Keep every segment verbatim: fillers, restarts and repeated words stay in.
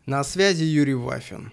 На связи Юрий Вафин.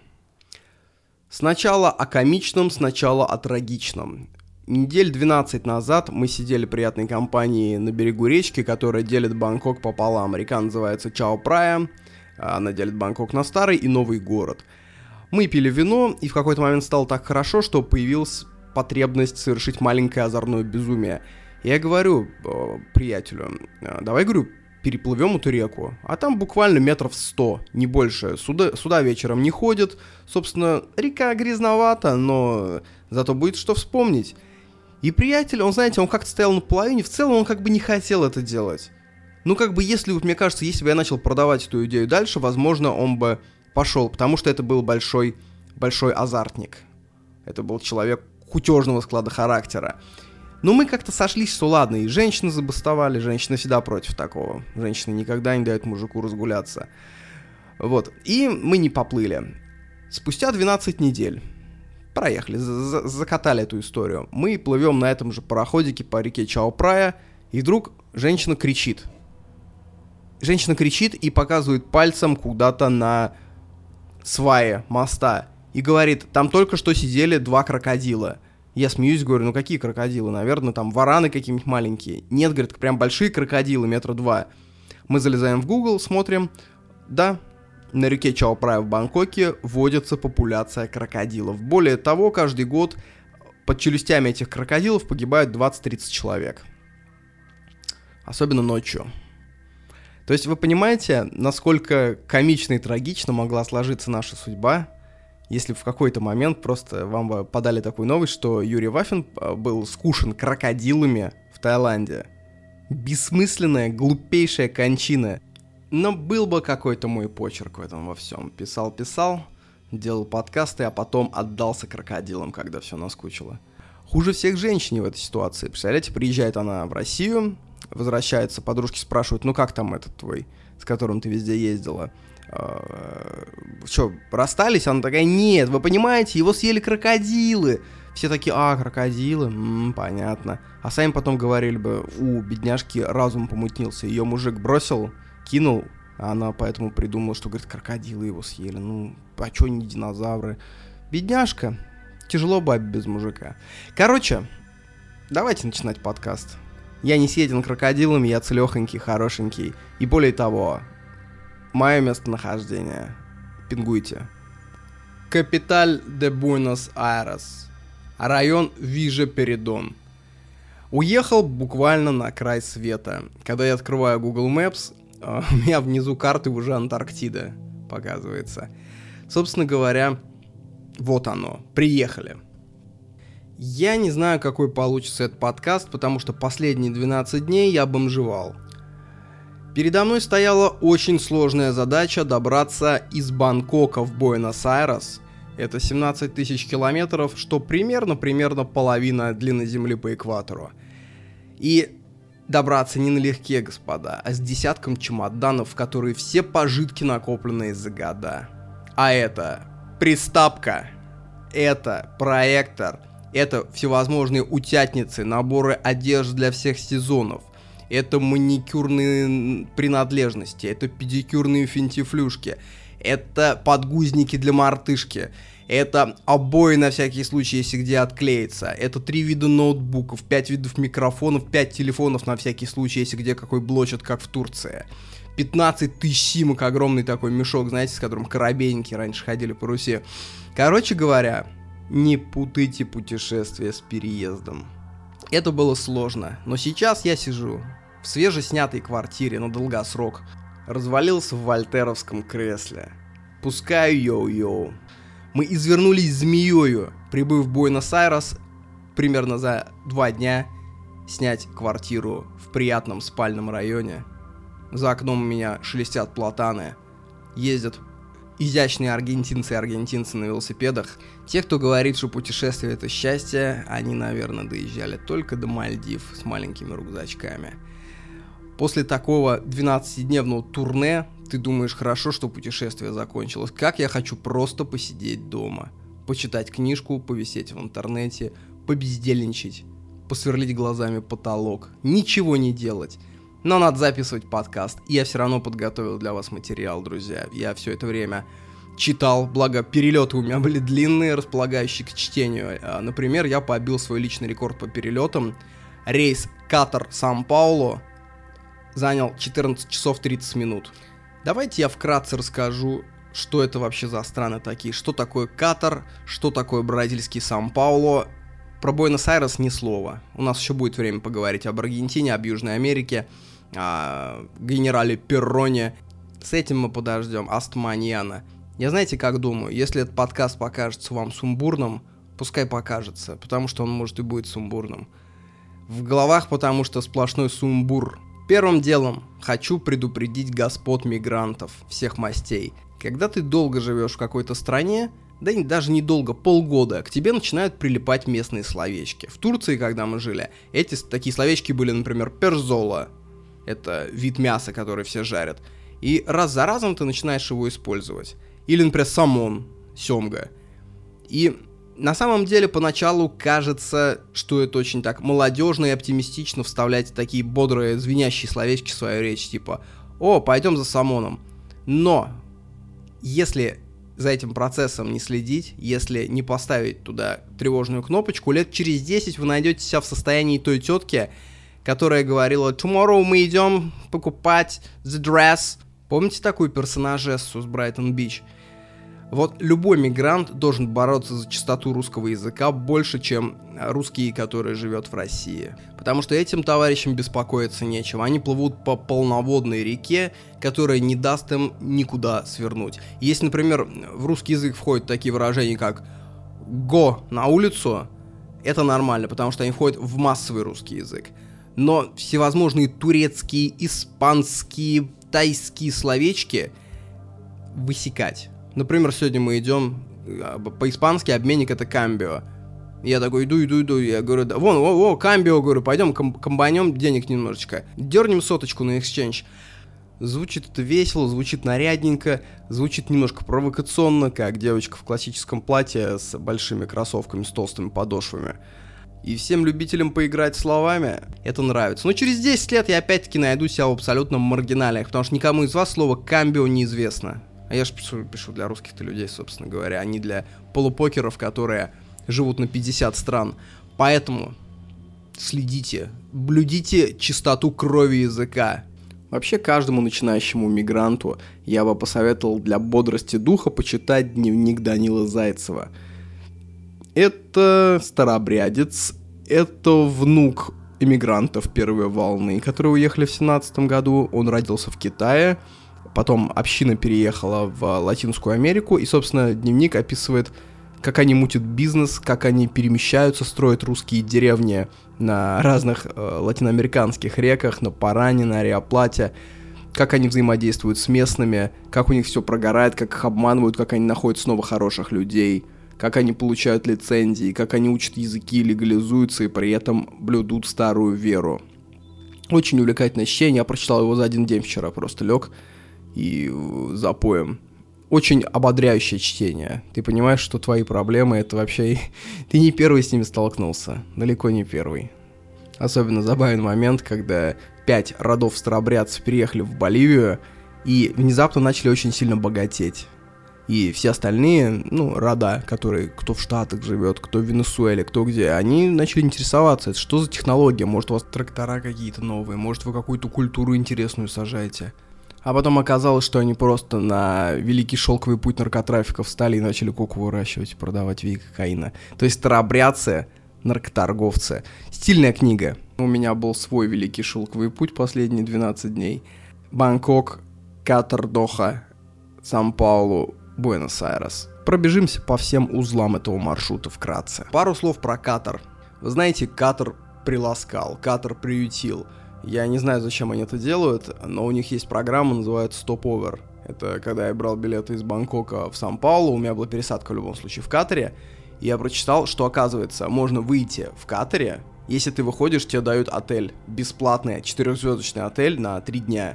Сначала о комичном, сначала о трагичном. Недель двенадцать назад мы сидели в приятной компании на берегу речки, которая делит Бангкок пополам. Река называется Чао Прая, она делит Бангкок на старый и новый город. Мы пили вино, и в какой-то момент стало так хорошо, что появилась потребность совершить маленькое озорное безумие. Я говорю э, приятелю, давай, говорю, переплывем эту реку, а там буквально метров сто, не больше. Суда, суда вечером не ходят, собственно, река грязновата, но зато будет что вспомнить. И приятель, он, знаете, он как-то стоял на половине, в целом он как бы не хотел это делать. Ну, как бы, если, вот, мне кажется, если бы я начал продавать эту идею дальше, возможно, он бы пошел, потому что это был большой, большой азартник. Это был человек кутежного склада характера. Но мы как-то сошлись, что ладно, и женщины забастовали, женщины всегда против такого. Женщины никогда не дают мужику разгуляться. Вот, и мы не поплыли. Спустя двенадцать недель проехали, за- закатали эту историю. Мы плывем на этом же пароходике по реке Чао Прая, и вдруг женщина кричит. Женщина кричит и показывает пальцем куда-то на свае моста. И говорит, там только что сидели два крокодила. Я смеюсь, говорю, ну какие крокодилы? Наверное, там вараны какие-нибудь маленькие. Нет, говорит, прям большие крокодилы, метра два. Мы залезаем в Google, смотрим. Да, на реке Чао Прая в Бангкоке водится популяция крокодилов. Более того, каждый год под челюстями этих крокодилов погибает двадцать-тридцать человек. Особенно ночью. То есть вы понимаете, насколько комично и трагично могла сложиться наша судьба, если в какой-то момент просто вам бы подали такую новость, что Юрий Вафин был скушен крокодилами в Таиланде. Бессмысленная, глупейшая кончина. Но был бы какой-то мой почерк в этом во всем. Писал-писал, делал подкасты, а потом отдался крокодилам, когда все наскучило. Хуже всех женщине в этой ситуации. Представляете, приезжает она в Россию, возвращается, подружки спрашивают, ну как там этот твой, с которым ты везде ездила? Что, расстались? Она такая, нет, вы понимаете, его съели крокодилы. Все такие, а, крокодилы, м-м, понятно. А сами потом говорили бы, у, бедняжки, разум помутнился. Ее мужик бросил, кинул, а она поэтому придумала, что, говорит, крокодилы его съели. Ну, а чё не динозавры? Бедняжка, тяжело бабе без мужика. Короче, давайте начинать подкаст. Я не съеден крокодилами, я целёхонький, хорошенький. И более того, мое местонахождение. Пингуйте. Капиталь де Буэнос-Айрес. Район Вижа-Передон. Уехал буквально на край света. Когда я открываю Google Maps, у меня внизу карты уже Антарктида показывается. Собственно говоря, вот оно. Приехали. Я не знаю, какой получится этот подкаст, потому что последние двенадцать дней я бомжевал. Передо мной стояла очень сложная задача добраться из Бангкока в Буэнос-Айрес. Это семнадцать тысяч километров, что примерно-примерно половина длины Земли по экватору. И добраться не налегке, господа, а с десятком чемоданов, в которые все пожитки накопленные за года. А это приставка, это проектор, это всевозможные утятницы, наборы одежды для всех сезонов. Это маникюрные принадлежности, это педикюрные финтифлюшки, это подгузники для мартышки, это обои на всякий случай, если где отклеится, это три вида ноутбуков, пять видов микрофонов, пять телефонов на всякий случай, если где какой блочат, как в Турции. пятнадцать тысяч симок, огромный такой мешок, знаете, с которым корабейники раньше ходили по Руси. Короче говоря, не путайте путешествие с переездом. Это было сложно, но сейчас я сижу в свежеснятой квартире на долгосрок, развалился в вольтеровском кресле. Пускаю йоу-йоу. Мы извернулись змеёю, прибыв в Буэнос-Айрес примерно за два дня, снять квартиру в приятном спальном районе. За окном у меня шелестят платаны, ездят изящные аргентинцы и аргентинцы на велосипедах. Те, кто говорит, что путешествие — это счастье, они, наверное, доезжали только до Мальдив с маленькими рюкзачками. После такого двенадцатидневного турне ты думаешь, хорошо, что путешествие закончилось. Как я хочу просто посидеть дома, почитать книжку, повисеть в интернете, побездельничать, посверлить глазами потолок, ничего не делать. Но надо записывать подкаст. И я все равно подготовил для вас материал, друзья. Я все это время читал, благо перелеты у меня были длинные, располагающие к чтению. Например, я побил свой личный рекорд по перелетам. Рейс Катар-Сан-Паулу занял четырнадцать часов тридцать минут. Давайте я вкратце расскажу, что это вообще за страны такие, что такое Катар, что такое бразильский Сан-Паулу. Про Буэнос-Айрес ни слова. У нас еще будет время поговорить об Аргентине, об Южной Америке, о генерале Перроне. С этим мы подождем. Астманьяна. Я знаете, как думаю, если этот подкаст покажется вам сумбурным, пускай покажется, потому что он может и будет сумбурным. В головах потому что сплошной сумбур. Первым делом хочу предупредить господ мигрантов всех мастей. Когда ты долго живешь в какой-то стране, да и даже недолго, полгода, к тебе начинают прилипать местные словечки. В Турции, когда мы жили, эти такие словечки были, например, перзола. Это вид мяса, который все жарят. И раз за разом ты начинаешь его использовать. Или, например, самон, семга. И на самом деле поначалу кажется, что это очень так молодежно и оптимистично вставлять такие бодрые, звенящие словечки в свою речь, типа «О, пойдем за самоном». Но если за этим процессом не следить, если не поставить туда тревожную кнопочку, лет через десять вы найдете себя в состоянии той тетки, которая говорила «Tomorrow мы идем покупать the dress». Помните такую персонажессу с Брайтон-Бич? Вот любой мигрант должен бороться за чистоту русского языка больше, чем русский, который живет в России. Потому что этим товарищам беспокоиться нечем. Они плывут по полноводной реке, которая не даст им никуда свернуть. Если, например, в русский язык входят такие выражения, как «го» на улицу, это нормально, потому что они входят в массовый русский язык. Но всевозможные турецкие, испанские, тайские словечки высекать. Например, сегодня мы идем, по-испански обменник это камбио. Я такой иду, иду, иду, я говорю, да, вон, о, о, камбио, говорю, пойдем ком- комбайнем денег немножечко. Дернем соточку на эксченж. Звучит это весело, звучит нарядненько, звучит немножко провокационно, как девочка в классическом платье с большими кроссовками, с толстыми подошвами. И всем любителям поиграть словами это нравится. Но через десять лет я опять-таки найду себя в абсолютном маргиналиях, потому что никому из вас слово камбио неизвестно. А я же пишу, пишу для русских-то людей, собственно говоря, а не для полупокеров, которые живут на пятьдесят стран. Поэтому следите, блюдите чистоту крови языка. Вообще, каждому начинающему мигранту я бы посоветовал для бодрости духа почитать дневник Данила Зайцева. Это старообрядец, это внук эмигрантов первой волны, которые уехали в семнадцатом году. Он родился в Китае. Потом община переехала в Латинскую Америку, и, собственно, дневник описывает, как они мутят бизнес, как они перемещаются, строят русские деревни на разных э, латиноамериканских реках, на Паране, на Ариаплате, как они взаимодействуют с местными, как у них все прогорает, как их обманывают, как они находят снова хороших людей, как они получают лицензии, как они учат языки, легализуются и при этом блюдут старую веру. Очень увлекательное чтение, я прочитал его за один день вчера, просто лег и запоем. Очень ободряющее чтение. Ты понимаешь, что твои проблемы это вообще... Ты не первый с ними столкнулся. Далеко не первый. Особенно забавен момент, когда пять родов старообрядцев переехали в Боливию и внезапно начали очень сильно богатеть. И все остальные, ну, рода, которые, кто в Штатах живет, кто в Венесуэле, кто где, они начали интересоваться, что за технология, может у вас трактора какие-то новые, может вы какую-то культуру интересную сажаете. А потом оказалось, что они просто на великий шелковый путь наркотрафика встали и начали коку выращивать и продавать в виде кокаина. То есть старообрядцы, наркоторговцы. Стильная книга. У меня был свой великий шелковый путь последние двенадцать дней. Бангкок, Катар, Доха, Сан-Паулу, Буэнос-Айрес. Пробежимся по всем узлам этого маршрута вкратце. Пару слов про Катар. Вы знаете, Катар приласкал, Катар приютил. Я не знаю, зачем они это делают, но у них есть программа, называется Stopover. Это когда я брал билеты из Бангкока в Сан-Паулу, у меня была пересадка в любом случае в Катаре, и я прочитал, что, оказывается, можно выйти в Катаре, если ты выходишь, тебе дают отель, бесплатный, четырехзвездочный отель на три дня.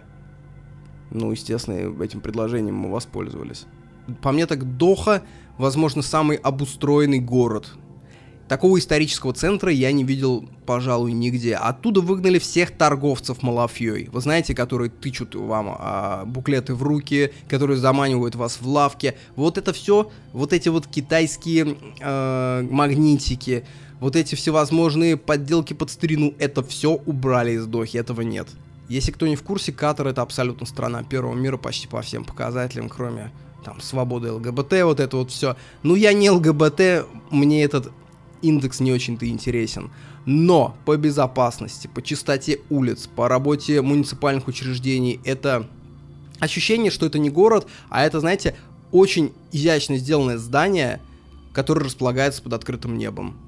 Ну, естественно, этим предложением мы воспользовались. По мне так Доха, возможно, самый обустроенный город. Такого исторического центра я не видел, пожалуй, нигде. Оттуда выгнали всех торговцев малафьей. Вы знаете, которые тычут вам а, буклеты в руки, которые заманивают вас в лавке. Вот это все, вот эти вот китайские а, магнитики, вот эти всевозможные подделки под старину, это все убрали из Дохи, этого нет. Если кто не в курсе, Катар — это абсолютно страна первого мира почти по всем показателям, кроме там свободы ЛГБТ, вот это вот все. Ну, я не ЛГБТ, мне этот индекс не очень-то интересен. Но по безопасности, по чистоте улиц, по работе муниципальных учреждений, это ощущение, что это не город, а это, знаете, очень изящно сделанное здание, которое располагается под открытым небом.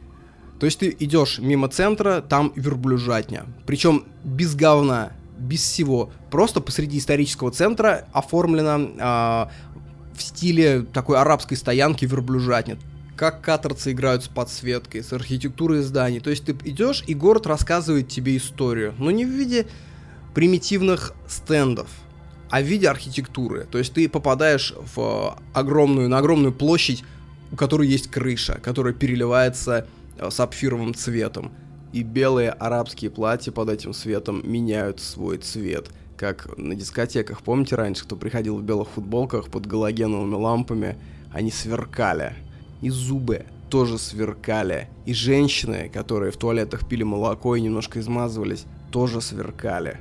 То есть ты идешь мимо центра, там верблюжатня. Причем без говна, без всего. Просто посреди исторического центра оформлена э, в стиле такой арабской стоянки верблюжатня. Как катарцы играют с подсветкой, с архитектурой зданий. То есть ты идешь, и город рассказывает тебе историю. Но не в виде примитивных стендов, а в виде архитектуры. То есть ты попадаешь в огромную, на огромную площадь, у которой есть крыша, которая переливается сапфировым цветом. И белые арабские платья под этим светом меняют свой цвет. Как на дискотеках, помните раньше, кто приходил в белых футболках под галогеновыми лампами, они сверкали. И зубы тоже сверкали. И женщины, которые в туалетах пили молоко и немножко измазывались, тоже сверкали.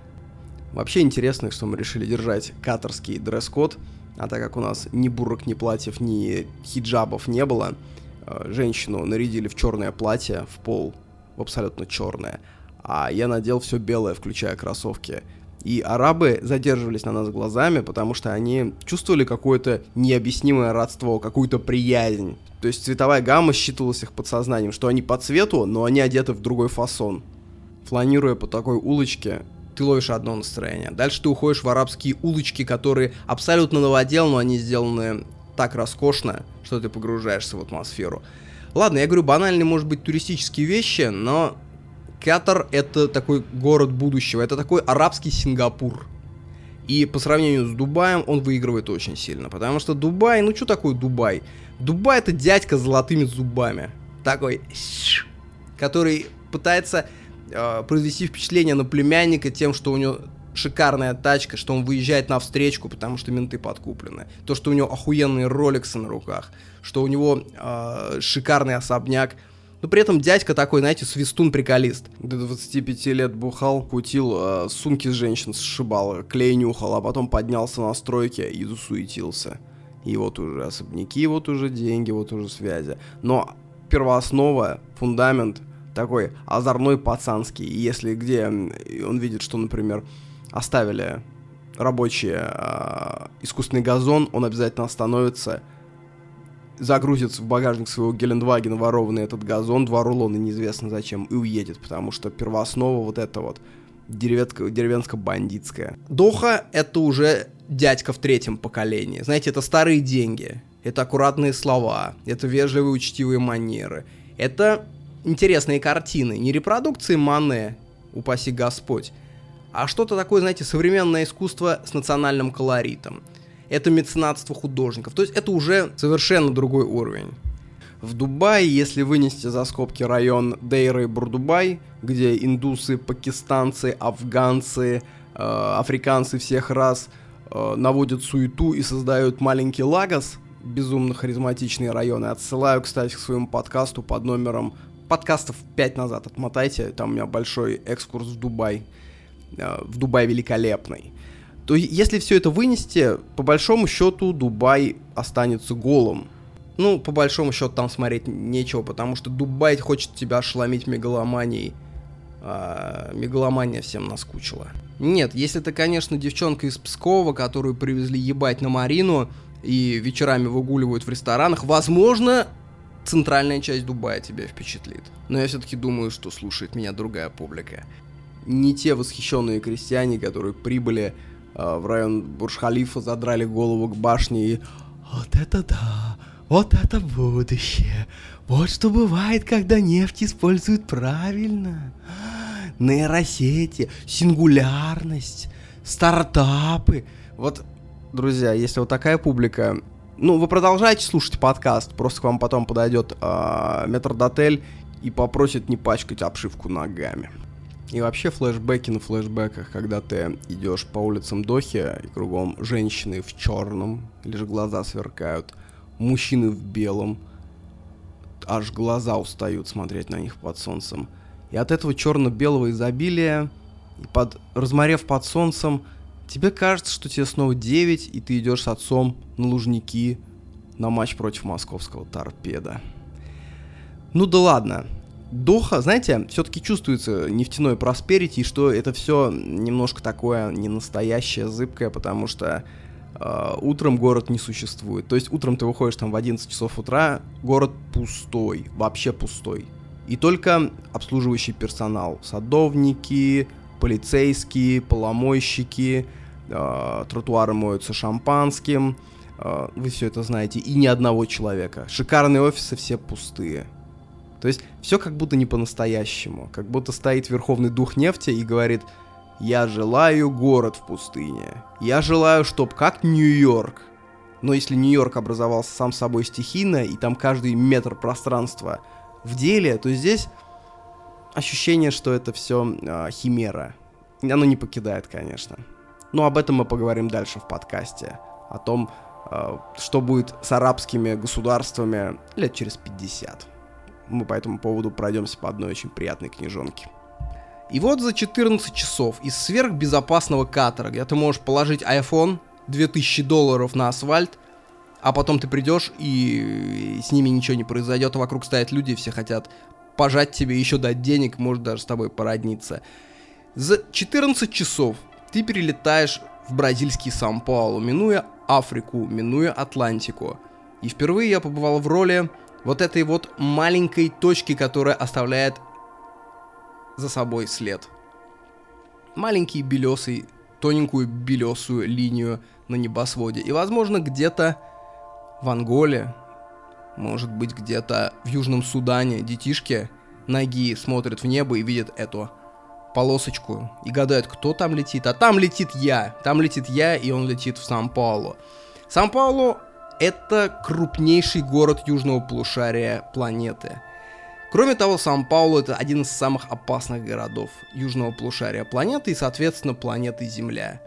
Вообще интересно, что мы решили держать катарский дресс-код, а так как у нас ни бурок, ни платьев, ни хиджабов не было, женщину нарядили в черное платье, в пол, в абсолютно черное, а я надел все белое, включая кроссовки. И арабы задерживались на нас глазами, потому что они чувствовали какое-то необъяснимое родство, какую-то приязнь. То есть цветовая гамма считывалась их подсознанием, что они по цвету, но они одеты в другой фасон. Фланируя по такой улочке, ты ловишь одно настроение. Дальше ты уходишь в арабские улочки, которые абсолютно новодел, но они сделаны так роскошно, что ты погружаешься в атмосферу. Ладно, я говорю банальные, может быть, туристические вещи, но Катар — это такой город будущего, это такой арабский Сингапур. И по сравнению с Дубаем он выигрывает очень сильно, потому что Дубай, ну что такое Дубай? Дубай — это дядька с золотыми зубами, такой, который пытается э, произвести впечатление на племянника тем, что у него шикарная тачка, что он выезжает на встречку, потому что менты подкуплены. То, что у него охуенные роликсы на руках, что у него э, шикарный особняк. Но при этом дядька такой, знаете, свистун-приколист. До двадцати пяти лет бухал, кутил, э, сумки с женщин сшибал, клей нюхал, а потом поднялся на стройке и засуетился. И вот уже особняки, вот уже деньги, вот уже связи. Но первооснова, фундамент такой озорной пацанский. И если где он видит, что, например, оставили рабочие э, искусственный газон, он обязательно остановится, загрузит в багажник своего Гелендвагена ворованный этот газон, два рулона, неизвестно зачем, и уедет, потому что первооснова вот это вот деревенско-бандитская. Доха — это уже дядька в третьем поколении. Знаете, это старые деньги, это аккуратные слова, это вежливые учтивые манеры, это интересные картины, не репродукции Мане, упаси Господь, а что-то такое, знаете, современное искусство с национальным колоритом. Это меценатство художников. То есть это уже совершенно другой уровень. В Дубае, если вынести за скобки район Дейра и Бурдубай, где индусы, пакистанцы, афганцы, э, африканцы всех рас э, наводят суету и создают маленький Лагос, безумно харизматичные районы. Отсылаю, кстати, к своему подкасту под номером подкастов пять назад. Отмотайте, там у меня большой экскурс в Дубай. Э, в Дубай великолепный. То если все это вынести, по большому счету Дубай останется голым. Ну, по большому счету там смотреть нечего, потому что Дубай хочет тебя ошеломить мегаломанией. А мегаломания всем наскучила. Нет, если ты, конечно, девчонка из Пскова, которую привезли ебать на Марину и вечерами выгуливают в ресторанах, возможно, центральная часть Дубая тебя впечатлит. Но я все-таки думаю, что слушает меня другая публика. Не те восхищенные крестьяне, которые прибыли в район Бурдж-Халифа, задрали голову к башне и «Вот это да! Вот это будущее! Вот что бывает, когда нефть используют правильно! Нейросети, сингулярность, стартапы!» Вот, друзья, если вот такая публика Ну, вы продолжаете слушать подкаст, просто к вам потом подойдет э, метрдотель и попросит не пачкать обшивку ногами. И вообще флешбеки на флешбеках, когда ты идешь по улицам Дохи, и кругом женщины в черном, лишь глаза сверкают, мужчины в белом, аж глаза устают смотреть на них под солнцем. И от этого черно-белого изобилия, и под, разморев под солнцем, тебе кажется, что тебе снова девять, и ты идешь с отцом на Лужники на матч против московского Торпеда. Ну да ладно. Доха, знаете, все-таки чувствуется нефтяной просперити, что это все немножко такое ненастоящее, зыбкое, потому что э, утром город не существует. То есть утром ты выходишь там в одиннадцать часов утра, город пустой, вообще пустой. И только обслуживающий персонал, садовники, полицейские, поломойщики, э, тротуары моются шампанским, э, вы все это знаете, и ни одного человека. Шикарные офисы все пустые. То есть все как будто не по-настоящему, как будто стоит верховный дух нефти и говорит: я желаю город в пустыне, я желаю, чтоб как Нью-Йорк. Но если Нью-Йорк образовался сам собой стихийно, и там каждый метр пространства в деле, то здесь ощущение, что это все э, химера. Оно не покидает, конечно. Но об этом мы поговорим дальше в подкасте. О том, э, что будет с арабскими государствами лет через пятьдесят. Мы по этому поводу пройдемся по одной очень приятной книжонке. И вот за четырнадцать часов из сверхбезопасного катера, где ты можешь положить iPhone, две тысячи долларов на асфальт, а потом ты придешь, и с ними ничего не произойдет, а вокруг стоят люди, все хотят пожать тебе, еще дать денег, может даже с тобой породниться. За четырнадцать часов ты перелетаешь в бразильский Сан-Паулу, минуя Африку, минуя Атлантику. И впервые я побывал в роли вот этой вот маленькой точки, которая оставляет за собой след. Маленький белесый, тоненькую белесую линию на небосводе. И, возможно, где-то в Анголе, может быть, где-то в Южном Судане детишки ноги смотрят в небо и видят эту полосочку и гадают, кто там летит. А там летит я. Там летит я, и он летит в Сан-Паулу. Сан-Паулу — это крупнейший город южного полушария планеты. Кроме того, Сан-Паулу — это один из самых опасных городов южного полушария планеты и, соответственно, планеты Земля.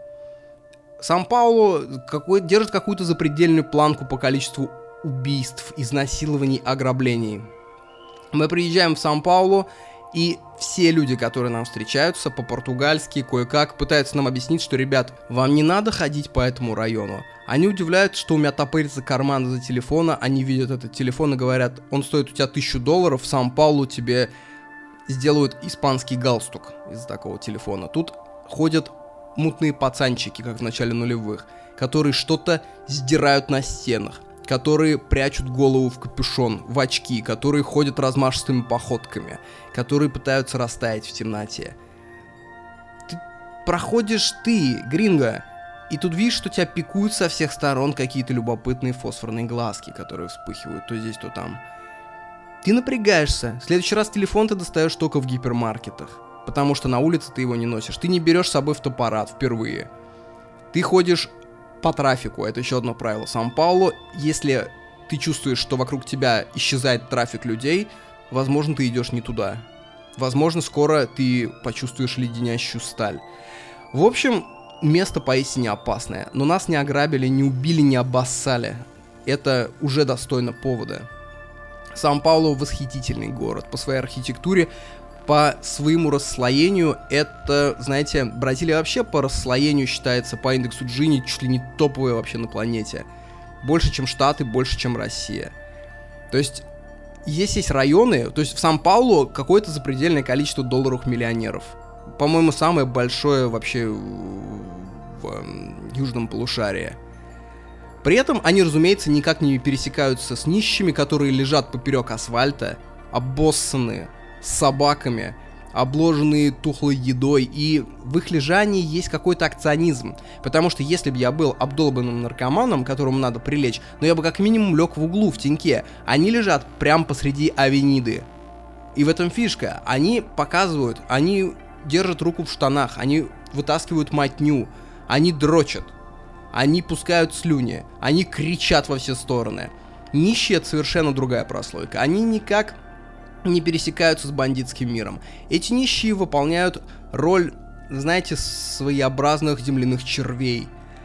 Сан-Паулу какой, держит какую-то запредельную планку по количеству убийств, изнасилований, ограблений. Мы приезжаем в Сан-Паулу, и все люди, которые нам встречаются, по-португальски, кое-как, пытаются нам объяснить, что, ребят, вам не надо ходить по этому району. Они удивляются, что у меня топырится карман из-за телефона, они видят этот телефон и говорят: он стоит у тебя тысячу долларов, в Сан-Паулу тебе сделают испанский галстук из-за такого телефона. Тут ходят мутные пацанчики, как в начале нулевых, которые что-то сдирают на стенах, которые прячут голову в капюшон, в очки, которые ходят размашистыми походками, которые пытаются растаять в темноте. Ты проходишь ты, гринго, и тут видишь, что тебя пикуют со всех сторон какие-то любопытные фосфорные глазки, которые вспыхивают то здесь, то там. Ты напрягаешься. В следующий раз телефон ты достаешь только в гипермаркетах, потому что на улице ты его не носишь. Ты не берешь с собой фотоаппарат впервые. Ты ходишь по трафику, это еще одно правило Сан-Паулу. Если ты чувствуешь, что вокруг тебя исчезает трафик людей, возможно, ты идешь не туда. Возможно, скоро ты почувствуешь леденящую сталь. В общем, место поистине опасное. Но нас не ограбили, не убили, не обоссали. Это уже достойно повода. Сан-Паулу восхитительный город по своей архитектуре, по своему расслоению. Это, знаете, Бразилия вообще по расслоению считается по индексу Джини чуть ли не топовая вообще на планете. Больше, чем Штаты, больше, чем Россия. То есть, есть есть районы, то есть в Сан-Паулу какое-то запредельное количество долларовых миллионеров. По-моему, самое большое вообще в э, южном полушарии. При этом они, разумеется, никак не пересекаются с нищими, которые лежат поперек асфальта, обоссанные, с собаками, обложенные тухлой едой, и в их лежании есть какой-то акционизм. Потому что если бы я был обдолбанным наркоманом, которому надо прилечь, но я бы как минимум лег в углу, в теньке. Они лежат прямо посреди авениды. И в этом фишка. Они показывают, они держат руку в штанах, они вытаскивают мотню, они дрочат. они пускают слюни, они кричат во все стороны. Нищие — это совершенно другая прослойка. Они никак не пересекаются с бандитским миром. Эти нищие выполняют роль, знаете, своеобразных земляных червей.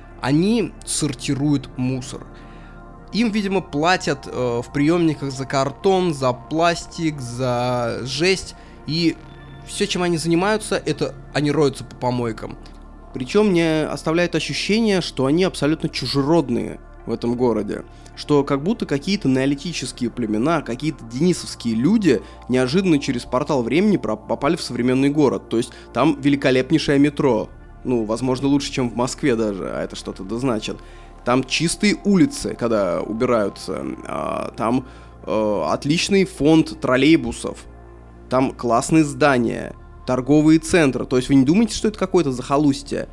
Они сортируют мусор. Им, видимо, платят э, в приемниках за картон, за пластик, за жесть. И все, чем они занимаются, это они роются по помойкам. Причем мне оставляет ощущение, что они абсолютно чужеродные в этом городе. Что как будто какие-то неолитические племена, какие-то денисовские люди неожиданно через портал времени попали в современный город. То есть там великолепнейшее метро. Ну, возможно, лучше, чем в Москве даже, а это что-то да значит. Там чистые улицы, когда убираются. А, там э, отличный фонд троллейбусов. Там классные здания, торговые центры. То есть вы не думаете, что это какое-то захолустье?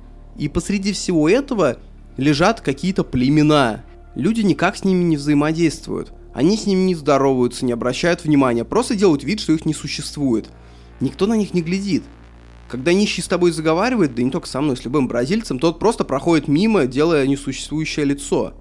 И посреди всего этого лежат какие-то племена. Люди никак с ними не взаимодействуют. Они с ними не здороваются, не обращают внимания. Просто делают вид, что их не существует. Никто на них не глядит. Когда нищий с тобой заговаривает, да не только со мной, с любым бразильцем, тот просто проходит мимо, делая несуществующее лицо.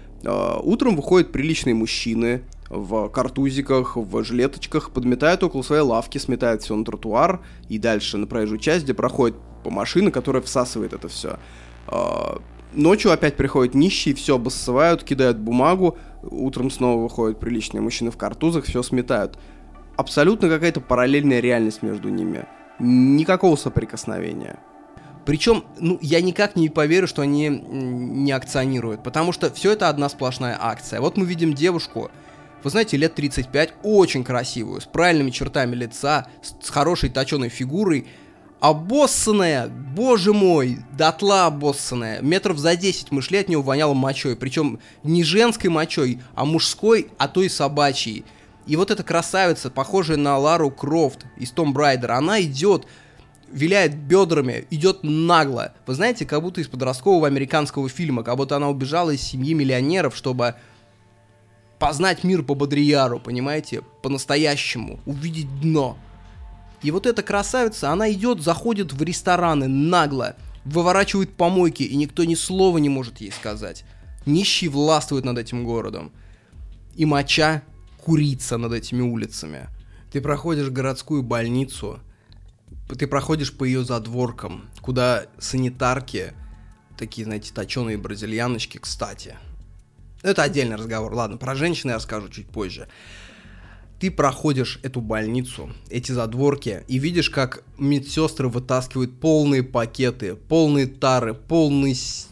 Uh, утром выходят приличные мужчины в картузиках, в жилеточках, подметают около своей лавки, сметают все на тротуар и дальше на проезжую часть, где проходит по машина, которая всасывает это все. Uh, ночью опять приходят нищие, все обоссывают, кидают бумагу, утром снова выходят приличные мужчины в картузах, все сметают. Абсолютно какая-то параллельная реальность между ними. Никакого соприкосновения. Причем, ну, я никак не поверю, что они не акционируют, потому что все это одна сплошная акция. Вот мы видим девушку, вы знаете, лет тридцать пять, очень красивую, с правильными чертами лица, с хорошей точеной фигурой, обоссанная, боже мой, дотла обоссанная, метров за десять мы шли, от нее воняло мочой, причем не женской мочой, а мужской, а то и собачьей. И вот эта красавица, похожая на Лару Крофт из Tomb Raider, она идет, виляет бедрами, идет нагло. Вы знаете, как будто из подросткового американского фильма, как будто она убежала из семьи миллионеров, чтобы познать мир по Бодрияру, понимаете, по-настоящему, увидеть дно. И вот эта красавица, она идет, заходит в рестораны нагло, выворачивает помойки, и никто ни слова не может ей сказать. Нищие властвуют над этим городом. И моча курица над этими улицами. Ты проходишь городскую больницу, ты проходишь по ее задворкам, куда санитарки, такие, знаете, точеные бразильяночки, кстати. Это отдельный разговор, ладно, про женщин я расскажу чуть позже. Ты проходишь эту больницу, эти задворки, и видишь, как медсестры вытаскивают полные пакеты, полные тары, полные с...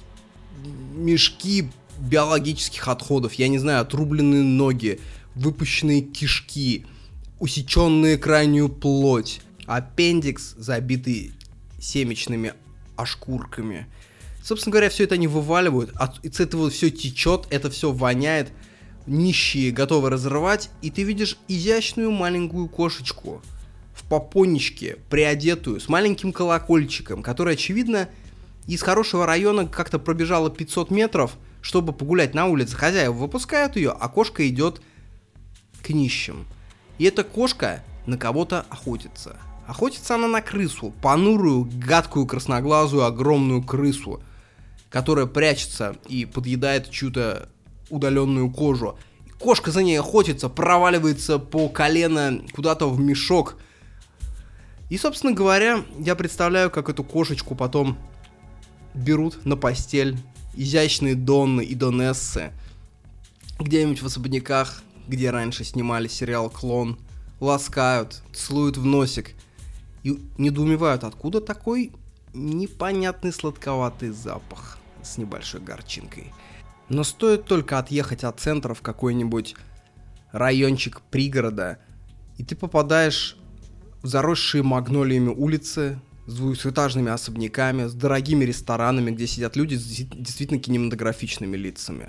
мешки биологических отходов, я не знаю, отрубленные ноги, выпущенные кишки, усеченные крайнюю плоть, аппендикс, забитый семечными ошкурками. Собственно говоря, все это они вываливают, от из этого все течет, это все воняет, нищие готовы разрывать, и ты видишь изящную маленькую кошечку в попонечке, приодетую, с маленьким колокольчиком, которая, очевидно, из хорошего района как-то пробежала пятьсот метров, чтобы погулять на улице. Хозяева выпускают ее, а кошка идет к нищим. И эта кошка на кого-то охотится. Охотится она на крысу, понурую, гадкую, красноглазую, огромную крысу, которая прячется и подъедает чью-то удаленную кожу. Кошка за ней охотится, проваливается по колено куда-то в мешок. И, собственно говоря, я представляю, как эту кошечку потом берут на постель изящные Донны и Донессы где-нибудь в особняках, где раньше снимали сериал «Клон», ласкают, целуют в носик и недоумевают, откуда такой непонятный сладковатый запах с небольшой горчинкой. Но стоит только отъехать от центра в какой-нибудь райончик пригорода, и ты попадаешь в заросшие магнолиями улицы с двухэтажными особняками, с дорогими ресторанами, где сидят люди с действительно кинематографичными лицами.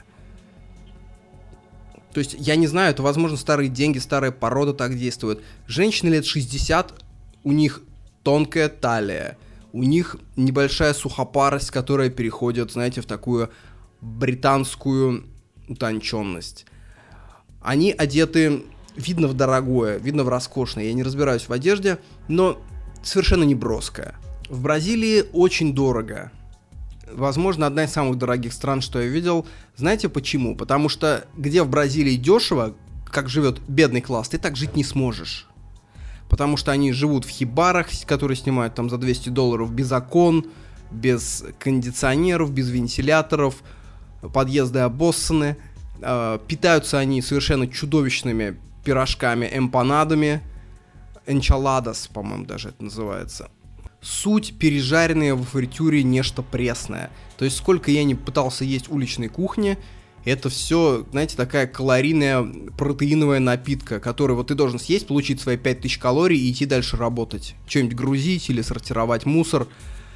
То есть, я не знаю, это, возможно, старые деньги, старая порода так действует. Женщины лет шестьдесят, у них тонкая талия, у них небольшая сухопарость, которая переходит, знаете, в такую британскую утонченность. Они одеты, видно, в дорогое, видно, в роскошное. Я не разбираюсь в одежде, но совершенно не броское. В Бразилии очень дорого возможно, одна из самых дорогих стран, что я видел. Знаете почему? Потому что где в Бразилии дешево, как живет бедный класс, ты так жить не сможешь. Потому что они живут в хибарах, которые снимают там за двести долларов, без окон, без кондиционеров, без вентиляторов, подъезды обоссаны. Э, питаются они совершенно чудовищными пирожками, эмпанадами. Enchiladas, по-моему, даже это называется. Суть пережаренная во фритюре нечто пресное. То есть сколько я не пытался есть уличной кухни, это все, знаете, такая калорийная протеиновая напитка, которую вот ты должен съесть, получить свои пять тысяч калорий и идти дальше работать. Что-нибудь грузить или сортировать мусор.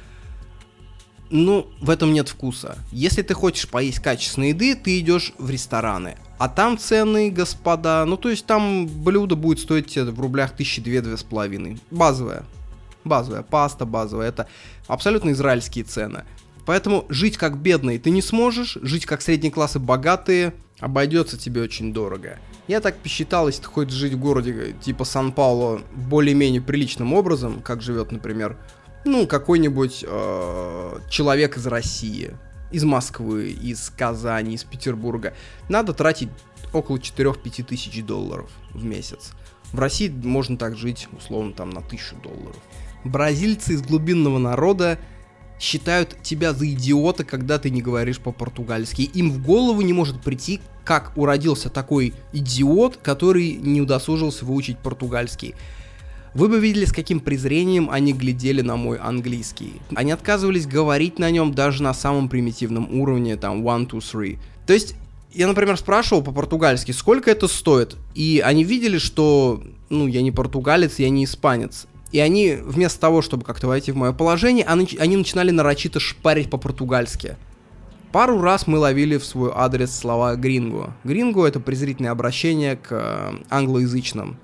Ну, в этом нет вкуса. Если ты хочешь поесть качественной еды, ты идешь в рестораны. А там цены, господа, ну то есть там блюдо будет стоить тебе в рублях тысячи две-две с половиной. Базовая. Базовая паста, базовая. Это абсолютно израильские цены. Поэтому жить как бедный ты не сможешь, жить как средний класс и богатые обойдется тебе очень дорого. Я так посчитал, если ты хочешь жить в городе типа Сан-Пауло более-менее приличным образом, как живет, например, ну, какой-нибудь э, человек из России, из Москвы, из Казани, из Петербурга, надо тратить около четыре-пять тысяч долларов в месяц. В России можно так жить, условно, там на тысячу долларов. Бразильцы из глубинного народа считают тебя за идиота, когда ты не говоришь по-португальски. Им в голову не может прийти, как уродился такой идиот, который не удосужился выучить португальский. Вы бы видели, с каким презрением они глядели на мой английский. Они отказывались говорить на нем даже на самом примитивном уровне, там, one, two, three. То есть, я, например, спрашивал по-португальски, сколько это стоит, и они видели, что, ну, я не португалец, я не испанец. И они, вместо того, чтобы как-то войти в мое положение, они, они начинали нарочито шпарить по-португальски. Пару раз мы ловили в свой адрес слова «гринго». «Гринго» — это презрительное обращение к э, англоязычным.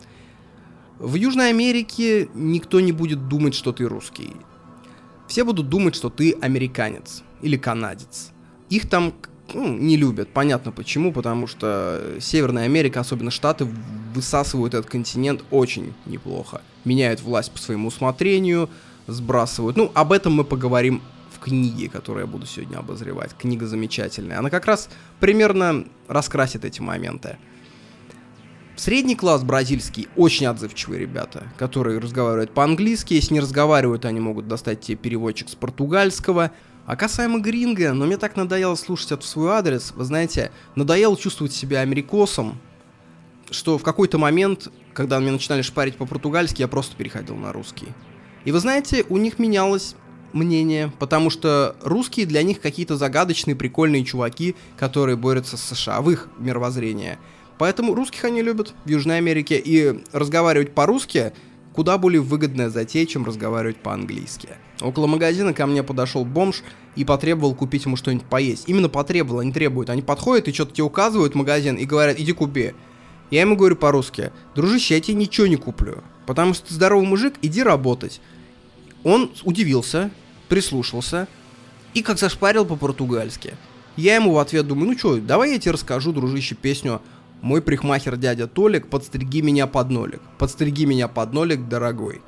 В Южной Америке никто не будет думать, что ты русский. Все будут думать, что ты американец или канадец. Их там, ну, не любят. Понятно почему, потому что Северная Америка, особенно Штаты, высасывают этот континент очень неплохо. Меняют власть по своему усмотрению, сбрасывают. Ну, об этом мы поговорим в книге, которую я буду сегодня обозревать. Книга замечательная. Она как раз примерно раскрасит эти моменты. Средний класс бразильский очень отзывчивые ребята, которые разговаривают по-английски. Если не разговаривают, они могут достать тебе переводчик с португальского. А касаемо гринго, но мне так надоело слушать это в свой адрес, вы знаете, надоело чувствовать себя америкосом, что в какой-то момент, когда меня начинали шпарить по-португальски, я просто переходил на русский. И вы знаете, у них менялось мнение, потому что русские для них какие-то загадочные, прикольные чуваки, которые борются с США, в их мировоззрении. Поэтому русских они любят в Южной Америке, и разговаривать по-русски куда более выгодная затея, чем разговаривать по-английски. Около магазина ко мне подошел бомж и потребовал купить ему что-нибудь поесть. Именно потребовал, они требуют. Они подходят и что-то тебе указывают в магазин и говорят: иди купи. Я ему говорю по-русски: дружище, я тебе ничего не куплю, потому что ты здоровый мужик, иди работать. Он удивился, прислушался и как зашпарил по-португальски. Я ему в ответ думаю: ну что, давай я тебе расскажу, дружище, песню «Мой парикмахер дядя Толик, подстриги меня под нолик». Подстриги меня под нолик, дорогой.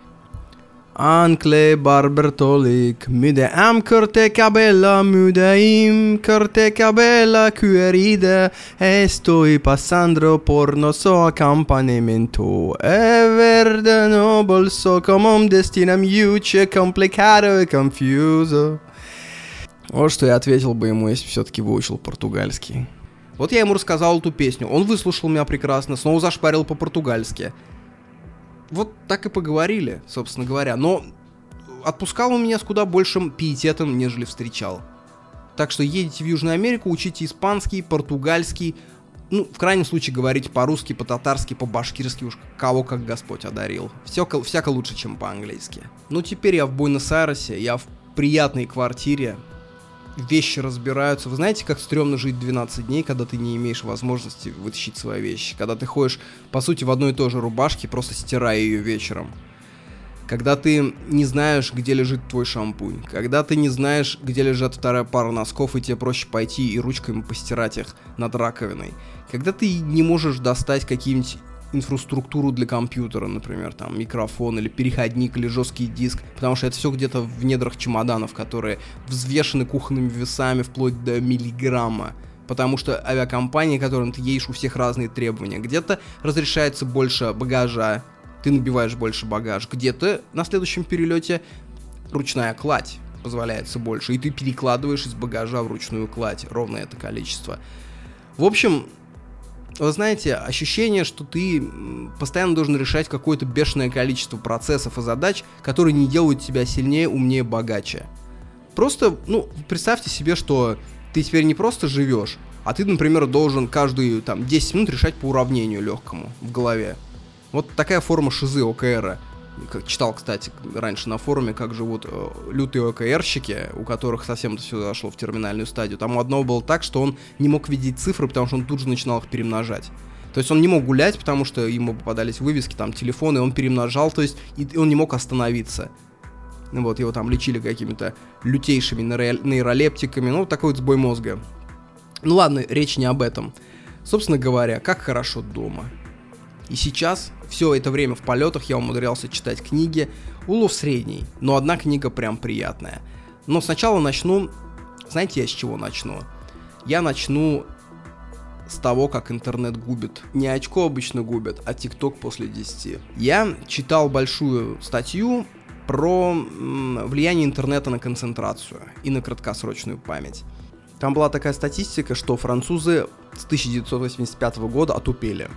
Анкле барбер Толик, мюде ам корте кабелла, мюде им корте кабелла querida, estoy pasando por nosso acompanhamento, e verde no bolso como un destino mucho complicado и confuso. Вот что я ответил бы ему, если все-таки выучил португальский. Вот я ему рассказал эту песню, он выслушал меня прекрасно, снова зашпарил по-португальски. Вот так и поговорили, собственно говоря, но отпускал он меня с куда большим пиететом, нежели встречал. Так что едете в Южную Америку, учите испанский, португальский, ну, в крайнем случае говорите по-русски, по-татарски, по-башкирски, уж кого как Господь одарил. Все, всяко лучше, чем по-английски. Ну, теперь я в Буэнос-Айресе, я в приятной квартире. Вещи разбираются. Вы знаете, как стрёмно жить двенадцать дней, когда ты не имеешь возможности вытащить свои вещи? Когда ты ходишь, по сути, в одной и той же рубашке, просто стирая ее вечером. Когда ты не знаешь, где лежит твой шампунь. Когда ты не знаешь, где лежит вторая пара носков, и тебе проще пойти и ручками постирать их над раковиной. Когда ты не можешь достать какие-нибудь инфраструктуру для компьютера, например, там микрофон или переходник или жесткий диск, потому что это все где-то в недрах чемоданов, которые взвешены кухонными весами вплоть до миллиграмма. Потому что авиакомпании, которым ты едешь, у всех разные требования. Где-то разрешается больше багажа, ты набиваешь больше багаж. Где-то на следующем перелете ручная кладь позволяется больше, и ты перекладываешь из багажа в ручную кладь ровно это количество. В общем, вы знаете, ощущение, что ты постоянно должен решать какое-то бешеное количество процессов и задач, которые не делают тебя сильнее, умнее, богаче. Просто, ну, представьте себе, что ты теперь не просто живешь, а ты, например, должен каждые там десять минут решать по уравнению легкому в голове. Вот такая форма шизы ОКРа. Как читал, кстати, раньше на форуме, как живут э, лютые ОКРщики, у которых совсем это все зашло в терминальную стадию. Там у одного было так, что он не мог видеть цифры, потому что он тут же начинал их перемножать. То есть он не мог гулять, потому что ему попадались вывески, там, телефоны, и он перемножал, то есть и, и он не мог остановиться. Вот, его там лечили какими-то лютейшими нейро- нейролептиками, ну, такой вот сбой мозга. Ну ладно, речь не об этом. Собственно говоря, как хорошо дома. И сейчас, все это время в полетах, я умудрялся читать книги. Улов средний, но одна книга прям приятная. Но сначала начну... Знаете, я с чего начну? Я начну с того, как интернет губит. Не очко обычно губит, а ТикТок после десяти. Я читал большую статью про м, влияние интернета на концентрацию и на краткосрочную память. Там была такая статистика, что французы с тысяча девятьсот восемьдесят пятого года отупели.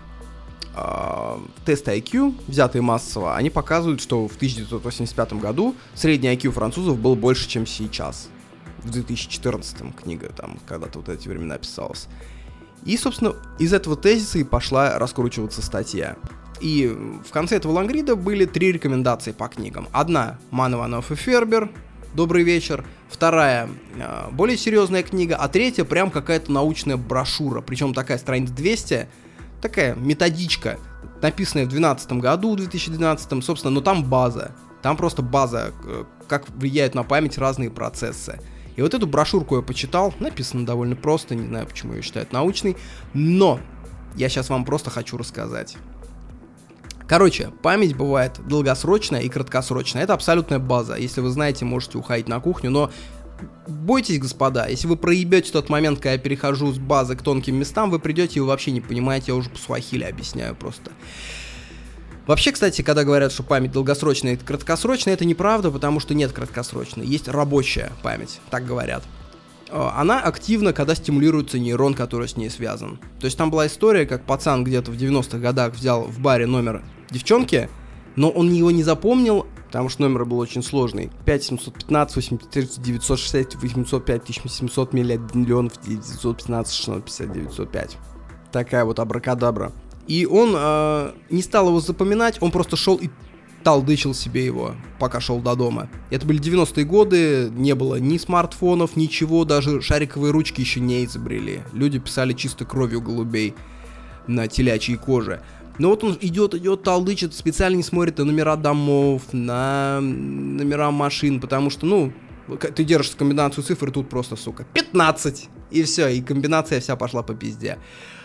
Тесты ай кью, взятые массово, они показывают, что в тысяча девятьсот восемьдесят пятом году средний ай кью французов был больше, чем сейчас. В две тысячи четырнадцатом книга, там, когда-то вот эти времена писалась. И, собственно, из этого тезиса и пошла раскручиваться статья. И в конце этого лонгрида были три рекомендации по книгам. Одна — Ман, Иванов и Фербер, «Добрый вечер». Вторая — более серьезная книга. А третья — прям какая-то научная брошюра. Причем такая, страниц двести, такая методичка, написанная в две тысячи двенадцатом году, в две тысячи двенадцатом, собственно, но там база. Там просто база, как влияют на память разные процессы. И вот эту брошюрку я почитал, написано довольно просто, не знаю, почему ее считают научной, но я сейчас вам просто хочу рассказать. Короче, память бывает долгосрочная и краткосрочная, это абсолютная база. Если вы знаете, можете уходить на кухню, но бойтесь, господа, если вы проебете тот момент, когда я перехожу с базы к тонким местам, вы придете и вы вообще не понимаете, я уже по-суахили объясняю просто. Вообще, кстати, когда говорят, что память долгосрочная и краткосрочная, это неправда, потому что нет краткосрочной, есть рабочая память, так говорят. Она активна, когда стимулируется нейрон, который с ней связан. То есть там была история, как пацан где-то в девяностых годах взял в баре номер девчонки, но он его не запомнил, потому что номер был очень сложный. пять семьсот пятнадцать, восемьдесят девятьсот шестьдесят, восемьсот пять, тысяча семьсот миллионов, девятьсот пятнадцать, шестьсот пятьдесят, девятьсот пять. Такая вот абракадабра. И он э, не стал его запоминать, он просто шел и талдычил себе его, пока шел до дома. Это были девяностые годы, не было ни смартфонов, ничего, даже шариковые ручки еще не изобрели. Люди писали чисто кровью голубей на телячьей коже. Но вот он идет, идет, талдычит, специально не смотрит на номера домов, на номера машин, потому что, ну, ты держишь комбинацию цифр, и тут просто, сука, пятнадцать! И все, и комбинация вся пошла по пизде.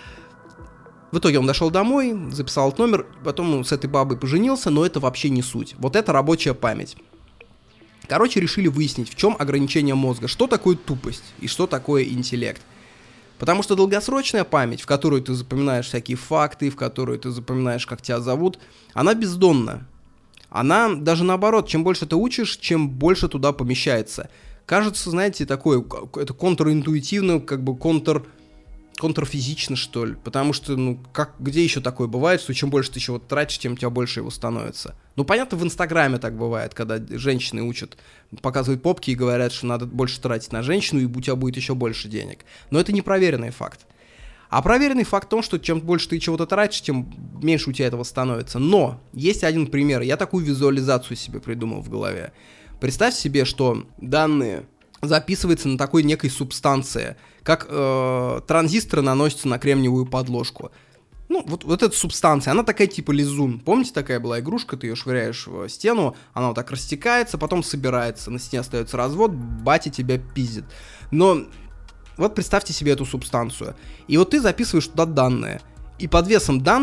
В итоге он дошел домой, записал этот номер, потом он с этой бабой поженился, но это вообще не суть. Вот это рабочая память. Короче, решили выяснить, в чем ограничение мозга, что такое тупость и что такое интеллект. Потому что долгосрочная память, в которую ты запоминаешь всякие факты, в которую ты запоминаешь, как тебя зовут, она бездонна. Она даже наоборот, чем больше ты учишь, чем больше туда помещается. Кажется, знаете, такое, это контринтуитивно, как бы контр... контрфизично, что ли, потому что, ну, как, где еще такое бывает, что чем больше ты чего-то тратишь, тем у тебя больше его становится. Ну, понятно, в Инстаграме так бывает, когда женщины учат, показывают попки и говорят, что надо больше тратить на женщину, и у тебя будет еще больше денег. Но это не проверенный факт. А проверенный факт в том, что чем больше ты чего-то тратишь, тем меньше у тебя этого становится. Но есть один пример, я такую визуализацию себе придумал в голове. Представь себе, что данные записываются на такой некой субстанции, как э, транзисторы наносятся на кремниевую подложку. Ну, вот, вот эта субстанция, она такая типа лизун. Помните, такая была игрушка, ты ее швыряешь в стену, она вот так растекается, потом собирается, на стене остается развод, батя тебя пиздит. Но вот представьте себе эту субстанцию. И вот ты записываешь туда данные. И под весом данных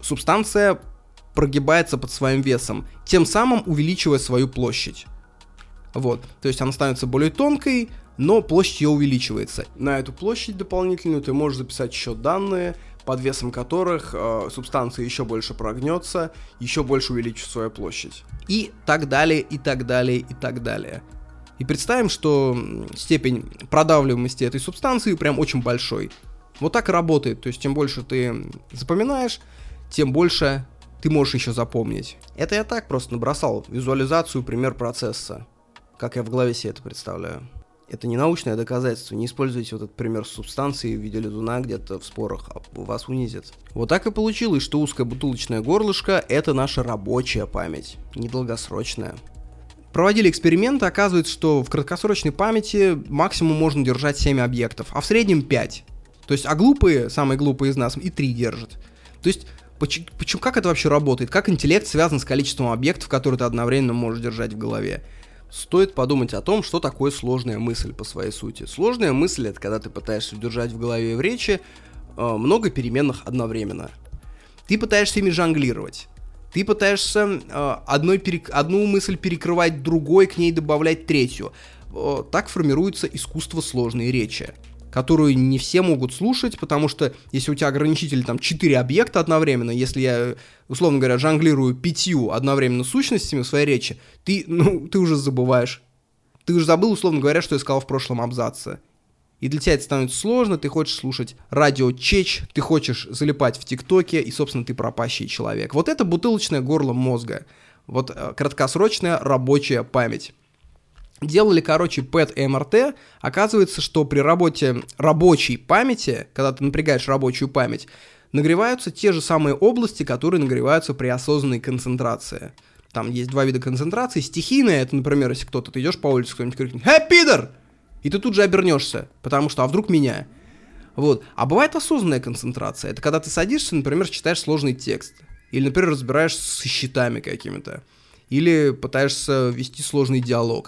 субстанция прогибается под своим весом, тем самым увеличивая свою площадь. Вот, то есть она становится более тонкой, но площадь ее увеличивается. На эту площадь дополнительную ты можешь записать еще данные, под весом которых э, субстанция еще больше прогнется, еще больше увеличит свою площадь. И так далее, и так далее, и так далее. И представим, что степень продавливаемости этой субстанции прям очень большой. Вот так и работает, то есть чем больше ты запоминаешь, тем больше ты можешь еще запомнить. Это я так просто набросал визуализацию, пример процесса, как я в голове себе это представляю. Это не научное доказательство, не используйте вот этот пример субстанции в виде лизуна где-то в спорах, а вас унизит. Вот так и получилось, что узкое бутылочное горлышко — это наша рабочая память, недолгосрочная. Проводили эксперименты, оказывается, что в краткосрочной памяти максимум можно держать семь объектов, а в среднем пять. То есть, а глупые, самые глупые из нас, и три держат. То есть, почему, почему, как это вообще работает? Как интеллект связан с количеством объектов, которые ты одновременно можешь держать в голове? Стоит подумать о том, что такое сложная мысль по своей сути. Сложная мысль — это когда ты пытаешься удержать в голове и в речи э, много переменных одновременно. Ты пытаешься ими жонглировать. Ты пытаешься э, одной перек... одну мысль перекрывать другой, к ней добавлять третью. Э, так формируется искусство сложной речи, которую не все могут слушать, потому что если у тебя ограничитель там четыре объекта одновременно, если я, условно говоря, жонглирую пятью одновременно сущностями в своей речи, ты, ну, ты уже забываешь. Ты уже забыл, условно говоря, что я сказал в прошлом абзаце. И для тебя это становится сложно, ты хочешь слушать радио Чеч, ты хочешь залипать в ТикТоке, и, собственно, ты пропащий человек. Вот это бутылочное горло мозга. Вот э, краткосрочная рабочая память. Делали, короче, пэт и эм эр тэ, оказывается, что при работе рабочей памяти, когда ты напрягаешь рабочую память, нагреваются те же самые области, которые нагреваются при осознанной концентрации. Там есть два вида концентрации. Стихийная — это, например, если кто-то, ты идешь по улице, кто-нибудь крикнет «Hey, пидор!» и ты тут же обернешься, потому что, а вдруг меня? Вот. А бывает осознанная концентрация. Это когда ты садишься, например, читаешь сложный текст. Или, например, разбираешься со счетами какими-то. Или пытаешься вести сложный диалог.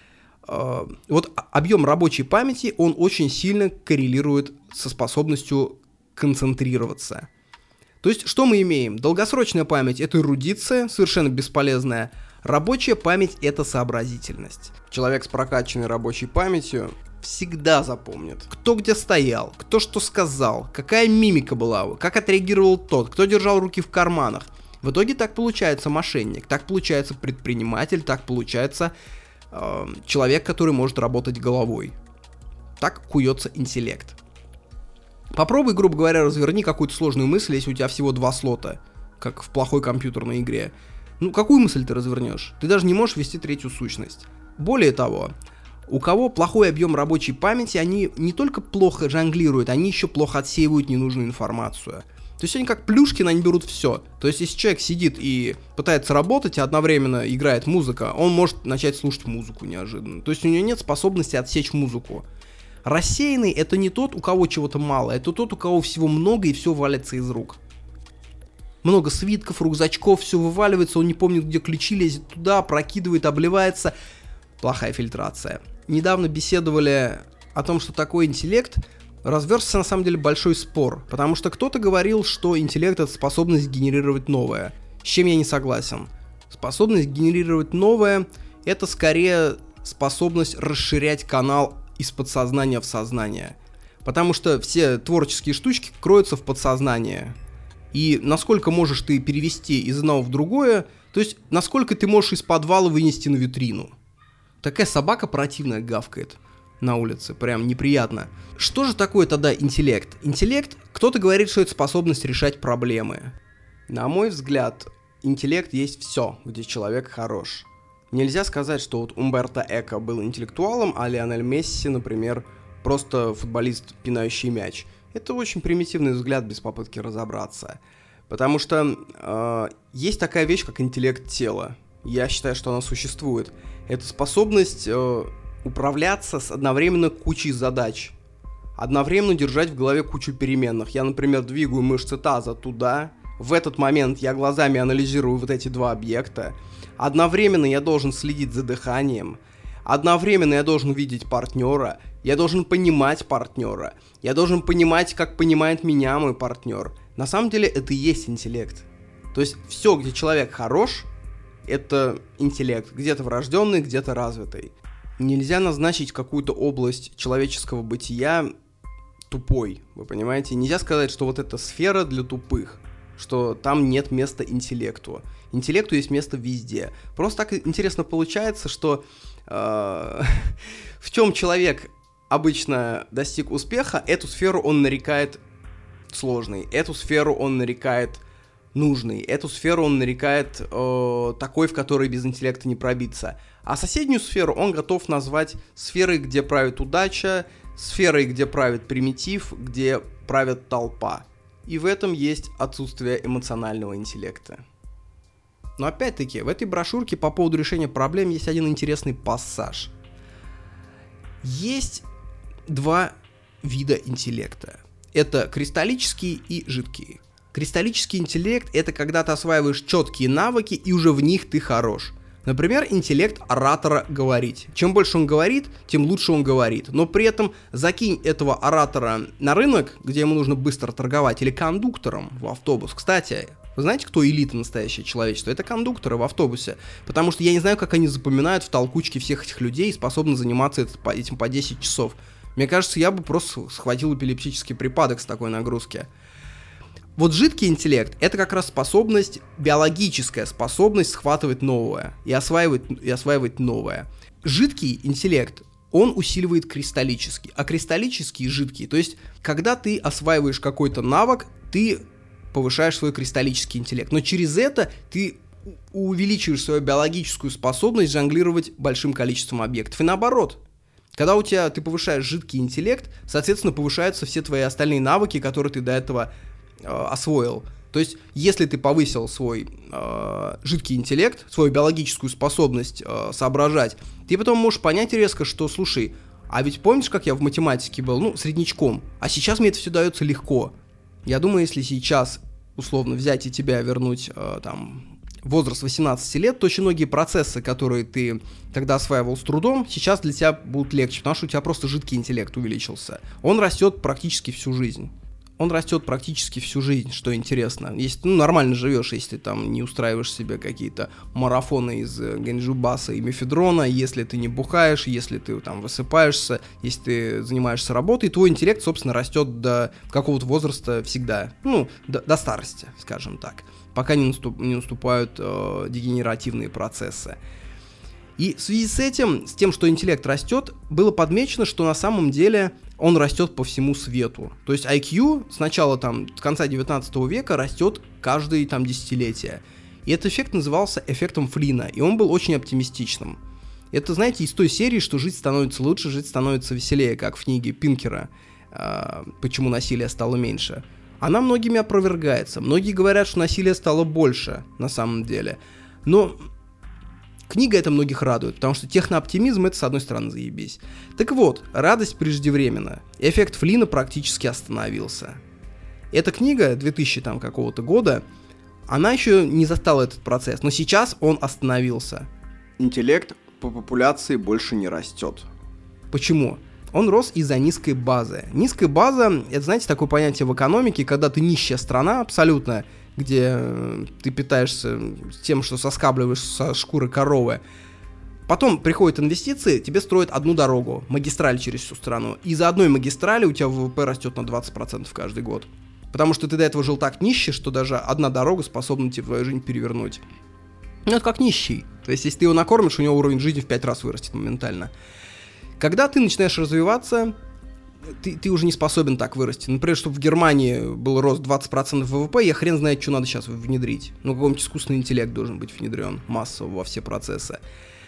Вот объем рабочей памяти, он очень сильно коррелирует со способностью концентрироваться. То есть, что мы имеем? Долгосрочная память — это эрудиция, совершенно бесполезная. Рабочая память — это сообразительность. Человек с прокачанной рабочей памятью всегда запомнит, кто где стоял, кто что сказал, какая мимика была, как отреагировал тот, кто держал руки в карманах. В итоге так получается мошенник, так получается предприниматель, так получается э, человек, который может работать головой. Так куется интеллект. Попробуй, грубо говоря, разверни какую-то сложную мысль, если у тебя всего два слота, как в плохой компьютерной игре. Ну, какую мысль ты развернешь? Ты даже не можешь ввести третью сущность. Более того, у кого плохой объем рабочей памяти, они не только плохо жонглируют, они еще плохо отсеивают ненужную информацию. То есть они как Плюшкин, они берут все. То есть если человек сидит и пытается работать, а одновременно играет музыка, он может начать слушать музыку неожиданно. То есть у него нет способности отсечь музыку. Рассеянный — это не тот, у кого чего-то мало, это тот, у кого всего много и все валится из рук. Много свитков, рюкзачков, все вываливается, он не помнит, где ключи, лезет туда, прокидывает, обливается. Плохая фильтрация. Недавно беседовали о том, что такой интеллект. Разверзся на самом деле большой спор, потому что кто-то говорил, что интеллект — это способность генерировать новое, с чем я не согласен. Способность генерировать новое — это скорее способность расширять канал из подсознания в сознание, потому что все творческие штучки кроются в подсознании. И насколько можешь ты перевести из одного в другое, то есть насколько ты можешь из подвала вынести на витрину. Такая собака противная гавкает на улице, прям неприятно. Что же такое тогда интеллект? Интеллект, кто-то говорит, что это способность решать проблемы. На мой взгляд, интеллект есть все, где человек хорош. Нельзя сказать, что вот Умберто Эко был интеллектуалом, а Лионель Месси, например, просто футболист, пинающий мяч. Это очень примитивный взгляд без попытки разобраться. Потому что э, есть такая вещь, как интеллект тела. Я считаю, что она существует. Это способность э, управляться с одновременно кучей задач. Одновременно держать в голове кучу переменных. Я, например, двигаю мышцы таза туда. В этот момент я глазами анализирую вот эти два объекта. Одновременно я должен следить за дыханием. Одновременно я должен видеть партнера. Я должен понимать партнера. Я должен понимать, как понимает меня мой партнер. На самом деле это и есть интеллект. То есть все, где человек хорош, это интеллект. Где-то врожденный, где-то развитый. Нельзя назначить какую-то область человеческого бытия тупой, вы понимаете? Нельзя сказать, что вот эта сфера для тупых, что там нет места интеллекту. Интеллекту есть место везде. Просто так интересно получается, что э, в чем человек обычно достиг успеха, эту сферу он нарекает сложной, эту сферу он нарекает нужной, эту сферу он нарекает э, такой, в которой без интеллекта не пробиться. А соседнюю сферу он готов назвать сферой, где правит удача, сферой, где правит примитив, где правит толпа. И в этом есть отсутствие эмоционального интеллекта. Но опять-таки, в этой брошюрке по поводу решения проблем есть один интересный пассаж. Есть два вида интеллекта. Это кристаллический и жидкий. Кристаллический интеллект — это когда ты осваиваешь четкие навыки, и уже в них ты хорош. Например, интеллект оратора говорить. Чем больше он говорит, тем лучше он говорит. Но при этом закинь этого оратора на рынок, где ему нужно быстро торговать, или кондуктором в автобус. Кстати, вы знаете, кто элита настоящее человечество? Это кондукторы в автобусе. Потому что я не знаю, как они запоминают в толкучке всех этих людей и способны заниматься этим по десять часов. Мне кажется, я бы просто схватил эпилептический припадок с такой нагрузки. Вот жидкий интеллект — это как раз способность, биологическая способность схватывать новое и осваивать, и осваивать новое. Жидкий интеллект, он усиливает кристаллический, а кристаллический — жидкий. То есть, когда ты осваиваешь какой-то навык, ты повышаешь свой кристаллический интеллект. Но через это ты увеличиваешь свою биологическую способность жонглировать большим количеством объектов. И наоборот. Когда у тебя ты повышаешь жидкий интеллект, соответственно, повышаются все твои остальные навыки, которые ты до этого э, освоил. То есть, если ты повысил свой э, жидкий интеллект, свою биологическую способность э, соображать, ты потом можешь понять резко, что, слушай, а ведь помнишь, как я в математике был, ну, среднячком, а сейчас мне это все дается легко. Я думаю, если сейчас, условно, взять и тебя вернуть, э, там, возраст восемнадцати лет, то очень многие процессы, которые ты тогда осваивал с трудом, сейчас для тебя будут легче, потому что у тебя просто жидкий интеллект увеличился. Он растет практически всю жизнь. Он растет практически всю жизнь, что интересно. Если ты ну, нормально живешь, если ты там не устраиваешь себе какие-то марафоны из ганджубаса и мефедрона, если ты не бухаешь, если ты там высыпаешься, если ты занимаешься работой, твой интеллект, собственно, растет до какого-то возраста всегда, ну, до, до старости, скажем так, пока не, наступ, не наступают э, дегенеративные процессы. И в связи с этим, с тем, что интеллект растет, было подмечено, что на самом деле он растет по всему свету. То есть ай кью с начала там, с конца девятнадцатого века растет каждое там десятилетие. И этот эффект назывался эффектом Флина, и он был очень оптимистичным. Это, знаете, из той серии, что жить становится лучше, жить становится веселее, как в книге Пинкера э, «Почему насилие стало меньше». Она многими опровергается. Многие говорят, что насилие стало больше на самом деле. Но книга это многих радует, потому что технооптимизм — это, с одной стороны, заебись. Так вот, радость преждевременна. Эффект Флина практически остановился. Эта книга две тысячи там какого-то года, она еще не застала этот процесс, но сейчас он остановился. Интеллект по популяции больше не растет. Почему? Он рос из-за низкой базы. Низкая база — это, знаете, такое понятие в экономике, когда ты нищая страна абсолютно, где ты питаешься тем, что соскабливаешь со шкуры коровы. Потом приходят инвестиции, тебе строят одну дорогу, магистраль через всю страну. И за одной магистрали у тебя ВВП растет на двадцать процентов каждый год. Потому что ты до этого жил так нищий, что даже одна дорога способна тебе твою жизнь перевернуть. Ну, это как нищий. То есть, если ты его накормишь, у него уровень жизни в пять раз вырастет моментально. Когда ты начинаешь развиваться, ты, ты уже не способен так вырасти. Например, чтобы в Германии был рост двадцать процентов ВВП, я хрен знает, что надо сейчас внедрить. Ну, какой-нибудь искусственный интеллект должен быть внедрен массово во все процессы.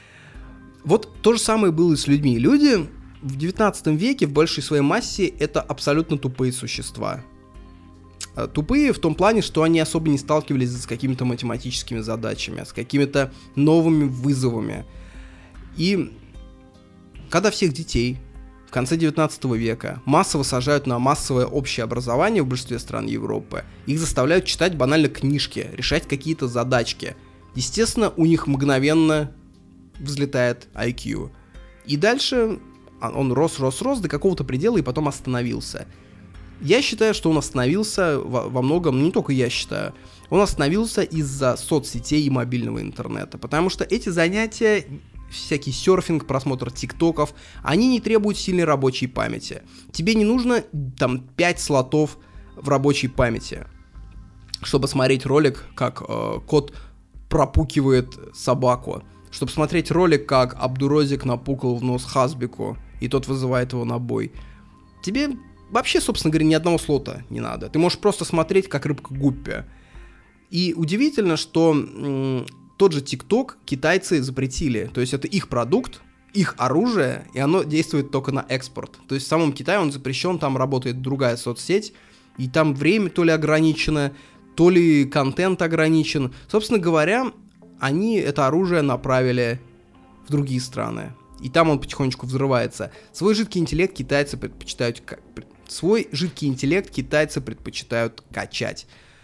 Вот то же самое было и с людьми. Люди в девятнадцатом веке в большей своей массе это абсолютно тупые существа. Тупые в том плане, что они особо не сталкивались с какими-то математическими задачами, с какими-то новыми вызовами. И когда всех детей в конце девятнадцатого века массово сажают на массовое общее образование в большинстве стран Европы, их заставляют читать банально книжки, решать какие-то задачки. Естественно, у них мгновенно взлетает ай кью. И дальше он рос, рос, рос до какого-то предела и потом остановился. Я считаю, что он остановился во, во многом, не только я считаю, он остановился из-за соцсетей и мобильного интернета, потому что эти занятия, всякий серфинг, просмотр тиктоков, они не требуют сильной рабочей памяти. Тебе не нужно там пять слотов в рабочей памяти, чтобы смотреть ролик, как э, кот пропукивает собаку, чтобы смотреть ролик, как Абдурозик напукал в нос Хазбику, и тот вызывает его на бой. Тебе вообще, собственно говоря, ни одного слота не надо. Ты можешь просто смотреть, как рыбка Гуппи. И удивительно, что м- тот же ТикТок китайцы запретили. То есть это их продукт, их оружие, и оно действует только на экспорт. То есть в самом Китае он запрещен, там работает другая соцсеть, и там время то ли ограничено, то ли контент ограничен. Собственно говоря, они это оружие направили в другие страны. И там он потихонечку взрывается. Свой жидкий интеллект китайцы предпочитают... Свой жидкий интеллект китайцы предпочитают качать.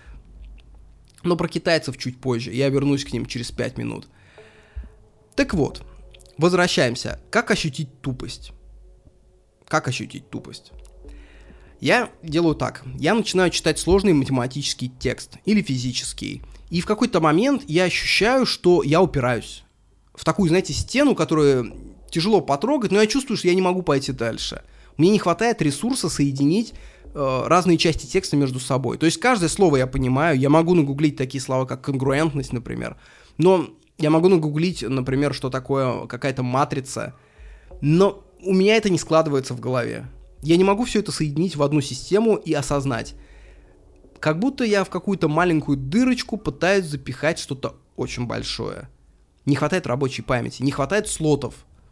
Но про китайцев чуть позже. Я вернусь к ним через пять минут. Так вот, возвращаемся. Как ощутить тупость? Как ощутить тупость? Я делаю так. Я начинаю читать сложный математический текст или физический. И в какой-то момент я ощущаю, что я упираюсь в такую, знаете, стену, которую тяжело потрогать, но я чувствую, что я не могу пойти дальше. Мне не хватает ресурса соединить э, разные части текста между собой. То есть каждое слово я понимаю, я могу нагуглить такие слова, как конгруентность, например. Но я могу нагуглить, например, что такое какая-то матрица. Но у меня это не складывается в голове. Я не могу все это соединить в одну систему и осознать. Как будто я в какую-то маленькую дырочку пытаюсь запихать что-то очень большое. Не хватает рабочей памяти, не хватает слотов.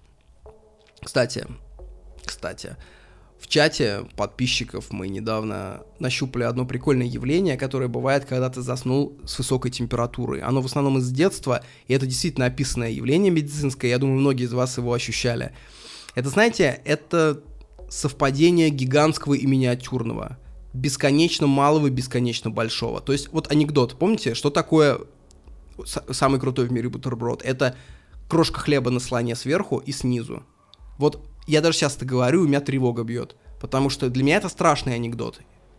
Кстати, кстати, в чате подписчиков мы недавно нащупали одно прикольное явление, которое бывает, когда ты заснул с высокой температурой. Оно в основном из детства, и это действительно описанное явление медицинское, я думаю, многие из вас его ощущали. Это, знаете, это совпадение гигантского и миниатюрного, бесконечно малого и бесконечно большого. То есть, вот анекдот, помните, что такое самый крутой в мире бутерброд? Это крошка хлеба на слоне сверху и снизу. Вот я даже сейчас это говорю, у меня тревога бьет, потому что для меня это страшный анекдот.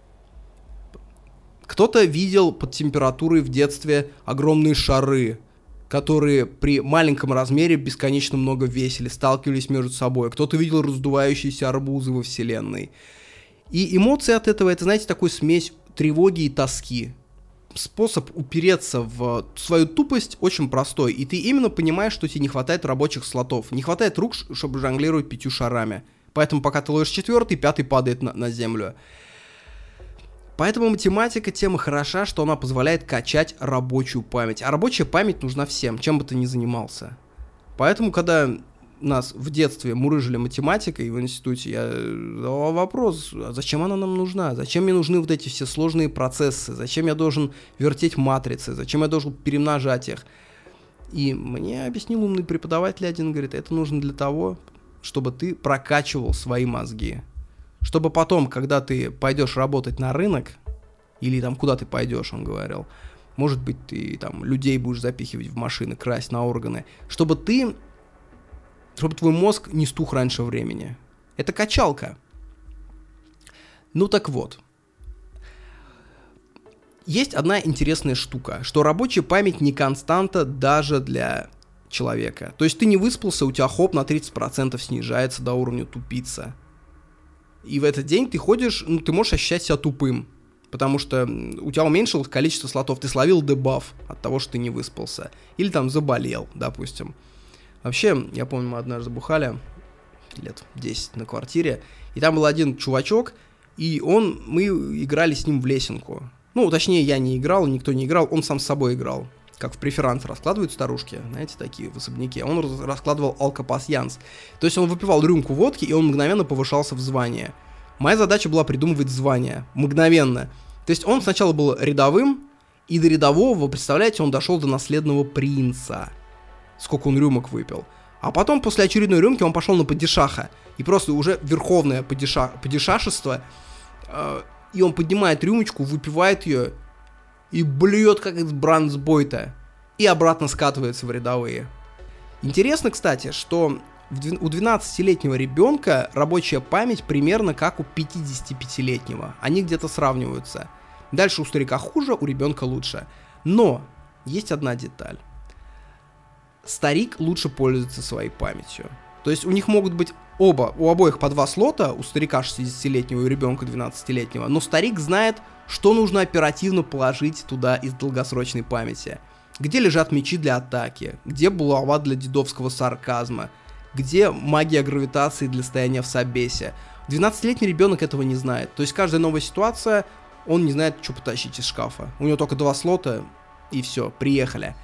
Кто-то видел под температурой в детстве огромные шары, которые при маленьком размере бесконечно много весили, сталкивались между собой. Кто-то видел раздувающиеся арбузы во вселенной. И эмоции от этого, это, знаете, такой смесь тревоги и тоски. Способ упереться в свою тупость очень простой, и ты именно понимаешь, что тебе не хватает рабочих слотов, не хватает рук, чтобы жонглировать пятью шарами. Поэтому пока ты ловишь четвертый, пятый падает на, на землю. Поэтому математика тема хороша, что она позволяет качать рабочую память. А рабочая память нужна всем, чем бы ты ни занимался. Поэтому, когда нас в детстве мурыжили математикой в институте, я задавал вопрос, а зачем она нам нужна? Зачем мне нужны вот эти все сложные процессы? Зачем я должен вертеть матрицы? Зачем я должен перемножать их? И мне объяснил умный преподаватель один, говорит, это нужно для того, чтобы ты прокачивал свои мозги. Чтобы потом, когда ты пойдешь работать на рынок, или там куда ты пойдешь, он говорил, может быть, ты там людей будешь запихивать в машины, красть на органы, чтобы ты чтобы твой мозг не стух раньше времени. Это качалка. Ну так вот. Есть одна интересная штука, что рабочая память не константа даже для человека. То есть ты не выспался, у тебя хоп на тридцать процентов снижается до уровня тупица. И в этот день ты ходишь, ну ты можешь ощущать себя тупым. Потому что у тебя уменьшилось количество слотов, ты словил дебаф от того, что ты не выспался. Или там заболел, допустим. Вообще, я помню, мы однажды бухали лет десять на квартире, и там был один чувачок, и он, мы играли с ним в лесенку. Ну, точнее, я не играл, никто не играл, он сам с собой играл. Как в преферанс раскладывают старушки, знаете, такие в особняке. Он раскладывал алкопасьянс. То есть он выпивал рюмку водки, и он мгновенно повышался в звание. Моя задача была придумывать звание. Мгновенно. То есть он сначала был рядовым, и до рядового, представляете, он дошел до наследного принца. Сколько он рюмок выпил. А потом, после очередной рюмки, он пошел на падишаха. И просто уже верховное падиша, падишашество. Э, и он поднимает рюмочку, выпивает ее и блюет, как из бранцбойта. И обратно скатывается в рядовые. Интересно, кстати, что У двенадцатилетнего ребенка рабочая память примерно как у пятидесятипятилетнего. Они где-то сравниваются. Дальше у старика хуже, у ребенка лучше. Но есть одна деталь. Старик лучше пользуется своей памятью. То есть у них могут быть оба, у обоих по два слота, у старика шестидесятилетнего и у ребенка двенадцатилетнего, но старик знает, что нужно оперативно положить туда из долгосрочной памяти. Где лежат мечи для атаки, где булава для дедовского сарказма, где магия гравитации для стояния в собесе. двенадцатилетний ребенок этого не знает. То есть каждая новая ситуация, он не знает, что потащить из шкафа. У него только два слота, и все, приехали.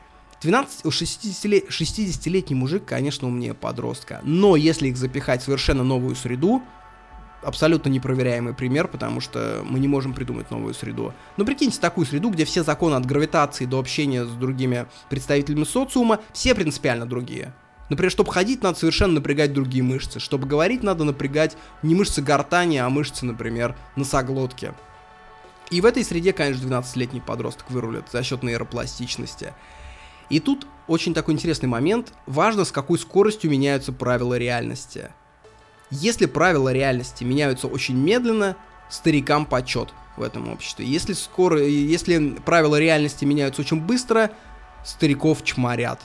шестидесятилетний мужик, конечно, умнее подростка. Но если их запихать в совершенно новую среду, абсолютно непроверяемый пример, потому что мы не можем придумать новую среду. Но прикиньте такую среду, где все законы от гравитации до общения с другими представителями социума, все принципиально другие. Например, чтобы ходить, надо совершенно напрягать другие мышцы. Чтобы говорить, надо напрягать не мышцы гортани, а мышцы, например, носоглотки. И в этой среде, конечно, двенадцатилетний подросток вырулит за счет нейропластичности. И тут очень такой интересный момент. Важно, с какой скоростью меняются правила реальности. Если правила реальности меняются очень медленно, старикам почет в этом обществе. Если, скоро, если правила реальности меняются очень быстро, стариков чморят.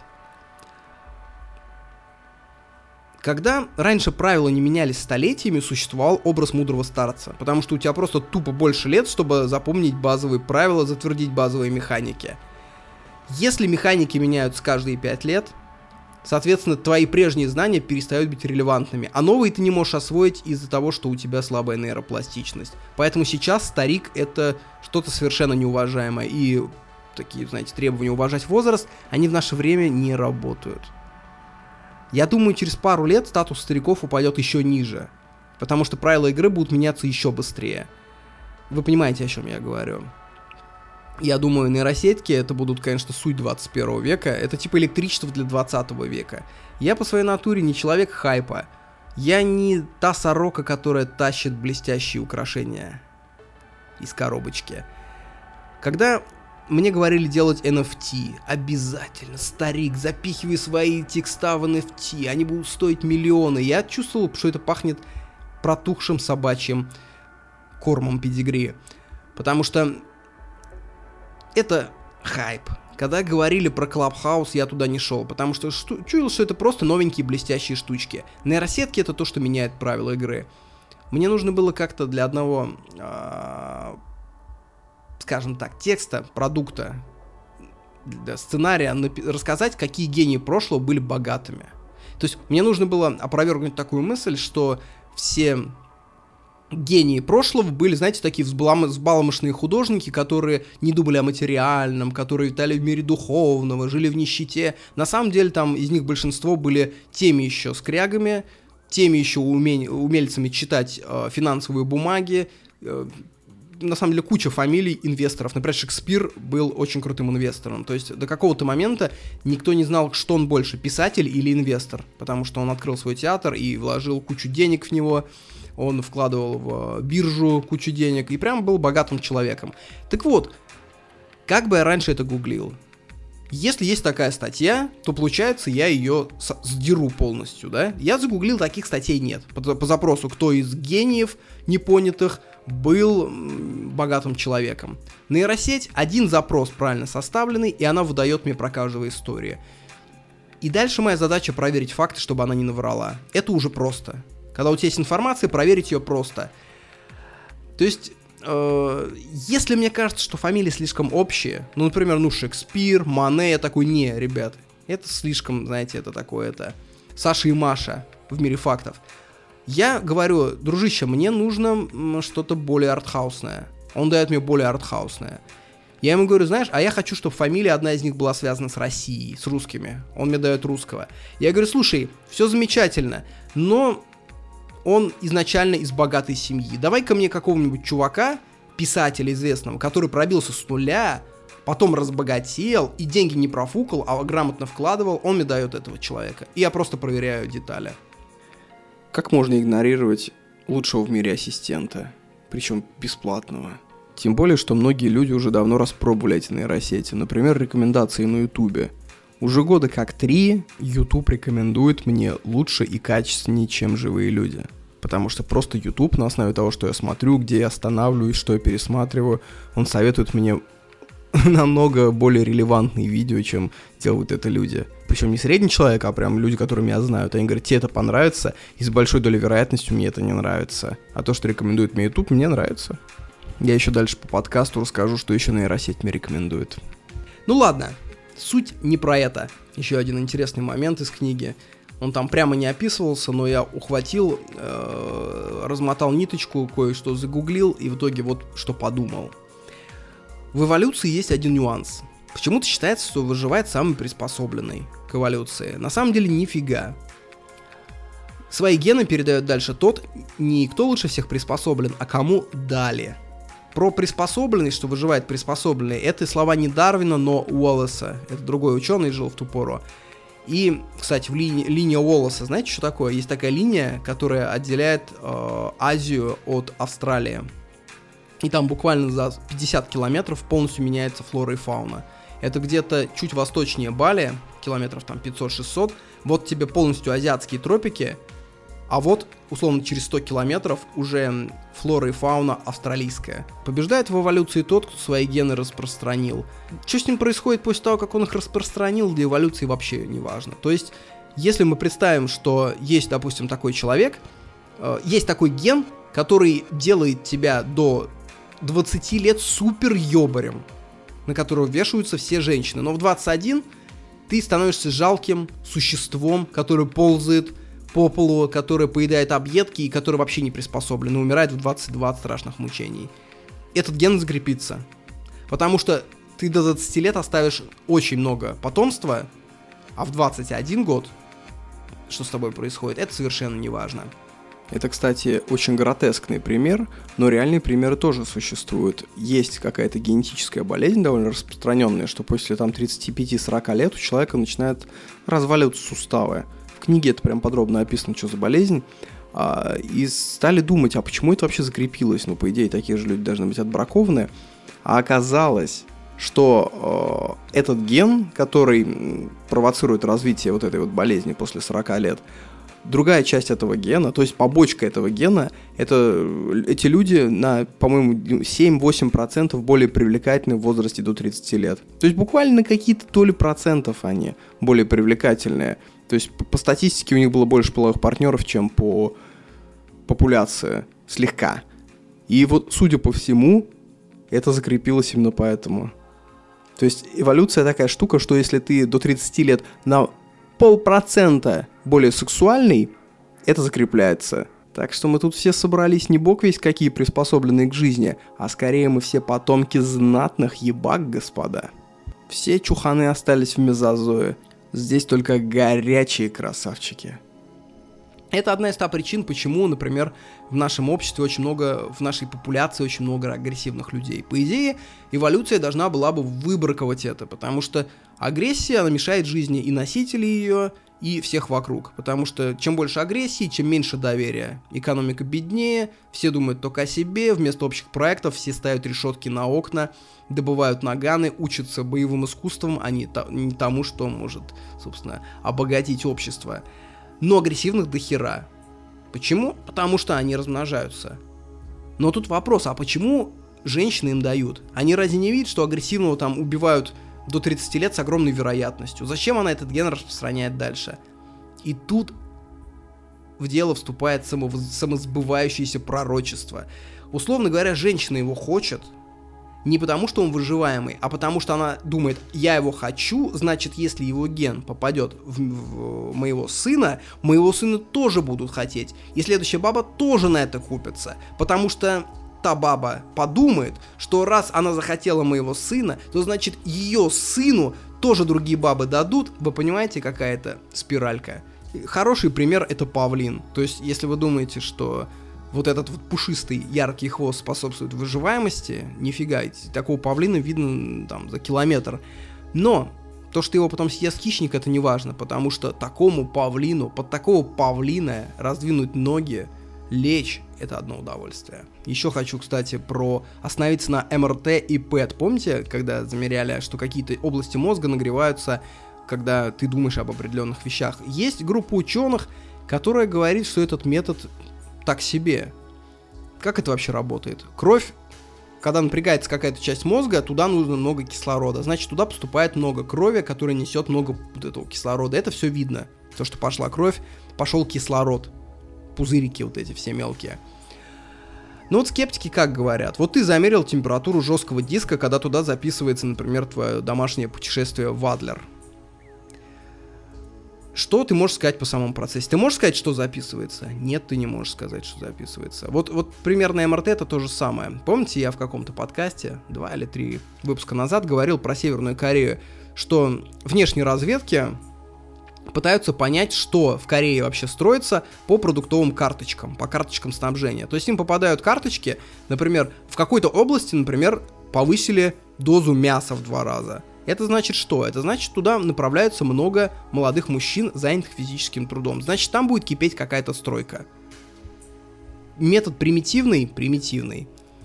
Когда раньше правила не менялись столетиями, существовал образ мудрого старца, потому что у тебя просто тупо больше лет, чтобы запомнить базовые правила, затвердить базовые механики. Если механики меняются каждые пять лет, соответственно, твои прежние знания перестают быть релевантными, а новые ты не можешь освоить из-за того, что у тебя слабая нейропластичность. Поэтому сейчас старик — это что-то совершенно неуважаемое, и такие, знаете, требования уважать возраст, они в наше время не работают. Я думаю, через пару лет статус стариков упадет еще ниже, потому что правила игры будут меняться еще быстрее. Вы понимаете, о чем я говорю. Я думаю, нейросетки это будут, конечно, суть двадцать первого века. Это типа электричество для двадцатого века. Я по своей натуре не человек хайпа. Я не та сорока, которая тащит блестящие украшения из коробочки. Когда мне говорили делать эн эф ти, обязательно, старик, запихивай свои текста в эн эф ти, они будут стоить миллионы. Я чувствовал, что это пахнет протухшим собачьим кормом педигри. Потому что это хайп. Когда говорили про Clubhouse, я туда не шел, потому что шту- чуял, что это просто новенькие блестящие штучки. Нейросетки — это то, что меняет правила игры. Мне нужно было как-то для одного, э- скажем так, текста, продукта, для сценария напи- рассказать, какие гении прошлого были богатыми. То есть мне нужно было опровергнуть такую мысль, что все гении прошлого были, знаете, такие взбалом... взбаломошные художники, которые не думали о материальном, которые витали в мире духовного, жили в нищете. На самом деле там из них большинство были теми еще скрягами, теми еще уме... умельцами читать э, финансовые бумаги. Э, на самом деле куча фамилий инвесторов. Например, Шекспир был очень крутым инвестором. То есть до какого-то момента никто не знал, что он больше, писатель или инвестор. Потому что он открыл свой театр и вложил кучу денег в него. Он вкладывал в биржу кучу денег и прям был богатым человеком. Так вот, как бы я раньше это гуглил? Если есть такая статья, то получается я ее сдеру полностью, да? Я загуглил, таких статей нет. По, по запросу, кто из гениев непонятых был богатым человеком. Нейросеть, один запрос правильно составленный, и она выдает мне про каждого историю. И дальше моя задача проверить факты, чтобы она не наврала. Это уже просто. Когда у тебя есть информация, проверить ее просто. То есть, э, если мне кажется, что фамилии слишком общие, ну, например, ну, Шекспир, Мане, я такой, не, ребят, это слишком, знаете, это такое, это Саша и Маша в мире фактов. Я говорю, дружище, мне нужно что-то более артхаусное. Он дает мне более артхаусное. Я ему говорю, знаешь, а я хочу, чтобы фамилия, одна из них была связана с Россией, с русскими. Он мне дает русского. Я говорю, слушай, все замечательно, но он изначально из богатой семьи. Давай-ка мне какого-нибудь чувака, писателя известного, который пробился с нуля, потом разбогател и деньги не профукал, а грамотно вкладывал, он мне дает этого человека. И я просто проверяю детали. Как можно игнорировать лучшего в мире ассистента, причем бесплатного? Тем более, что многие люди уже давно распробовали эти нейросети. Например, рекомендации на ютубе. Уже года как три YouTube рекомендует мне лучше и качественнее, чем живые люди. Потому что просто YouTube на основе того, что я смотрю, где я останавливаюсь, что я пересматриваю, он советует мне намного более релевантные видео, чем делают это люди. Причем не средний человек, а прям люди, которые меня знают. Они говорят, тебе это понравится, и с большой долей вероятности мне это не нравится. А то, что рекомендует мне YouTube, мне нравится. Я еще дальше по подкасту расскажу, что еще нейросеть мне рекомендует. Ну ладно, суть не про это. Еще один интересный момент из книги. Он там прямо не описывался, но я ухватил, э, размотал ниточку, кое-что загуглил, и в итоге вот что подумал. В эволюции есть один нюанс. Почему-то считается, что выживает самый приспособленный к эволюции. На самом деле нифига. Свои гены передает дальше тот, не кто лучше всех приспособлен, а кому дали. Про приспособленность, что выживает приспособленный, это слова не Дарвина, но Уоллеса. Это другой ученый жил в ту пору. И, кстати, в линии, линия Уоллеса, знаете, что такое? Есть такая линия, которая отделяет э, Азию от Австралии. И там буквально за пятьдесят километров полностью меняется флора и фауна. Это где-то чуть восточнее Бали, километров там пятьсот-шестьсот. Вот тебе полностью азиатские тропики, а вот, условно, через сто километров уже флора и фауна австралийская. Побеждает в эволюции тот, кто свои гены распространил. Что с ним происходит после того, как он их распространил, для эволюции вообще не важно. То есть, если мы представим, что есть, допустим, такой человек, э, есть такой ген, который делает тебя до двадцати лет супер ёбарем, на которого вешаются все женщины. Но в двадцать один ты становишься жалким существом, которое ползает по полу, которое поедает объедки и которое вообще не приспособлено, и умирает в двадцать два от страшных мучений. Этот ген закрепится. Потому что ты до двадцати лет оставишь очень много потомства, а в двадцать один год, что с тобой происходит, это совершенно не важно. Это, кстати, очень гротескный пример, но реальные примеры тоже существуют. Есть какая-то генетическая болезнь довольно распространенная, что после там тридцати пяти-сорока лет у человека начинают разваливаться суставы. В книге это прям подробно описано, что за болезнь. А, и стали думать, а почему это вообще закрепилось? Ну, по идее, такие же люди должны быть отбракованы. А оказалось, что э, этот ген, который провоцирует развитие вот этой вот болезни после сорока лет, другая часть этого гена, то есть побочка этого гена, это эти люди на, по-моему, семь-восемь процентов более привлекательны в возрасте до тридцати лет. То есть буквально на какие-то доли процентов они более привлекательные. То есть по, по статистике у них было больше половых партнеров, чем по популяции, слегка. И вот, судя по всему, это закрепилось именно поэтому. То есть эволюция такая штука, что если ты до тридцати лет на полпроцента более сексуальный, это закрепляется. Так что мы тут все собрались не бог весть какие приспособленные к жизни, а скорее мы все потомки знатных ебак, господа. Все чуханы остались в мезозое. Здесь только горячие красавчики. Это одна из ста причин, почему, например, в нашем обществе очень много, в нашей популяции очень много агрессивных людей. По идее, эволюция должна была бы выбраковать это, потому что агрессия, она мешает жизни и носителей ее, и всех вокруг. Потому что чем больше агрессии, чем меньше доверия. Экономика беднее, все думают только о себе, вместо общих проектов все ставят решетки на окна, добывают наганы, учатся боевым искусствам, а не, то, не тому, что может, собственно, обогатить общество. Но агрессивных дохера. Почему? Потому что они размножаются. Но тут вопрос, а почему женщины им дают? Они разве не видят, что агрессивного там убивают до тридцати лет с огромной вероятностью? Зачем она этот ген распространяет дальше? И тут в дело вступает само, самосбывающееся пророчество. Условно говоря, женщина его хочет, не потому, что он выживаемый, а потому, что она думает, я его хочу, значит, если его ген попадет в, в моего сына, моего сына тоже будут хотеть. И следующая баба тоже на это купится. Потому что та баба подумает, что раз она захотела моего сына, то значит, ее сыну тоже другие бабы дадут. Вы понимаете, какая это спиралька? Хороший пример — это павлин. То есть, если вы думаете, что вот этот вот пушистый яркий хвост способствует выживаемости, нифига, такого павлина видно там за километр. Но то, что его потом съест хищник, это не важно, потому что такому павлину, под такого павлина раздвинуть ноги, лечь — это одно удовольствие. Еще хочу, кстати, про остановиться на эм эр тэ и пэт. Помните, когда замеряли, что какие-то области мозга нагреваются когда ты думаешь об определенных вещах. Есть группа ученых, которая говорит, что этот метод так себе. Как это вообще работает? Кровь, когда напрягается какая-то часть мозга, туда нужно много кислорода. Значит, туда поступает много крови, которая несет много вот этого кислорода. Это все видно. То, что пошла кровь, пошел кислород. Пузырики вот эти все мелкие. Ну вот скептики как говорят? Вот ты замерил температуру жесткого диска, когда туда записывается, например, твое домашнее путешествие в Адлер. Что ты можешь сказать по самому процессу? Ты можешь сказать, что записывается? Нет, ты не можешь сказать, что записывается. Вот, вот примерно эм эр тэ это то же самое. Помните, я в каком-то подкасте, два или три выпуска назад, говорил про Северную Корею, что внешние разведки пытаются понять, что в Корее вообще строится по продуктовым карточкам, по карточкам снабжения. То есть им попадают карточки, например, в какой-то области, например, повысили дозу мяса в два раза. Это значит что? Это значит, туда направляются много молодых мужчин, занятых физическим трудом. Значит, там будет кипеть какая-то стройка. Метод примитивный? Примитивный.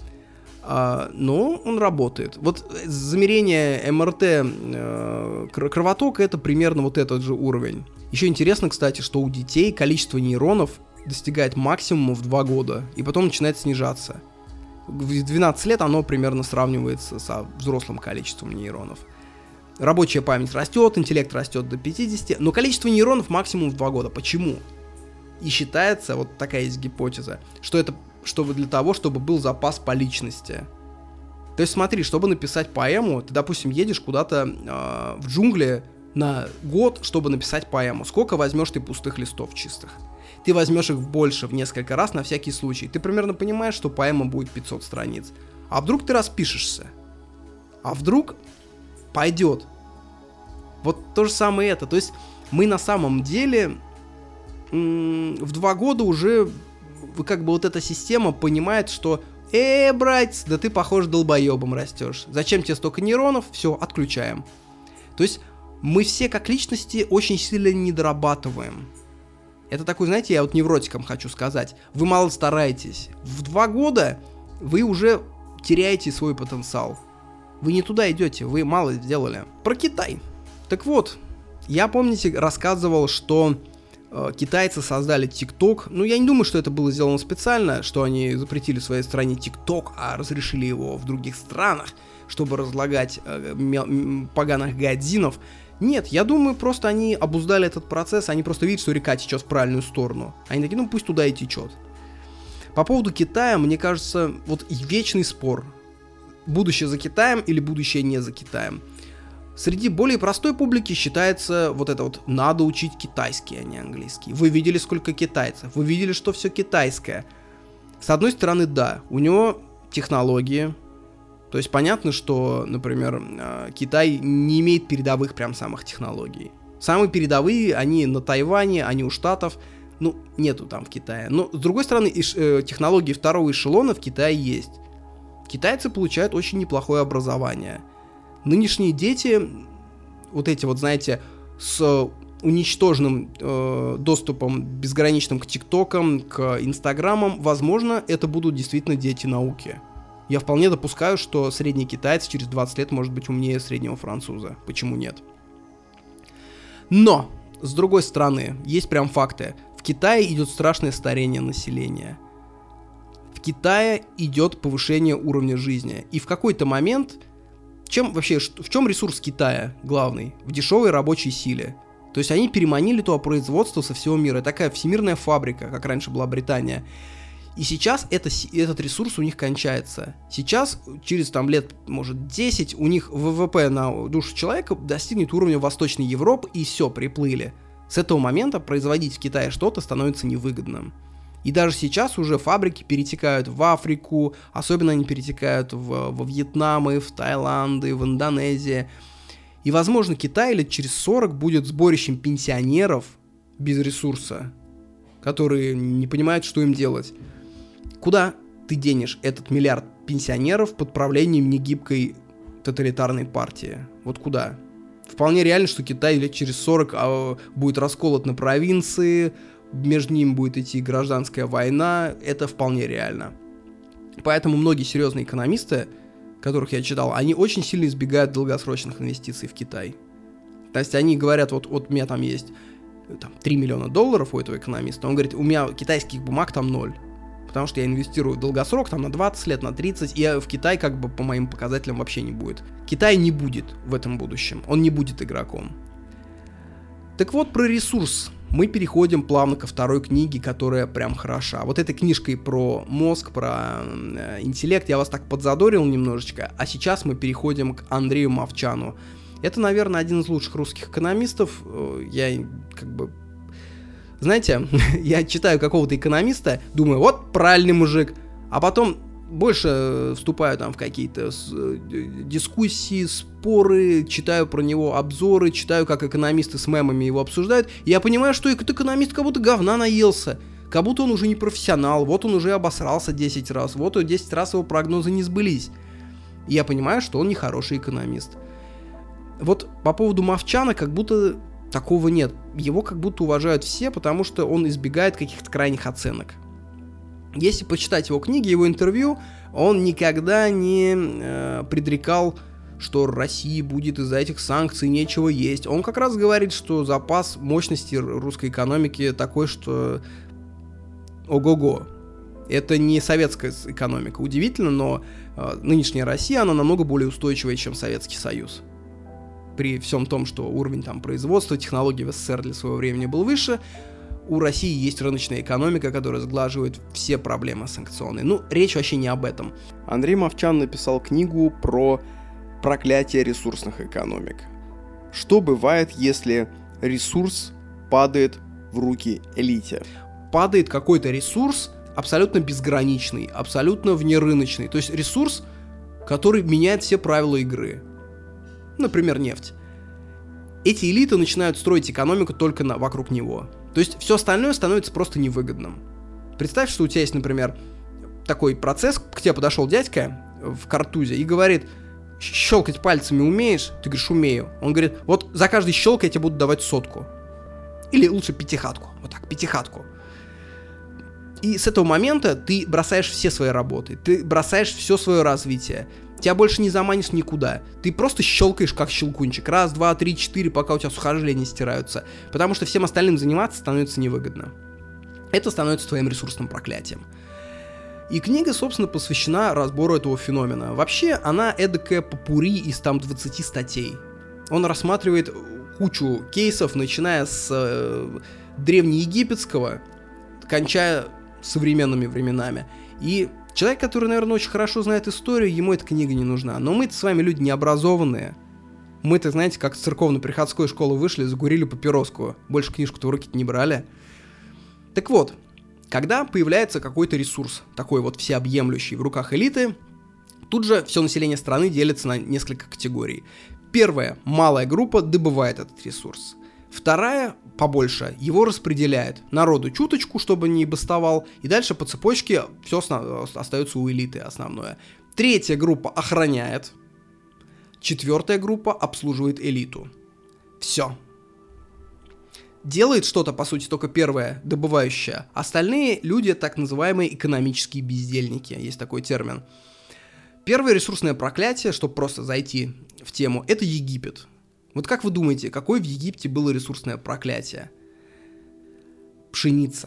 А, но он работает. Вот замерение эм эр тэ э, кровотока — это примерно вот этот же уровень. Еще интересно, кстати, что у детей количество нейронов достигает максимума в два года, и потом начинает снижаться. В двенадцать лет оно примерно сравнивается со взрослым количеством нейронов. Рабочая память растет, интеллект растет до пятидесяти, но количество нейронов максимум в два года. Почему? И считается, вот такая есть гипотеза, что это чтобы для того, чтобы был запас по личности. То есть смотри, чтобы написать поэму, ты, допустим, едешь куда-то э, в джунгли на год, чтобы написать поэму. Сколько возьмешь ты пустых листов чистых? Ты возьмешь их больше в несколько раз на всякий случай. Ты примерно понимаешь, что поэма будет пятьсот страниц. А вдруг ты распишешься? А вдруг пойдет? Вот то же самое это. То есть мы на самом деле м- в два года уже как бы вот эта система понимает, что «Э, братец, да ты, похоже, долбоебом растешь. Зачем тебе столько нейронов? Все, отключаем». То есть мы все как личности очень сильно недорабатываем. Это такой, знаете, я вот невротикам хочу сказать. Вы мало стараетесь. В два года вы уже теряете свой потенциал. Вы не туда идете, вы мало сделали. Про Китай. Так вот, я, помните, рассказывал, что э, китайцы создали ТикТок. Ну, я не думаю, что это было сделано специально, что они запретили в своей стране ТикТок, а разрешили его в других странах, чтобы разлагать э, м- поганых гадзинов. Нет, я думаю, просто они обуздали этот процесс, они просто видят, что река течет в правильную сторону. Они такие, ну пусть туда и течет. По поводу Китая, мне кажется, вот вечный спор. Будущее за Китаем или будущее не за Китаем. Среди более простой публики считается вот это вот, надо учить китайский, а не английский. Вы видели, сколько китайцев, вы видели, что все китайское. С одной стороны, да, у него технологии. То есть понятно, что, например, Китай не имеет передовых прям самых технологий. Самые передовые, они на Тайване, они у Штатов. Ну, нету там в Китае. Но, с другой стороны, технологии второго эшелона в Китае есть. Китайцы получают очень неплохое образование. Нынешние дети, вот эти вот, знаете, с уничтоженным э, доступом безграничным к ТикТокам, к Инстаграмам, возможно, это будут действительно дети науки. Я вполне допускаю, что средний китаец через двадцать лет может быть умнее среднего француза. Почему нет? Но, с другой стороны, есть прям факты. В Китае идет страшное старение населения. В Китае идет повышение уровня жизни. И в какой-то момент... Чем вообще, в чем ресурс Китая главный? В дешевой рабочей силе. То есть они переманили то производство со всего мира. Такая всемирная фабрика, как раньше была Британия. И сейчас это, этот ресурс у них кончается. Сейчас, через там лет, может, десять, у них вэ вэ пэ на душу человека достигнет уровня Восточной Европы, и все, приплыли. С этого момента производить в Китае что-то становится невыгодным. И даже сейчас уже фабрики перетекают в Африку, особенно они перетекают в, во Вьетнам, и в Таиланд, и в Индонезию. И, возможно, Китай лет через сорок будет сборищем пенсионеров без ресурса, которые не понимают, что им делать. Куда ты денешь этот миллиард пенсионеров под правлением негибкой тоталитарной партии? Вот куда? Вполне реально, что Китай лет через сорок а, будет расколот на провинции, между ними будет идти гражданская война, это вполне реально. Поэтому многие серьезные экономисты, которых я читал, они очень сильно избегают долгосрочных инвестиций в Китай. То есть они говорят, вот, вот у меня там есть там, три миллиона долларов у этого экономиста, он говорит, у меня китайских бумаг там ноль. Потому что я инвестирую в долгосрок, там на двадцать лет, на тридцать, и в Китай как бы по моим показателям вообще не будет. Китай не будет в этом будущем, он не будет игроком. Так вот, про ресурс мы переходим плавно ко второй книге, которая прям хороша. Вот этой книжкой про мозг, про э, интеллект я вас так подзадорил немножечко, а сейчас мы переходим к Андрею Мовчану. Это, наверное, один из лучших русских экономистов. Я как бы... Знаете, я читаю какого-то экономиста, думаю, вот правильный мужик, а потом больше вступаю там в какие-то дискуссии, споры, читаю про него обзоры, читаю, как экономисты с мемами его обсуждают, и я понимаю, что этот экономист как будто говна наелся, как будто он уже не профессионал, вот он уже обосрался десять раз, вот десять раз его прогнозы не сбылись. И я понимаю, что он не хороший экономист. Вот по поводу Мовчана как будто такого нет. Его как будто уважают все, потому что он избегает каких-то крайних оценок. Если почитать его книги, его интервью, он никогда не э, предрекал, что России будет из-за этих санкций нечего есть. Он как раз говорит, что запас мощности русской экономики такой, что ого-го. Это не советская экономика. Удивительно, но э, нынешняя Россия, она намного более устойчивая, чем Советский Союз. При всем том, что уровень там, производства, технологий в СССР для своего времени был выше, у России есть рыночная экономика, которая сглаживает все проблемы санкционные. Ну, речь вообще не об этом. Андрей Мовчан написал книгу про проклятие ресурсных экономик. Что бывает, если ресурс падает в руки элите? Падает какой-то ресурс абсолютно безграничный, абсолютно внерыночный. То есть ресурс, который меняет все правила игры. Например, нефть. Эти элиты начинают строить экономику только на, вокруг него. То есть все остальное становится просто невыгодным. Представь, что у тебя есть, например, такой процесс, к тебе подошел дядька в картузе и говорит, щелкать пальцами умеешь? Ты говоришь, умею. Он говорит, вот за каждый щелк я тебе буду давать сотку. Или лучше пятихатку. Вот так, пятихатку. И с этого момента ты бросаешь все свои работы, ты бросаешь все свое развитие. Тебя больше не заманишь никуда. Ты просто щелкаешь как щелкунчик. Раз, два, три, четыре, пока у тебя сухожилия не стираются. Потому что всем остальным заниматься становится невыгодно. Это становится твоим ресурсным проклятием. И книга, собственно, посвящена разбору этого феномена. Вообще, она эдакая попурри из там двадцати статей. Он рассматривает кучу кейсов, начиная с э, древнеегипетского, кончая современными временами. И человек, который, наверное, очень хорошо знает историю, ему эта книга не нужна. Но мы-то с вами люди необразованные. Мы-то, знаете, как с церковно-приходской школы вышли, закурили папироску. Больше книжку-то в руки-то не брали. Так вот, когда появляется какой-то ресурс, такой вот всеобъемлющий в руках элиты, тут же все население страны делится на несколько категорий. Первая, малая группа, добывает этот ресурс. Вторая, побольше, его распределяет народу чуточку, чтобы не бастовал, и дальше по цепочке все основ... остается у элиты основное. Третья группа охраняет, четвертая группа обслуживает элиту. Все. Делает что-то, по сути, только первая, добывающая. Остальные люди так называемые экономические бездельники, есть такой термин. Первое ресурсное проклятие, чтобы просто зайти в тему, это Египет. Вот как вы думаете, какое в Египте было ресурсное проклятие? Пшеница.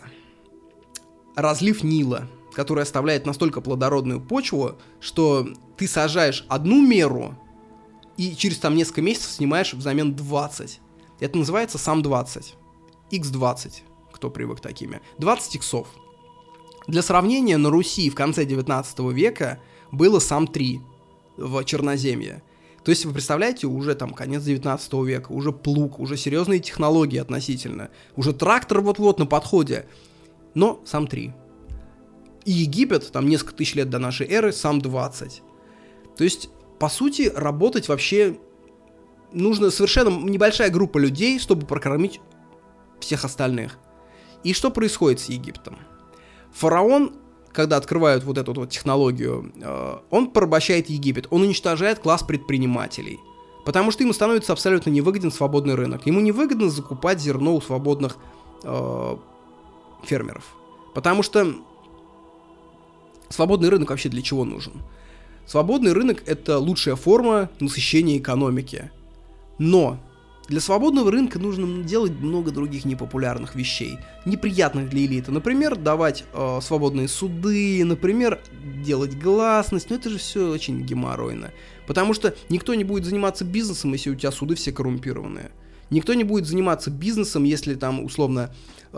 Разлив Нила, который оставляет настолько плодородную почву, что ты сажаешь одну меру и через там несколько месяцев снимаешь взамен двадцать. Это называется сам двадцать. икс двадцать, кто привык такими. двадцать иксов. Для сравнения, на Руси в конце девятнадцатого века было сам три в Черноземье. То есть вы представляете, уже там конец девятнадцатого века, уже плуг, уже серьезные технологии относительно, уже трактор вот-вот на подходе, но сам три. И Египет, там несколько тысяч лет до нашей эры, сам двадцать. То есть, по сути, работать вообще нужно совершенно небольшая группа людей, чтобы прокормить всех остальных. И что происходит с Египтом? Фараон, когда открывают вот эту вот технологию, э, он порабощает Египет, он уничтожает класс предпринимателей, потому что ему становится абсолютно невыгоден свободный рынок. Ему невыгодно закупать зерно у свободных э, фермеров, потому что свободный рынок вообще для чего нужен? Свободный рынок — это лучшая форма насыщения экономики. Но Для свободного рынка нужно делать много других непопулярных вещей, неприятных для элиты. Например, давать э, свободные суды, например, делать гласность. Но это же все очень геморройно. Потому что никто не будет заниматься бизнесом, если у тебя суды все коррумпированные. Никто не будет заниматься бизнесом, если там, условно,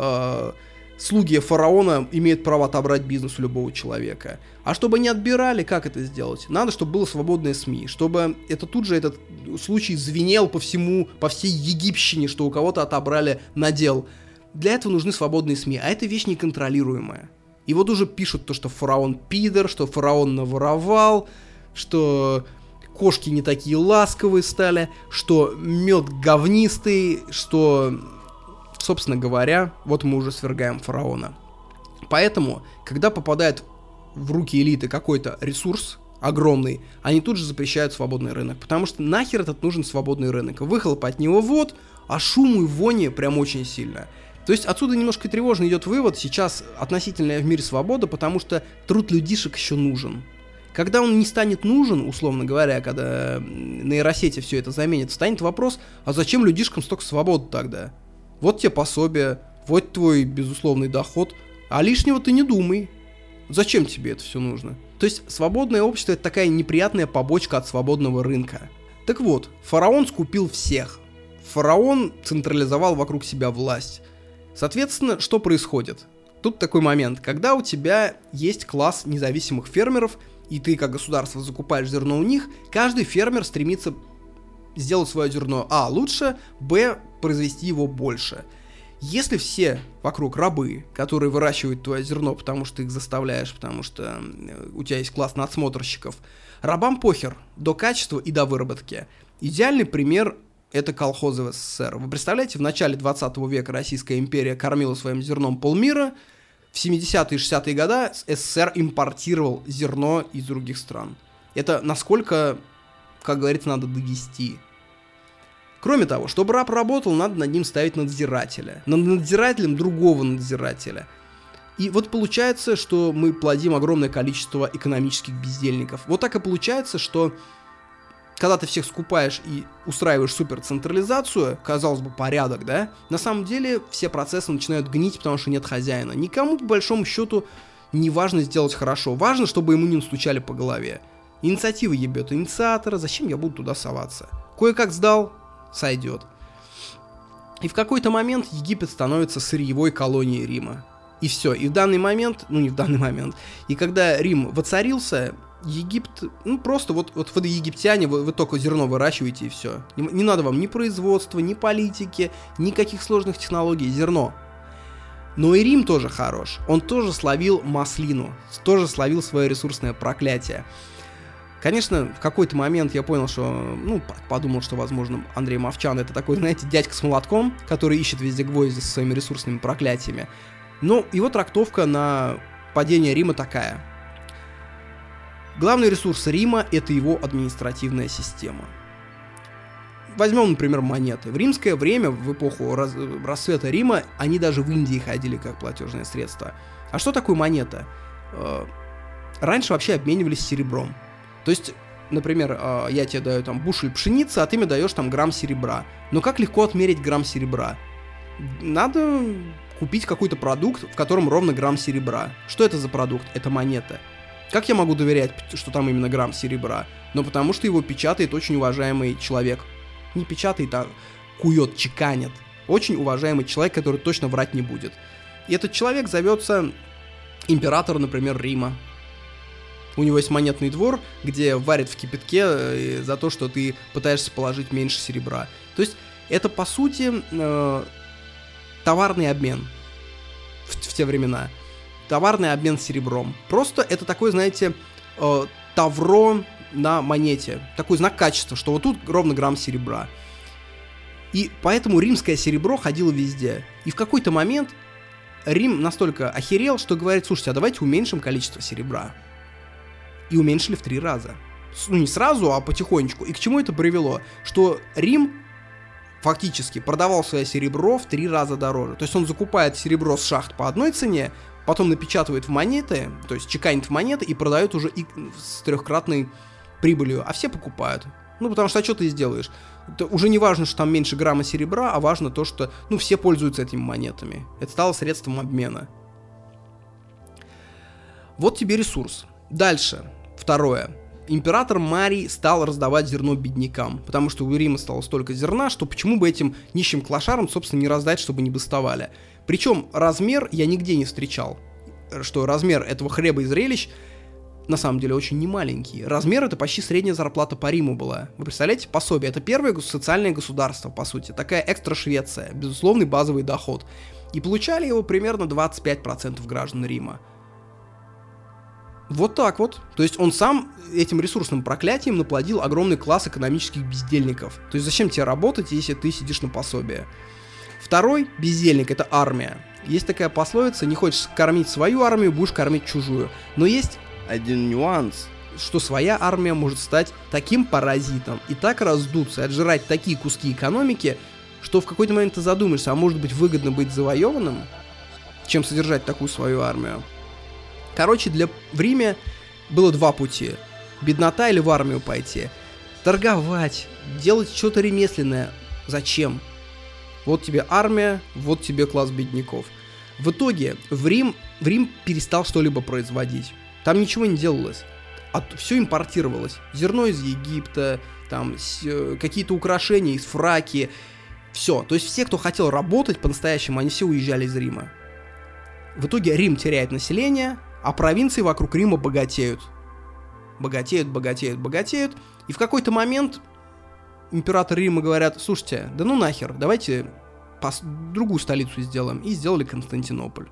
э, слуги фараона имеют право отобрать бизнес у любого человека. А чтобы не отбирали, как это сделать? Надо, чтобы было свободное СМИ, чтобы это тут же этот случай звенел по всему, по всей Египщине, что у кого-то отобрали надел. Для этого нужны свободные СМИ, а это вещь неконтролируемая. И вот уже пишут то, что фараон пидор, что фараон наворовал, что кошки не такие ласковые стали, что мед говнистый, что... Собственно говоря, вот мы уже свергаем фараона. Поэтому, когда попадает в руки элиты какой-то ресурс огромный, они тут же запрещают свободный рынок. Потому что нахер этот нужен свободный рынок? Выхлоп от него вот, а шуму и вони прям очень сильно. То есть отсюда немножко тревожно идет вывод, сейчас относительная в мире свобода, потому что труд людишек еще нужен. Когда он не станет нужен, условно говоря, когда нейросети все это заменят, станет вопрос, а зачем людишкам столько свободы тогда? Вот тебе пособие, вот твой безусловный доход, а лишнего ты не думай. Зачем тебе это все нужно? То есть свободное общество — это такая неприятная побочка от свободного рынка. Так вот, фараон скупил всех. Фараон централизовал вокруг себя власть. Соответственно, что происходит? Тут такой момент, когда у тебя есть класс независимых фермеров, и ты как государство закупаешь зерно у них, каждый фермер стремится сделать свое зерно а лучше, б произвести его больше. Если все вокруг рабы, которые выращивают твое зерно, потому что ты их заставляешь, потому что у тебя есть класс надсмотрщиков, рабам похер до качества и до выработки. Идеальный пример — это колхозы в СССР. Вы представляете, в начале двадцатого века Российская империя кормила своим зерном полмира, в семидесятые и шестидесятые годы СССР импортировал зерно из других стран. Это насколько, как говорится, надо довести. Кроме того, чтобы раб работал, надо над ним ставить надзирателя. Над надзирателем другого надзирателя. И вот получается, что мы плодим огромное количество экономических бездельников. Вот так и получается, что когда ты всех скупаешь и устраиваешь суперцентрализацию, казалось бы, порядок, да, на самом деле все процессы начинают гнить, потому что нет хозяина. Никому, по большому счету, не важно сделать хорошо. Важно, чтобы ему не настучали по голове. Инициатива ебет инициатора, зачем я буду туда соваться? Кое-как сдал, сойдет. И в какой-то момент Египет становится сырьевой колонией Рима. И все. И в данный момент, ну не в данный момент, и когда Рим воцарился, Египет, ну просто вот, вот вы египтяне, вы, вы только зерно выращиваете и все. Не, не надо вам ни производства, ни политики, никаких сложных технологий, зерно. Но и Рим тоже хорош. Он тоже словил маслину, тоже словил свое ресурсное проклятие. Конечно, в какой-то момент я понял, что, ну, подумал, что, возможно, Андрей Мовчан — это такой, знаете, дядька с молотком, который ищет везде гвозди со своими ресурсными проклятиями. Но его трактовка на падение Рима такая. Главный ресурс Рима — это его административная система. Возьмем, например, монеты. В римское время, в эпоху раз, расцвета Рима, они даже в Индии ходили как платежное средство. А что такое монета? Раньше вообще обменивались серебром. То есть, например, я тебе даю там бушель пшеницы, а ты мне даешь там грамм серебра. Но как легко отмерить грамм серебра? Надо купить какой-то продукт, в котором ровно грамм серебра. Что это за продукт? Это монета. Как я могу доверять, что там именно грамм серебра? Ну, потому что его печатает очень уважаемый человек. Не печатает, а кует, чеканит. Очень уважаемый человек, который точно врать не будет. И этот человек зовется император, например, Рима. У него есть монетный двор, где варят в кипятке за то, что ты пытаешься положить меньше серебра. То есть это, по сути, э, товарный обмен в, в те времена. Товарный обмен серебром. Просто это такой, знаете, э, тавро на монете. Такой знак качества, что вот тут ровно грамм серебра. И поэтому римское серебро ходило везде. И в какой-то момент Рим настолько охерел, что говорит: слушайте, а давайте уменьшим количество серебра. И уменьшили в три раза. Ну, не сразу, а потихонечку. И к чему это привело? Что Рим фактически продавал свое серебро в три раза дороже. То есть он закупает серебро с шахт по одной цене, потом напечатывает в монеты, то есть чеканит в монеты и продает уже и с трехкратной прибылью. А все покупают. Ну, потому что, а что ты сделаешь? Это уже не важно, что там меньше грамма серебра, а важно то, что, ну, все пользуются этими монетами. Это стало средством обмена. Вот тебе ресурс. Дальше. Второе. Император Марий стал раздавать зерно беднякам, потому что у Рима стало столько зерна, что почему бы этим нищим клошарам, собственно, не раздать, чтобы не бастовали. Причем размер я нигде не встречал, что размер этого хлеба и зрелищ на самом деле очень немаленький. Размер — это почти средняя зарплата по Риму была. Вы представляете, пособие — это первое социальное государство, по сути, такая экстра-Швеция, безусловный базовый доход. И получали его примерно двадцать пять процентов граждан Рима. Вот так вот. То есть он сам этим ресурсным проклятием наплодил огромный класс экономических бездельников. То есть зачем тебе работать, если ты сидишь на пособие? Второй бездельник — это армия. Есть такая пословица: не хочешь кормить свою армию, будешь кормить чужую. Но есть один нюанс, что своя армия может стать таким паразитом и так раздуться, и отжирать такие куски экономики, что в какой-то момент ты задумаешься, а может быть выгодно быть завоеванным, чем содержать такую свою армию. Короче, для... в Риме было два пути. Беднота или в армию пойти. Торговать, делать что-то ремесленное. Зачем? Вот тебе армия, вот тебе класс бедняков. В итоге в Рим, в Рим перестал что-либо производить. Там ничего не делалось. А все импортировалось. Зерно из Египта, там с, какие-то украшения из Фракии. Все. То есть все, кто хотел работать по-настоящему, они все уезжали из Рима. В итоге Рим теряет население, а провинции вокруг Рима богатеют. Богатеют, богатеют, богатеют. И в какой-то момент император Рима говорят: слушайте, да ну нахер, давайте пос- другую столицу сделаем. И сделали Константинополь.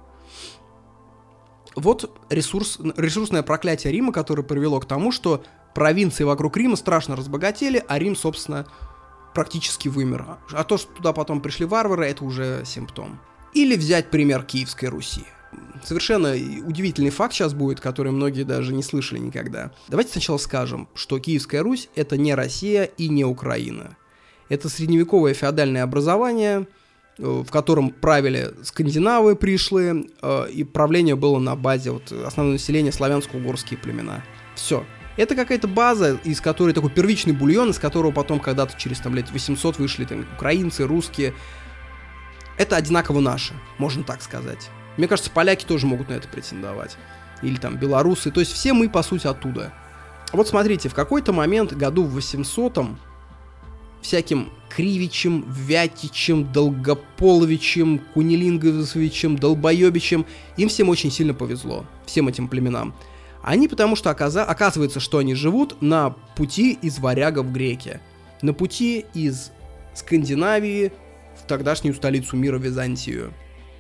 Вот ресурс, ресурсное проклятие Рима, которое привело к тому, что провинции вокруг Рима страшно разбогатели, а Рим, собственно, практически вымер. А то, что туда потом пришли варвары, это уже симптом. Или взять пример Киевской Руси. Совершенно удивительный факт сейчас будет, который многие даже не слышали никогда. Давайте сначала скажем, что Киевская Русь — это не Россия и не Украина. Это средневековое феодальное образование, в котором правили скандинавы пришлые, и правление было на базе вот, основного населения славянско-угорские племена. Все. Это какая-то база, из которой такой первичный бульон, из которого потом когда-то через там, лет восемьсот вышли там, украинцы, русские. Это одинаково наше, можно так сказать. Мне кажется, поляки тоже могут на это претендовать. Или там белорусы. То есть все мы, по сути, оттуда. Вот смотрите, в какой-то момент, году в восьмисотом, всяким Кривичем, Вятичем, Долгополовичем, Кунилинговичем, Долбоебичем, им всем очень сильно повезло. Всем этим племенам. Они потому что оказа- оказывается, что они живут на пути из варяга в греки. На пути из Скандинавии в тогдашнюю столицу мира Византию.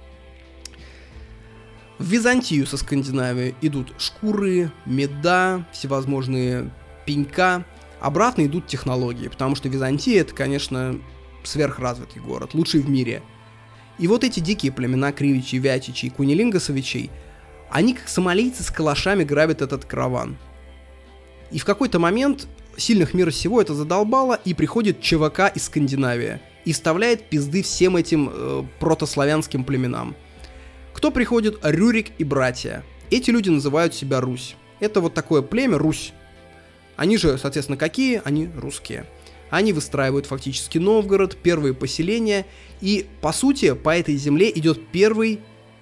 В Византию со Скандинавии идут шкуры, меда, всевозможные пенька. Обратно идут технологии, потому что Византия — это, конечно, сверхразвитый город, лучший в мире. И вот эти дикие племена Кривичей, Вятичей, Кунилингосовичей, они как сомалийцы с калашами грабят этот караван. И в какой-то момент сильных мира сего это задолбало, и приходит ЧВК из Скандинавии и вставляет пизды всем этим э, протославянским племенам. Кто приходит? Рюрик и братья. Эти люди называют себя Русь. Это вот такое племя Русь. Они же, соответственно, какие? Они русские. Они выстраивают фактически Новгород, первые поселения. И, по сути, по этой земле идет первый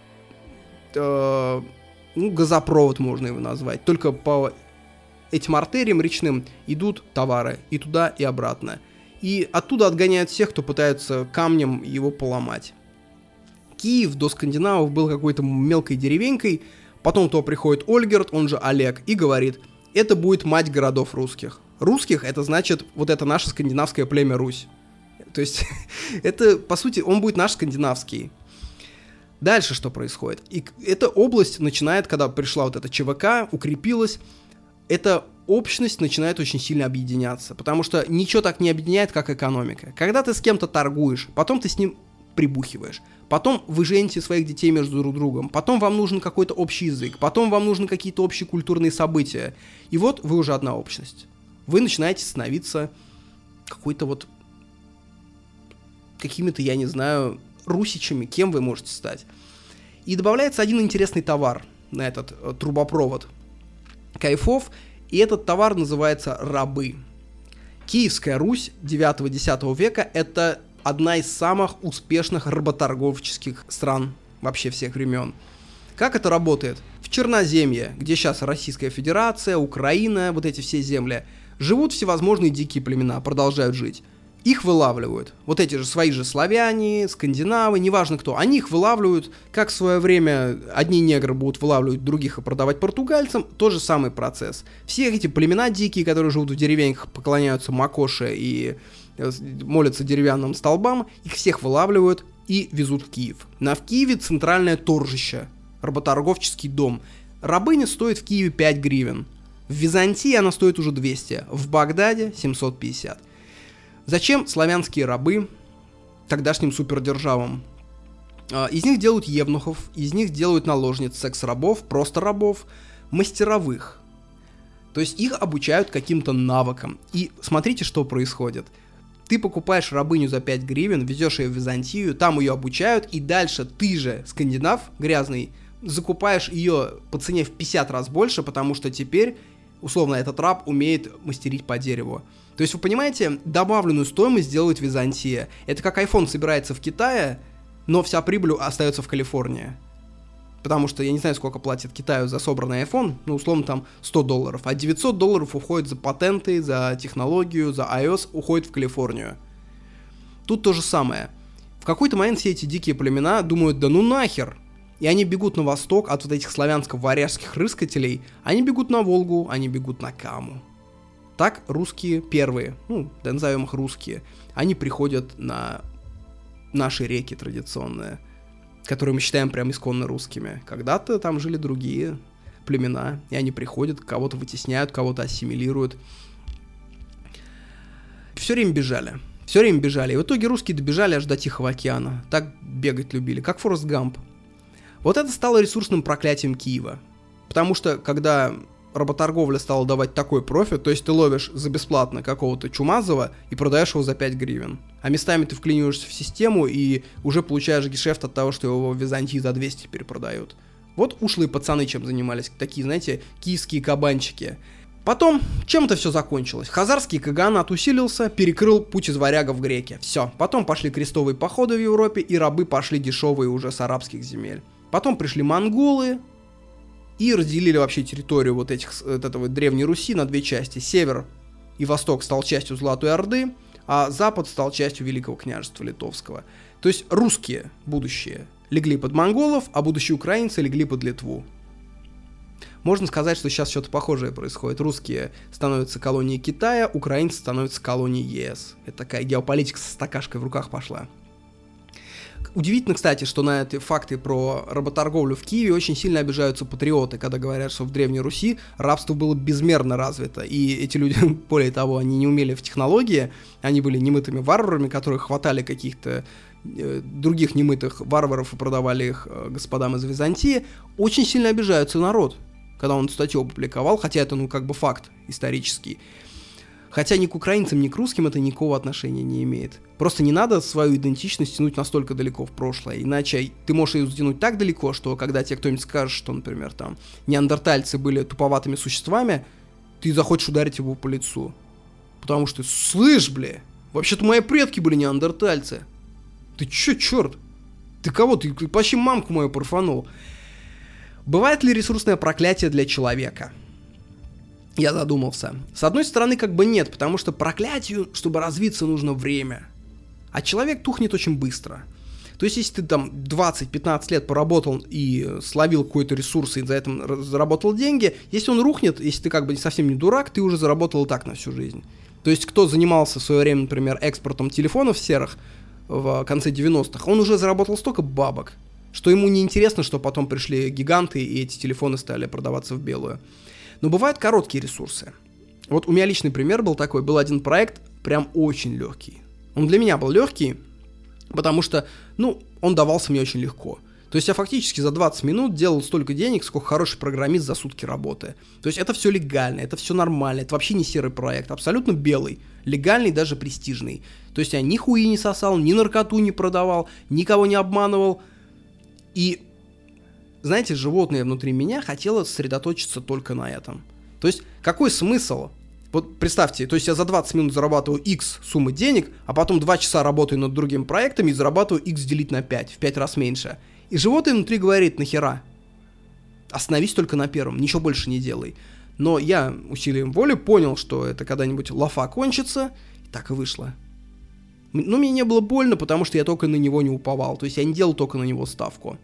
э, ну, газопровод, можно его назвать. Только по этим артериям речным идут товары и туда, и обратно. И оттуда отгоняют всех, кто пытается камнем его поломать. Киев до скандинавов был какой-то мелкой деревенькой, потом то приходит Ольгерд, он же Олег, и говорит: это будет мать городов русских. Русских — это значит, вот это наше скандинавское племя Русь. То есть, это, по сути, он будет наш скандинавский. Дальше что происходит? И эта область начинает, когда пришла вот эта ЧВК, укрепилась, эта общность начинает очень сильно объединяться, потому что ничего так не объединяет, как экономика. Когда ты с кем-то торгуешь, потом ты с ним прибухиваешь. Потом вы жените своих детей между друг другом. Потом вам нужен какой-то общий язык. Потом вам нужны какие-то общие культурные события. И вот вы уже одна общность. Вы начинаете становиться какой-то вот какими-то, я не знаю, русичами. Кем вы можете стать. И добавляется один интересный товар на этот э, трубопровод кайфов. И этот товар называется рабы. Киевская Русь девятого-десятого века — это одна из самых успешных работорговческих стран вообще всех времен. Как это работает? В Черноземье, где сейчас Российская Федерация, Украина, вот эти все земли, живут всевозможные дикие племена, продолжают жить. Их вылавливают. Вот эти же свои же славяне, скандинавы, неважно кто. Они их вылавливают, как в свое время одни негры будут вылавливать других и продавать португальцам. Тот же самый процесс. Все эти племена дикие, которые живут в деревеньках, поклоняются Макоше и молятся деревянным столбам, их всех вылавливают и везут в Киев. На в Киеве центральное торжище, работорговческий дом. Рабыня стоит в Киеве пять гривен. В Византии она стоит уже двести, в Багдаде семьсот пятьдесят. Зачем славянские рабы тогдашним супердержавам? Из них делают евнухов, из них делают наложниц, секс-рабов, просто рабов, мастеровых. То есть их обучают каким-то навыкам. И смотрите, что происходит. Ты покупаешь рабыню за пять гривен, везешь ее в Византию, там ее обучают, и дальше ты же, скандинав грязный, закупаешь ее по цене в пятьдесят раз больше, потому что теперь, условно, этот раб умеет мастерить по дереву. То есть, вы понимаете, добавленную стоимость делает Византия. Это как iPhone собирается в Китае, но вся прибыль остается в Калифорнии. Потому что я не знаю, сколько платит Китаю за собранный iPhone, ну, условно, там сто долларов, а девятьсот долларов уходит за патенты, за технологию, за iOS, уходит в Калифорнию. Тут то же самое. В какой-то момент все эти дикие племена думают, да ну нахер. И они бегут на восток от вот этих славянско-варяжских рыскателей, они бегут на Волгу, они бегут на Каму. Так русские первые, ну, да назовем их русские, они приходят на наши реки традиционные, которые мы считаем прям исконно русскими. Когда-то там жили другие племена, и они приходят, кого-то вытесняют, кого-то ассимилируют. Все время бежали, все время бежали. И в итоге русские добежали аж до Тихого океана. Так бегать любили, как Форест Гамп. Вот это стало ресурсным проклятием Киева. Потому что, когда работорговля стала давать такой профит, то есть ты ловишь за бесплатно какого-то чумазого и продаешь его за пять гривен. А местами ты вклиниваешься в систему и уже получаешь гешефт от того, что его в Византии за двести перепродают. Вот ушлые пацаны чем занимались, такие, знаете, киевские кабанчики. Потом, чем это все закончилось? Хазарский каганат усилился, перекрыл путь из варягов в греки. Все. Потом пошли крестовые походы в Европе, и рабы пошли дешевые уже с арабских земель. Потом пришли монголы, и разделили вообще территорию вот этих, вот этого Древней Руси на две части. Север и восток стал частью Золотой Орды, а запад стал частью Великого княжества Литовского. То есть русские будущие легли под монголов, а будущие украинцы легли под Литву. Можно сказать, что сейчас что-то похожее происходит. Русские становятся колонией Китая, украинцы становятся колонией ЕС. Это такая геополитика со стакашкой в руках пошла. Удивительно, кстати, что на эти факты про работорговлю в Киеве очень сильно обижаются патриоты, когда говорят, что в Древней Руси рабство было безмерно развито, и эти люди, более того, они не умели в технологии, они были немытыми варварами, которые хватали каких-то э, других немытых варваров и продавали их э, господам из Византии. Очень сильно обижаются народ, когда он эту статью опубликовал, хотя это, ну, как бы факт исторический. Хотя ни к украинцам, ни к русским это никакого отношения не имеет. Просто не надо свою идентичность тянуть настолько далеко в прошлое, иначе ты можешь ее затянуть так далеко, что когда тебе кто-нибудь скажет, что, например, там, неандертальцы были туповатыми существами, ты захочешь ударить его по лицу. Потому что, слышь, бля, вообще-то мои предки были неандертальцы. Ты чё, черт? Ты кого? Ты почти мамку мою порфанул. Бывает ли ресурсное проклятие для человека? Я задумался. С одной стороны, как бы нет, потому что проклятию, чтобы развиться, нужно время. А человек тухнет очень быстро. То есть, если ты там двадцать-пятнадцать лет поработал и словил какой-то ресурс и за это заработал деньги, если он рухнет, если ты как бы совсем не дурак, ты уже заработал и так на всю жизнь. То есть, кто занимался в свое время, например, экспортом телефонов серых в конце девяностых, он уже заработал столько бабок, что ему не интересно, что потом пришли гиганты и эти телефоны стали продаваться в белую. Но бывают короткие ресурсы. Вот у меня личный пример был такой. Был один проект, прям очень легкий. Он для меня был легкий, потому что, ну, он давался мне очень легко. То есть я фактически за двадцать минут делал столько денег, сколько хороший программист за сутки работы. То есть это все легально, это все нормально, это вообще не серый проект, абсолютно белый, легальный, даже престижный. То есть я ни хуи не сосал, ни наркоту не продавал, никого не обманывал. И... знаете, животное внутри меня хотело сосредоточиться только на этом. То есть, какой смысл? Вот представьте, то есть я за двадцать минут зарабатываю X суммы денег, а потом два часа работаю над другими проектами и зарабатываю X делить на пять, в пять раз меньше. И животное внутри говорит: нахера? Остановись только на первом, ничего больше не делай. Но я усилием воли понял, что это когда-нибудь лафа кончится, и так и вышло. Но мне не было больно, потому что я только на него не уповал, то есть я не делал только на него ставку.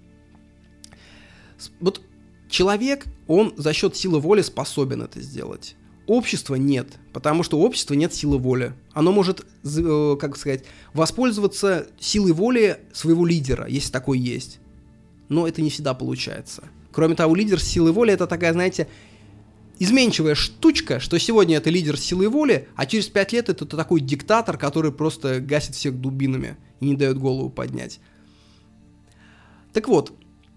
Вот человек, он за счет силы воли способен это сделать. Общества нет, потому что у общества нет силы воли. Оно может, как сказать, воспользоваться силой воли своего лидера, если такой есть. Но это не всегда получается. Кроме того, лидер с силой воли — это такая, знаете, изменчивая штучка, что сегодня это лидер с силой воли, а через пять лет это такой диктатор, который просто гасит всех дубинами и не дает голову поднять. Так вот,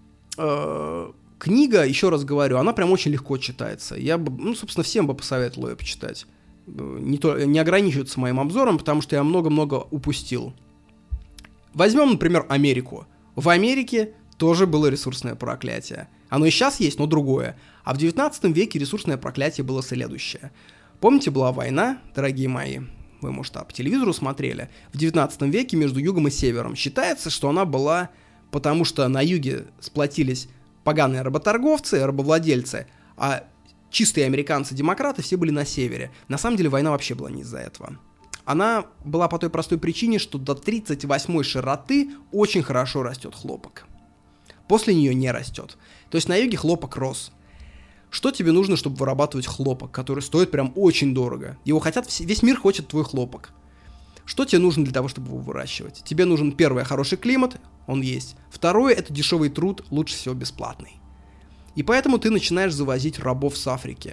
э- книга, еще раз говорю, она прям очень легко читается. Я бы, ну, собственно, всем бы посоветовал ее почитать. Не, то, не ограничиваться моим обзором, потому что я много-много упустил. Возьмем, например, Америку. В Америке тоже было ресурсное проклятие. Оно и сейчас есть, но другое. А в девятнадцатом веке ресурсное проклятие было следующее. Помните, была война, дорогие мои? Вы, может, по телевизору смотрели. В девятнадцатом веке между югом и севером. Считается, что она была, потому что на юге сплотились поганые работорговцы, рабовладельцы, а чистые американцы-демократы все были на севере. На самом деле война вообще была не из-за этого. Она была по той простой причине, что до тридцать восьмой широты очень хорошо растет хлопок. После нее не растет. То есть на юге хлопок рос. Что тебе нужно, чтобы вырабатывать хлопок, который стоит прям очень дорого? Его хотят, весь мир хочет твой хлопок. Что тебе нужно для того, чтобы его выращивать? Тебе нужен, первое, хороший климат, он есть. Второе, это дешевый труд, лучше всего бесплатный. И поэтому ты начинаешь завозить рабов с Африки.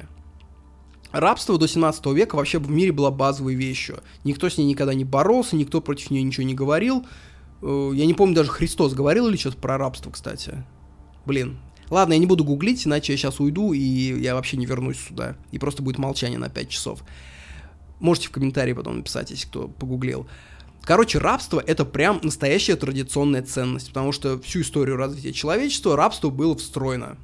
Рабство до семнадцатого века вообще в мире было базовой вещью. Никто с ней никогда не боролся, никто против нее ничего не говорил. Я не помню, даже Христос говорил или что-то про рабство, кстати. Блин. Ладно, я не буду гуглить, иначе я сейчас уйду, и я вообще не вернусь сюда. И просто будет молчание на пять часов. Можете в комментарии потом написать, если кто погуглил. Короче, рабство — это прям настоящая традиционная ценность, потому что всю историю развития человечества рабство было встроено.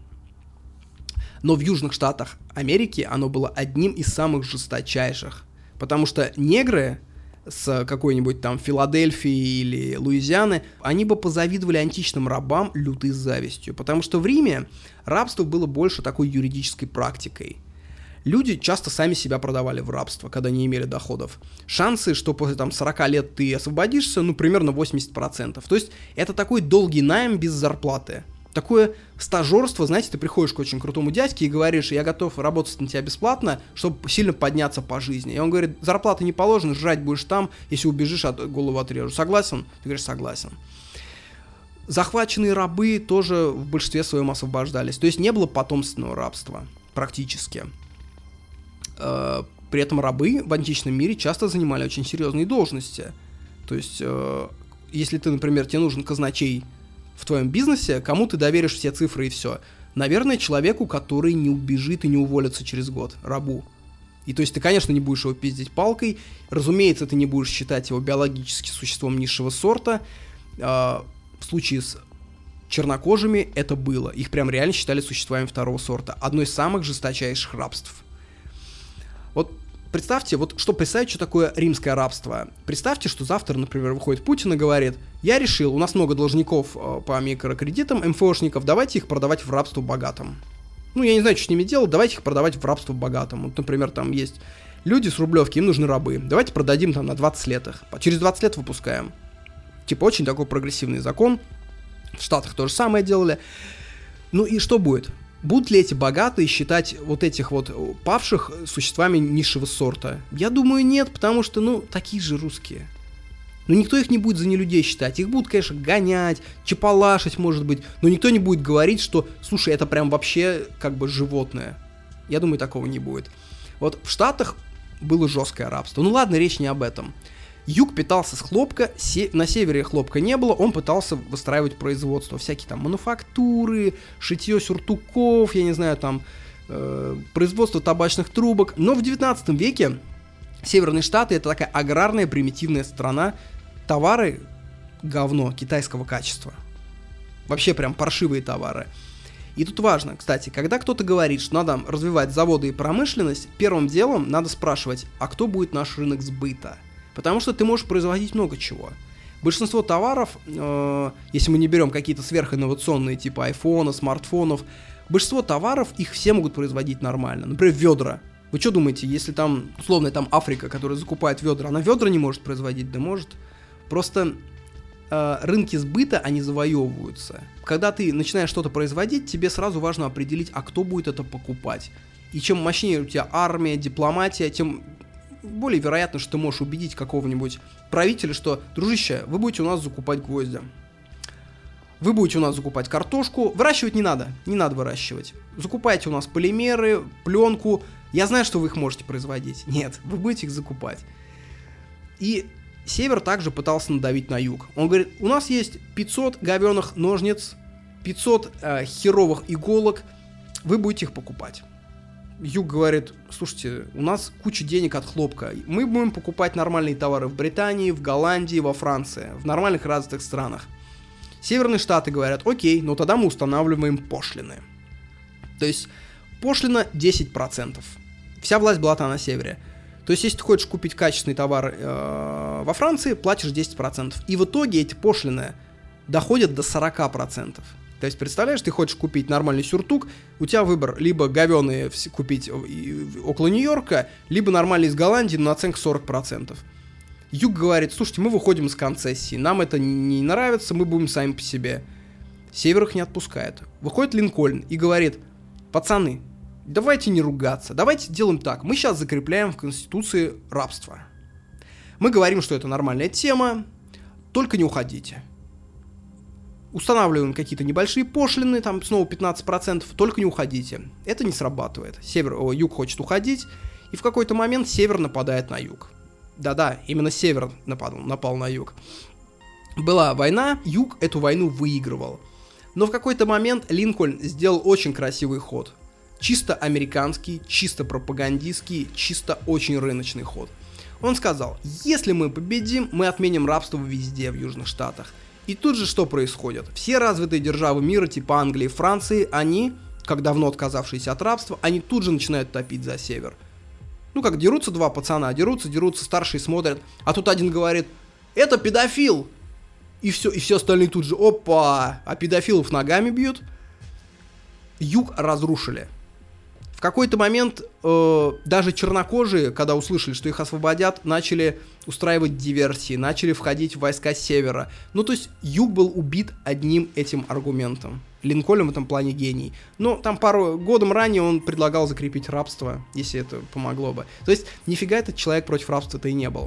Но в Южных Штатах Америки оно было одним из самых жесточайших, потому что негры с какой-нибудь там Филадельфии или Луизианы, они бы позавидовали античным рабам лютой завистью, потому что в Риме рабство было больше такой юридической практикой. Люди часто сами себя продавали в рабство, когда не имели доходов. Шансы, что после там сорока лет ты освободишься, ну, примерно восемьдесят процентов. То есть это такой долгий найм без зарплаты. Такое стажерство, знаете, ты приходишь к очень крутому дядьке и говоришь: я готов работать на тебя бесплатно, чтобы сильно подняться по жизни. И он говорит: зарплаты не положено, жрать будешь там, если убежишь, от голову отрежу. Согласен? Ты говоришь: согласен. Захваченные рабы тоже в большинстве своем освобождались. То есть не было потомственного рабства практически. При этом рабы в античном мире часто занимали очень серьезные должности. То есть, если ты, например, тебе нужен казначей в твоем бизнесе, кому ты доверишь все цифры и все? Наверное, человеку, который не убежит и не уволится через год, рабу. И то есть ты, конечно, не будешь его пиздить палкой, разумеется, ты не будешь считать его биологически существом низшего сорта. В случае с чернокожими это было. Их прям реально считали существами второго сорта. Одно из самых жесточайших рабств. Вот представьте, вот что представить, что такое римское рабство. Представьте, что завтра, например, выходит Путин и говорит: я решил, у нас много должников э, по микрокредитам, эм эф о-шников, давайте их продавать в рабство богатым. Ну, я не знаю, что с ними делать, давайте их продавать в рабство богатым. Вот, например, там есть люди с Рублевки, им нужны рабы. Давайте продадим там на двадцать лет их. Через двадцать лет выпускаем. Типа очень такой прогрессивный закон. В Штатах то же самое делали. Ну и что будет? Будут ли эти богатые считать вот этих вот павших существами низшего сорта? Я думаю, нет, потому что, ну, такие же русские. Но никто их не будет за нелюдей считать. Их будут, конечно, гонять, чепалашить, может быть, но никто не будет говорить, что, слушай, это прям вообще как бы животное. Я думаю, такого не будет. Вот в Штатах было жесткое рабство. Ну ладно, речь не об этом. Юг питался с хлопка, се- на севере хлопка не было, он пытался выстраивать производство, всякие там мануфактуры, шитье сюртуков, я не знаю, там, э, производство табачных трубок. Но в девятнадцатом веке Северные Штаты — это такая аграрная примитивная страна, товары говно китайского качества. Вообще прям паршивые товары. И тут важно, кстати, когда кто-то говорит, что надо развивать заводы и промышленность, первым делом надо спрашивать, а кто будет наш рынок сбыта? Потому что ты можешь производить много чего. Большинство товаров, э, если мы не берем какие-то сверхинновационные типа айфона, смартфонов, большинство товаров, их все могут производить нормально. Например, ведра. Вы что думаете, если там, условно, там Африка, которая закупает ведра, она ведра не может производить? Да может. Просто э, рынки сбыта, они завоевываются. Когда ты начинаешь что-то производить, тебе сразу важно определить, а кто будет это покупать. И чем мощнее у тебя армия, дипломатия, тем более вероятно, что ты можешь убедить какого-нибудь правителя, что, дружище, вы будете у нас закупать гвозди. Вы будете у нас закупать картошку. Выращивать не надо, не надо выращивать. Закупайте у нас полимеры, пленку. Я знаю, что вы их можете производить. Нет, вы будете их закупать. И Север также пытался надавить на Юг. Он говорит, у нас есть пятьсот говёных ножниц, пятьсот э, херовых иголок, вы будете их покупать. Юг говорит, слушайте, у нас куча денег от хлопка, мы будем покупать нормальные товары в Британии, в Голландии, во Франции, в нормальных развитых странах. Северные штаты говорят, окей, но тогда мы устанавливаем пошлины. То есть пошлина десять процентов. Вся власть была там на севере. То есть если ты хочешь купить качественный товар э, во Франции, платишь десять процентов. И в итоге эти пошлины доходят до сорок процентов. То есть, представляешь, ты хочешь купить нормальный сюртук, у тебя выбор либо говёные купить около Нью-Йорка, либо нормальный из Голландии, но наценка сорок процентов. Юг говорит, слушайте, мы выходим из концессии, нам это не нравится, мы будем сами по себе. Север их не отпускает. Выходит Линкольн и говорит, пацаны, давайте не ругаться, давайте делаем так, мы сейчас закрепляем в Конституции рабство. Мы говорим, что это нормальная тема, только не уходите. Устанавливаем какие-то небольшие пошлины, там снова пятнадцать процентов, только не уходите. Это не срабатывает. Север, о, юг хочет уходить, и в какой-то момент север нападает на юг. Да-да, именно север напал, напал на юг. Была война, юг эту войну выигрывал. Но в какой-то момент Линкольн сделал очень красивый ход. Чисто американский, чисто пропагандистский, чисто очень рыночный ход. Он сказал, если мы победим, мы отменим рабство везде в Южных Штатах. И тут же что происходит? Все развитые державы мира, типа Англии и Франции, они, как давно отказавшиеся от рабства, они тут же начинают топить за север. Ну как, дерутся два пацана, дерутся, дерутся, старшие смотрят, а тут один говорит, это педофил! И все, и все остальные тут же, опа, а педофилов ногами бьют. Юг разрушили. В какой-то момент э, даже чернокожие, когда услышали, что их освободят, начали устраивать диверсии, начали входить в войска севера. Ну, то есть, юг был убит одним этим аргументом. Линкольн в этом плане гений. Но там пару годом ранее он предлагал закрепить рабство, если это помогло бы. То есть, нифига этот человек против рабства-то и не был.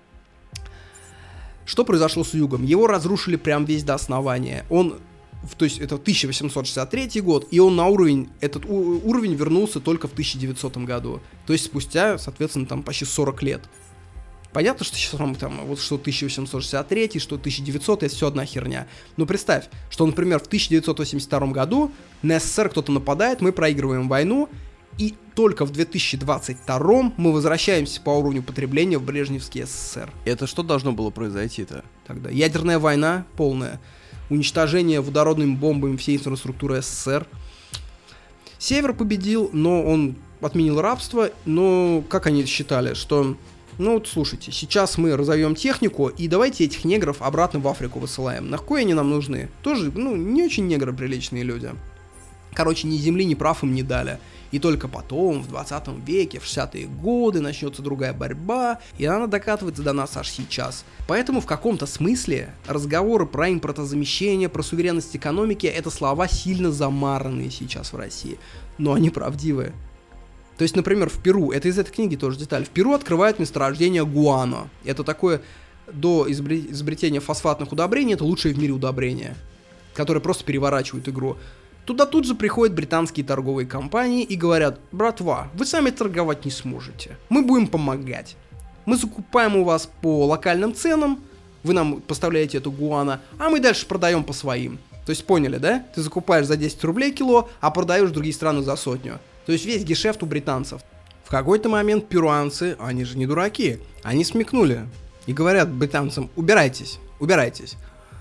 Что произошло с югом? Его разрушили прям весь до основания. Он... То есть это тысяча восемьсот шестьдесят третий год, и он на уровень, этот у, уровень вернулся только в тысяча девятисотом году. То есть спустя, соответственно, там почти сорок лет. Понятно, что сейчас там, вот что тысяча восемьсот шестьдесят третий, что тысяча девятисотый, это все одна херня. Но представь, что, например, в тысяча девятьсот восемьдесят втором году на СССР кто-то нападает, мы проигрываем войну, и только в две тысячи двадцать втором мы возвращаемся по уровню потребления в Брежневский СССР. Это что должно было произойти-то? Тогда ядерная война полная. Уничтожение водородными бомбами всей инфраструктуры СССР. Север победил, но он отменил рабство, но как они считали, что, ну вот слушайте, сейчас мы разовьем технику, и давайте этих негров обратно в Африку высылаем. Нахуй они нам нужны? Тоже, ну, не очень негры приличные люди. Короче, ни земли, ни прав им не дали. И только потом, в двадцатом веке, в шестидесятые годы, начнется другая борьба, и она докатывается до нас аж сейчас. Поэтому в каком-то смысле разговоры про импортозамещение, про суверенность экономики — это слова сильно замаранные сейчас в России. Но они правдивые. То есть, например, в Перу, это из этой книги тоже деталь, в Перу открывают месторождение гуано. Это такое, до изобретения фосфатных удобрений, это лучшее в мире удобрение, которое просто переворачивает игру. Туда тут же приходят британские торговые компании и говорят, братва, вы сами торговать не сможете, мы будем помогать. Мы закупаем у вас по локальным ценам, вы нам поставляете эту гуано, а мы дальше продаем по своим. То есть поняли, да? Ты закупаешь за десять рублей кило, а продаешь в другие страны за сотню. То есть весь гешефт у британцев. В какой-то момент перуанцы, они же не дураки, они смекнули и говорят британцам, убирайтесь, убирайтесь.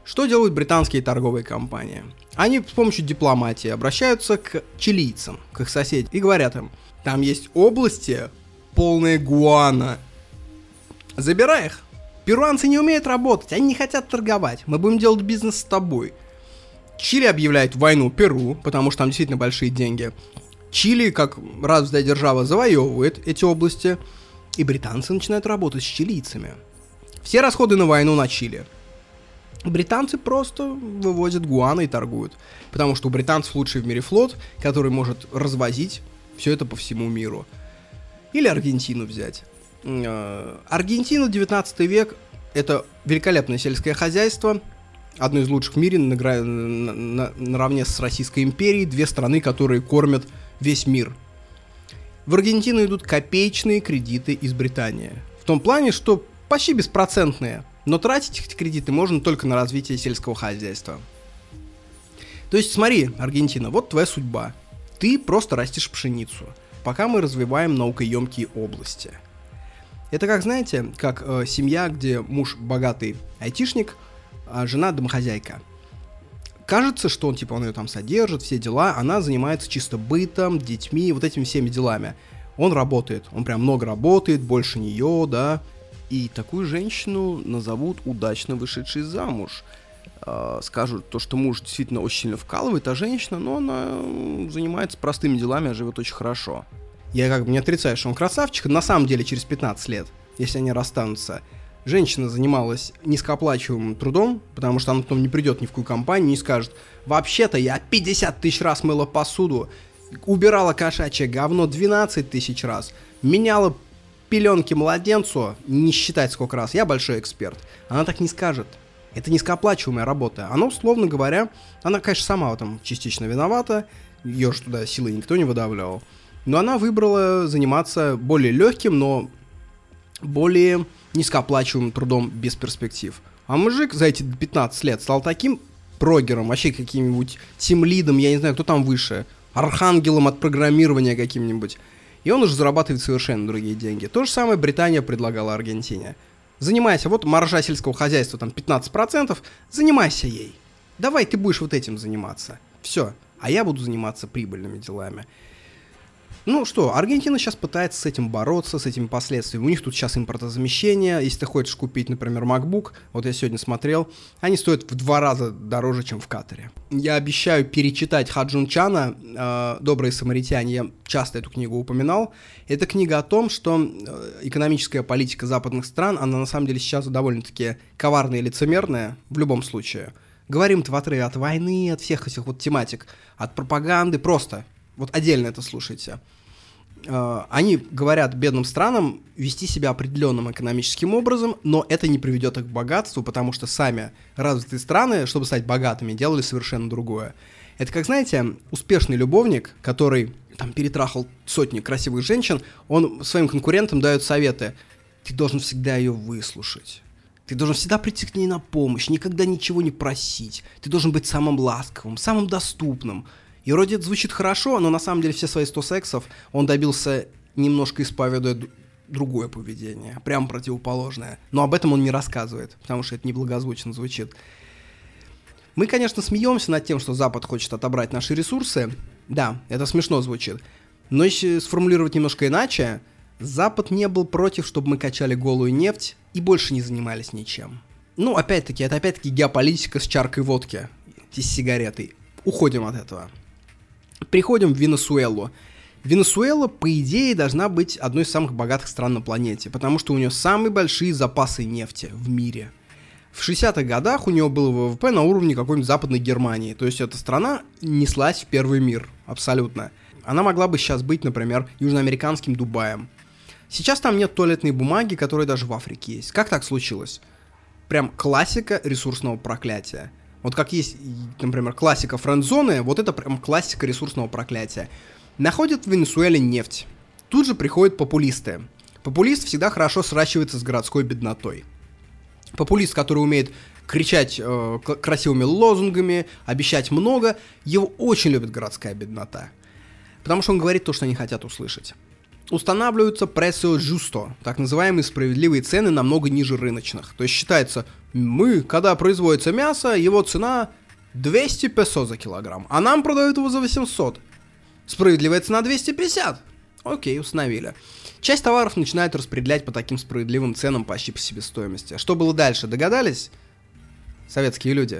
Что делают британские торговые компании? Они с помощью дипломатии обращаются к чилийцам, к их соседям, и говорят им, там есть области, полные гуана. Забирай их. Перуанцы не умеют работать, они не хотят торговать. Мы будем делать бизнес с тобой. Чили объявляет войну Перу, потому что там действительно большие деньги. Чили, как развитая держава, завоевывает эти области, и британцы начинают работать с чилийцами. Все расходы на войну на Чили. Британцы просто вывозят гуано и торгуют, потому что у британцев лучший в мире флот, который может развозить все это по всему миру. Или Аргентину взять. Аргентина, девятнадцатый век, это великолепное сельское хозяйство, одно из лучших в мире, наравне на, на, на с Российской империей, две страны, которые кормят весь мир. В Аргентину идут копеечные кредиты из Британии. В том плане, что почти беспроцентные, но тратить эти кредиты можно только на развитие сельского хозяйства. То есть, смотри, Аргентина, вот твоя судьба. Ты просто растишь пшеницу, пока мы развиваем наукоемкие области. Это как, знаете, как э, семья, где муж богатый айтишник, а жена домохозяйка. Кажется, что он, типа, он ее там содержит, все дела, она занимается чисто бытом, детьми, вот этими всеми делами. Он работает, он прям много работает, больше нее, да. И такую женщину назовут удачно вышедшей замуж. Э, скажут то, что муж действительно очень сильно вкалывает, а женщина, ну, она занимается простыми делами, а живет очень хорошо. Я как бы не отрицаю, что он красавчик, на самом деле через пятнадцать лет, если они расстанутся, женщина занималась низкооплачиваемым трудом, потому что она потом не придет ни в какую компанию, не скажет, вообще-то я пятьдесят тысяч раз мыла посуду, убирала кошачье говно двенадцать тысяч раз, меняла пеленки младенцу, не считать сколько раз, я большой эксперт. Она так не скажет. Это низкооплачиваемая работа. Она, условно говоря, она, конечно, сама в этом частично виновата, ее же туда силой никто не выдавливал. Но она выбрала заниматься более легким, но более низкооплачиваемым трудом без перспектив. А мужик за эти пятнадцать лет стал таким прогером, вообще каким-нибудь тимлидом, я не знаю, кто там выше, архангелом от программирования каким-нибудь. И он уже зарабатывает совершенно другие деньги. То же самое Британия предлагала Аргентине. Занимайся, вот маржа сельского хозяйства там пятнадцать процентов, занимайся ей. Давай ты будешь вот этим заниматься. Все. А я буду заниматься прибыльными делами. Ну что, Аргентина сейчас пытается с этим бороться, с этими последствиями. У них тут сейчас импортозамещение. Если ты хочешь купить, например, MacBook, вот я сегодня смотрел, они стоят в два раза дороже, чем в Катаре. Я обещаю перечитать Хаджун Чана э, «Добрые самаритяне», я часто эту книгу упоминал. Это книга о том, что э, экономическая политика западных стран, она на самом деле сейчас довольно-таки коварная и лицемерная в любом случае. Говорим-то в отрыве от войны, от всех этих вот тематик, от пропаганды, просто вот отдельно это слушайте. Они говорят бедным странам вести себя определенным экономическим образом, но это не приведет их к богатству, потому что сами развитые страны, чтобы стать богатыми, делали совершенно другое. Это как, знаете, успешный любовник, который там перетрахал сотни красивых женщин, он своим конкурентам дает советы. Ты должен всегда ее выслушать. Ты должен всегда прийти к ней на помощь, никогда ничего не просить. Ты должен быть самым ласковым, самым доступным. И вроде это звучит хорошо, но на самом деле все свои сто сексов он добился, немножко исповедуя другое поведение, прям противоположное. Но об этом он не рассказывает, потому что это неблагозвучно звучит. Мы, конечно, смеемся над тем, что Запад хочет отобрать наши ресурсы. Да, это смешно звучит. Но если сформулировать немножко иначе, Запад не был против, чтобы мы качали голую нефть и больше не занимались ничем. Ну, опять-таки, это опять-таки геополитика с чаркой водки и с сигаретой. Уходим от этого. Приходим в Венесуэлу. Венесуэла, по идее, должна быть одной из самых богатых стран на планете, потому что у нее самые большие запасы нефти в мире. В шестидесятых годах у нее был ВВП на уровне какой-нибудь Западной Германии, то есть эта страна неслась в первый мир, абсолютно. Она могла бы сейчас быть, например, южноамериканским Дубаем. Сейчас там нет туалетной бумаги, которая даже в Африке есть. Как так случилось? Прям классика ресурсного проклятия. Вот как есть, например, классика френд-зоны, вот это прям классика ресурсного проклятия. Находят в Венесуэле нефть. Тут же приходят популисты. Популист всегда хорошо сращивается с городской беднотой. Популист, который умеет кричать э, красивыми лозунгами, обещать много, его очень любит городская беднота. Потому что он говорит то, что они хотят услышать. Устанавливаются precio giusto, так называемые справедливые цены намного ниже рыночных. То есть считается, мы, когда производится мясо, его цена двести песо за килограмм, а нам продают его за восемьсот. Справедливая цена двести пятьдесят. Окей, установили. Часть товаров начинают распределять по таким справедливым ценам почти по себестоимости. А что было дальше, догадались? Советские люди.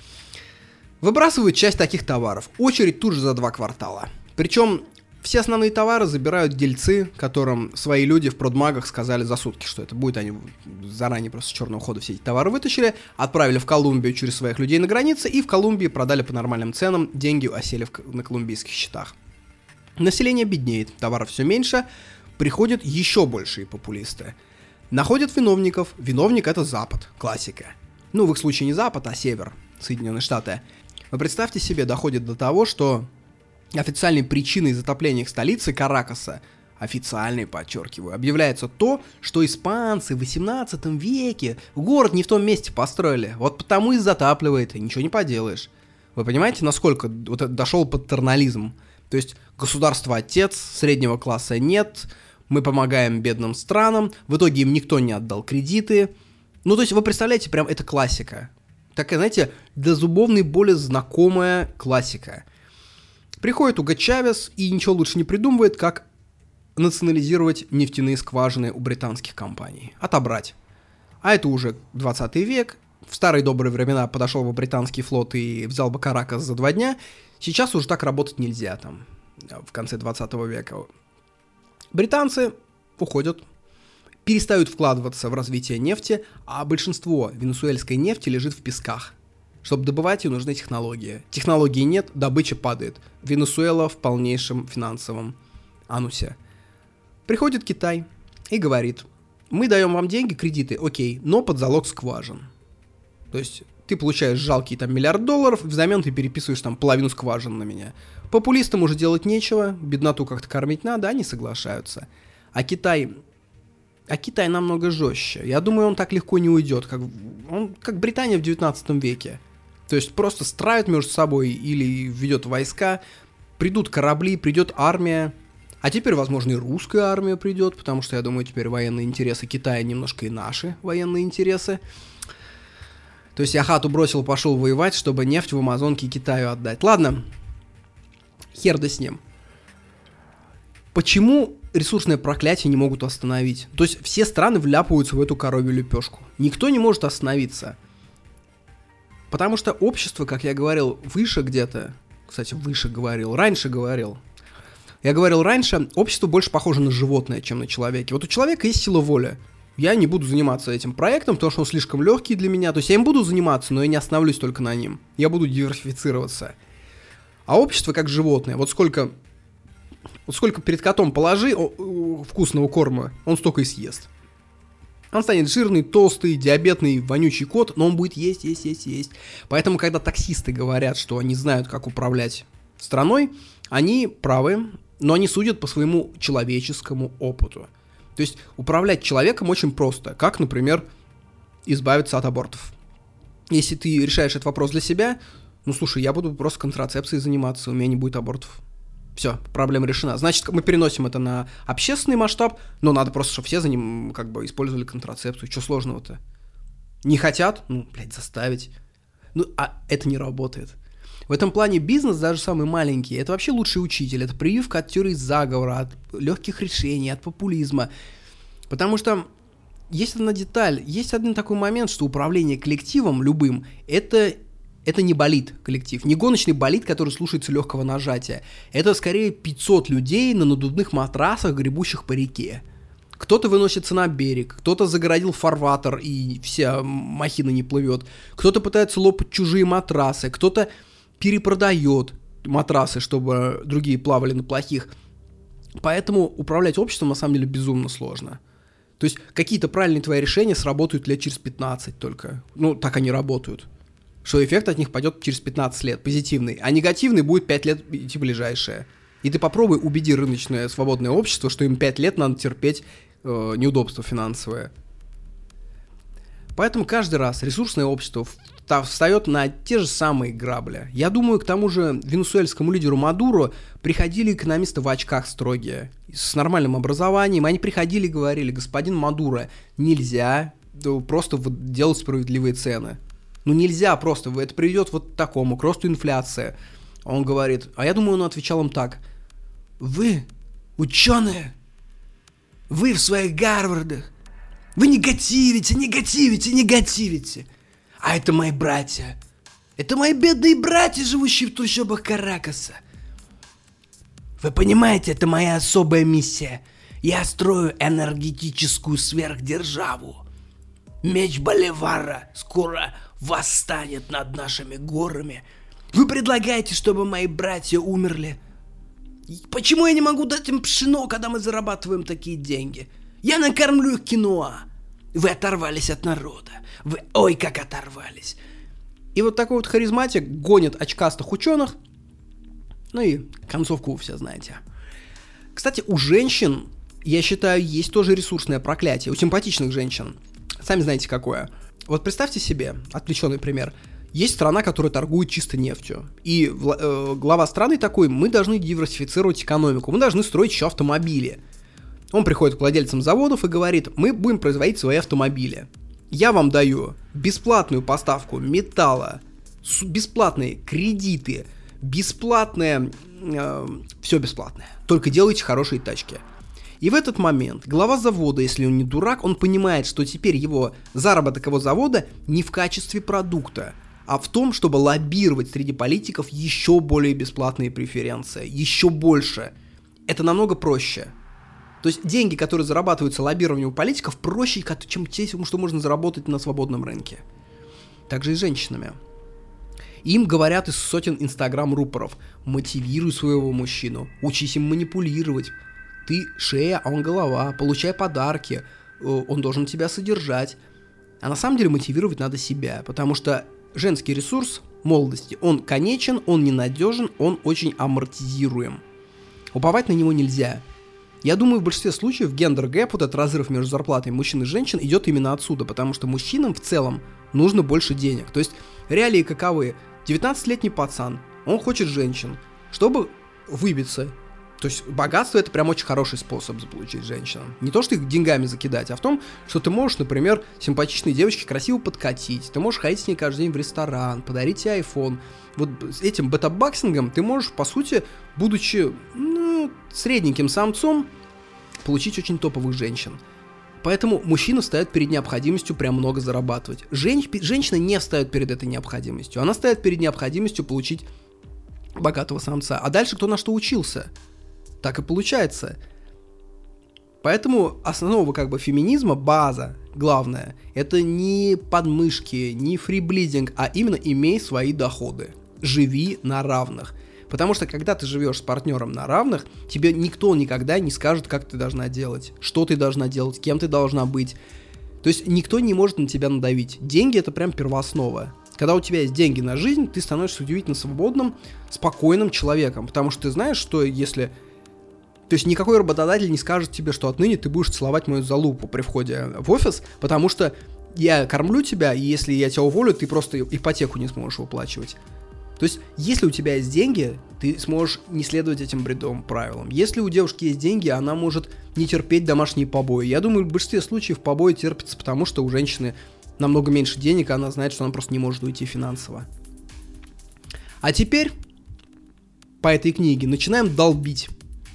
Выбрасывают часть таких товаров. Очередь тут же за два квартала. Причем все основные товары забирают дельцы, которым свои люди в продмагах сказали за сутки, что это будет. Они заранее просто с черного хода все эти товары вытащили, отправили в Колумбию через своих людей на границе и в Колумбии продали по нормальным ценам, деньги осели в, на колумбийских счетах. Население беднеет, товаров все меньше, приходят еще большие популисты. Находят виновников, виновник это Запад, классика. Ну, в их случае не Запад, а Север, Соединенные Штаты. Вы представьте себе, доходит до того, что официальной причиной затопления их столицы Каракаса, официальной, подчеркиваю, объявляется то, что испанцы в восемнадцатом веке город не в том месте построили. Вот потому и затапливает, и ничего не поделаешь. Вы понимаете, насколько вот это дошел патернализм? То есть государство отец, среднего класса нет, мы помогаем бедным странам, в итоге им никто не отдал кредиты. Ну, то есть вы представляете, прям это классика. Такая, знаете, до зубовной боли знакомая классика. Приходит Уго Чавес и ничего лучше не придумывает, как национализировать нефтяные скважины у британских компаний. Отобрать. А это уже двадцатый век. В старые добрые времена подошел бы британский флот и взял бы Каракас за два дня. Сейчас уже так работать нельзя, там, в конце двадцатого века. Британцы уходят, перестают вкладываться в развитие нефти, а большинство венесуэльской нефти лежит в песках. Чтобы добывать ее, нужны технологии. Технологий нет, добыча падает. Венесуэла в полнейшем финансовом анусе. Приходит Китай и говорит, мы даем вам деньги, кредиты, окей, но под залог скважин. То есть ты получаешь жалкий там миллиард долларов, взамен ты переписываешь там половину скважин на меня. Популистам уже делать нечего, бедноту как-то кормить надо, они соглашаются. А Китай... А Китай намного жестче. Я думаю, он так легко не уйдет, как, он, как Британия в девятнадцатом веке. То есть просто стравят между собой или введет войска, придут корабли, придет армия. А теперь, возможно, и русская армия придет, потому что, я думаю, теперь военные интересы Китая немножко и наши военные интересы. То есть я хату бросил, пошел воевать, чтобы нефть в Амазонке Китаю отдать. Ладно, хер да с ним. Почему ресурсное проклятие не могут остановить? То есть все страны вляпываются в эту коровью лепешку. Никто не может остановиться. Потому что общество, как я говорил, выше где-то, кстати, выше говорил, раньше говорил. Я говорил раньше, общество больше похоже на животное, чем на человека. Вот у человека есть сила воли. Я не буду заниматься этим проектом, потому что он слишком легкий для меня. То есть я им буду заниматься, но я не остановлюсь только на ним. Я буду диверсифицироваться. А общество как животное. Вот сколько, вот сколько перед котом положи о, о, вкусного корма, он столько и съест. Он станет жирный, толстый, диабетный, вонючий кот, но он будет есть, есть, есть, есть. Поэтому, когда таксисты говорят, что они знают, как управлять страной, они правы, но они судят по своему человеческому опыту. То есть управлять человеком очень просто, как, например, избавиться от абортов. Если ты решаешь этот вопрос для себя, ну слушай, я буду просто контрацепцией заниматься, у меня не будет абортов. Все, проблема решена. Значит, мы переносим это на общественный масштаб, но надо просто, чтобы все за ним как бы использовали контрацепцию. Что сложного-то? Не хотят? Ну, блядь, заставить. Ну, а это не работает. В этом плане бизнес, даже самый маленький, это вообще лучший учитель. Это прививка от теории заговора, от легких решений, от популизма. Потому что есть одна деталь, есть один такой момент, что управление коллективом любым, это, это не болид коллектив, не гоночный болид, который слушается легкого нажатия. Это скорее пятьсот людей на надувных матрасах, гребущих по реке. Кто-то выносится на берег, кто-то загородил фарватер и вся махина не плывет, кто-то пытается лопать чужие матрасы, кто-то перепродает матрасы, чтобы другие плавали на плохих. Поэтому управлять обществом на самом деле безумно сложно. То есть какие-то правильные твои решения сработают лет через пятнадцать только. Ну, так они работают. Что эффект от них пойдет через пятнадцать лет, позитивный. А негативный будет пять лет идти ближайшее. И ты попробуй убеди рыночное свободное общество, что им пять лет надо терпеть неудобства финансовые. Поэтому каждый раз ресурсное общество в встает на те же самые грабли. Я думаю, к тому же венесуэльскому лидеру Мадуро приходили экономисты в очках строгие, с нормальным образованием. Они приходили и говорили: господин Мадуро, нельзя просто вот делать справедливые цены. Ну нельзя просто, это приведет вот к такому, к росту инфляции. Он говорит, а я думаю, он отвечал им так: вы, ученые, вы в своих Гарвардах, вы негативите, негативите, негативите. А это мои братья. Это мои бедные братья, живущие в трущобах Каракаса. Вы понимаете, это моя особая миссия. Я строю энергетическую сверхдержаву. Меч Боливара скоро восстанет над нашими горами. Вы предлагаете, чтобы мои братья умерли? Почему я не могу дать им пшено, когда мы зарабатываем такие деньги? Я накормлю их киноа. Вы оторвались от народа. Вы ой как оторвались. И вот такой вот харизматик гонит очкастых ученых. Ну и концовку вы все знаете. Кстати, у женщин, я считаю, есть тоже ресурсное проклятие. У симпатичных женщин. Сами знаете какое. Вот представьте себе, отвлеченный пример. Есть страна, которая торгует чисто нефтью. И э, глава страны такой: мы должны диверсифицировать экономику. Мы должны строить еще автомобили. Он приходит к владельцам заводов и говорит: мы будем производить свои автомобили. Я вам даю бесплатную поставку металла, бесплатные кредиты, бесплатное, э, все бесплатное. Только делайте хорошие тачки. И в этот момент глава завода, если он не дурак, он понимает, что теперь его заработок его завода не в качестве продукта, а в том, чтобы лоббировать среди политиков еще более бесплатные преференции, еще больше. Это намного проще. То есть деньги, которые зарабатываются лоббированием у политиков, проще, чем те, что можно заработать на свободном рынке. Также и с женщинами. Им говорят из сотен инстаграм-рупоров: мотивируй своего мужчину, учись им манипулировать. Ты шея, а он голова, получай подарки, он должен тебя содержать. А на самом деле мотивировать надо себя, потому что женский ресурс молодости, он конечен, он ненадежен, он очень амортизируем. Уповать на него нельзя. Я думаю, в большинстве случаев гендер-гэп, вот этот разрыв между зарплатой мужчин и женщин, идет именно отсюда, потому что мужчинам в целом нужно больше денег. То есть реалии каковы? девятнадцатилетний пацан, он хочет женщин, чтобы выбиться. То есть богатство — это прям очень хороший способ заполучить женщину. Не то, что их деньгами закидать, а в том, что ты можешь, например, симпатичной девочке красиво подкатить, ты можешь ходить с ней каждый день в ресторан, подарить ей айфон. Вот с этим бета-баксингом ты можешь, по сути, будучи ну, средненьким самцом, получить очень топовых женщин. Поэтому мужчина встает перед необходимостью прям много зарабатывать. Жен... Женщина не встает перед этой необходимостью. Она встает перед необходимостью получить богатого самца. А дальше кто на что учился? Так и получается. Поэтому основа как бы феминизма, база, главное, это не подмышки, не фриблидинг, а именно имей свои доходы. Живи на равных. Потому что когда ты живешь с партнером на равных, тебе никто никогда не скажет, как ты должна делать, что ты должна делать, кем ты должна быть. То есть никто не может на тебя надавить. Деньги — это прям первооснова. Когда у тебя есть деньги на жизнь, ты становишься удивительно свободным, спокойным человеком. Потому что ты знаешь, что если... То есть никакой работодатель не скажет тебе, что отныне ты будешь целовать мою залупу при входе в офис, потому что я кормлю тебя, и если я тебя уволю, ты просто ипотеку не сможешь выплачивать. То есть, если у тебя есть деньги, ты сможешь не следовать этим бредовым правилам. Если у девушки есть деньги, она может не терпеть домашние побои. Я думаю, в большинстве случаев побои терпятся, потому что у женщины намного меньше денег, а она знает, что она просто не может уйти финансово. А теперь, по этой книге, начинаем долбить.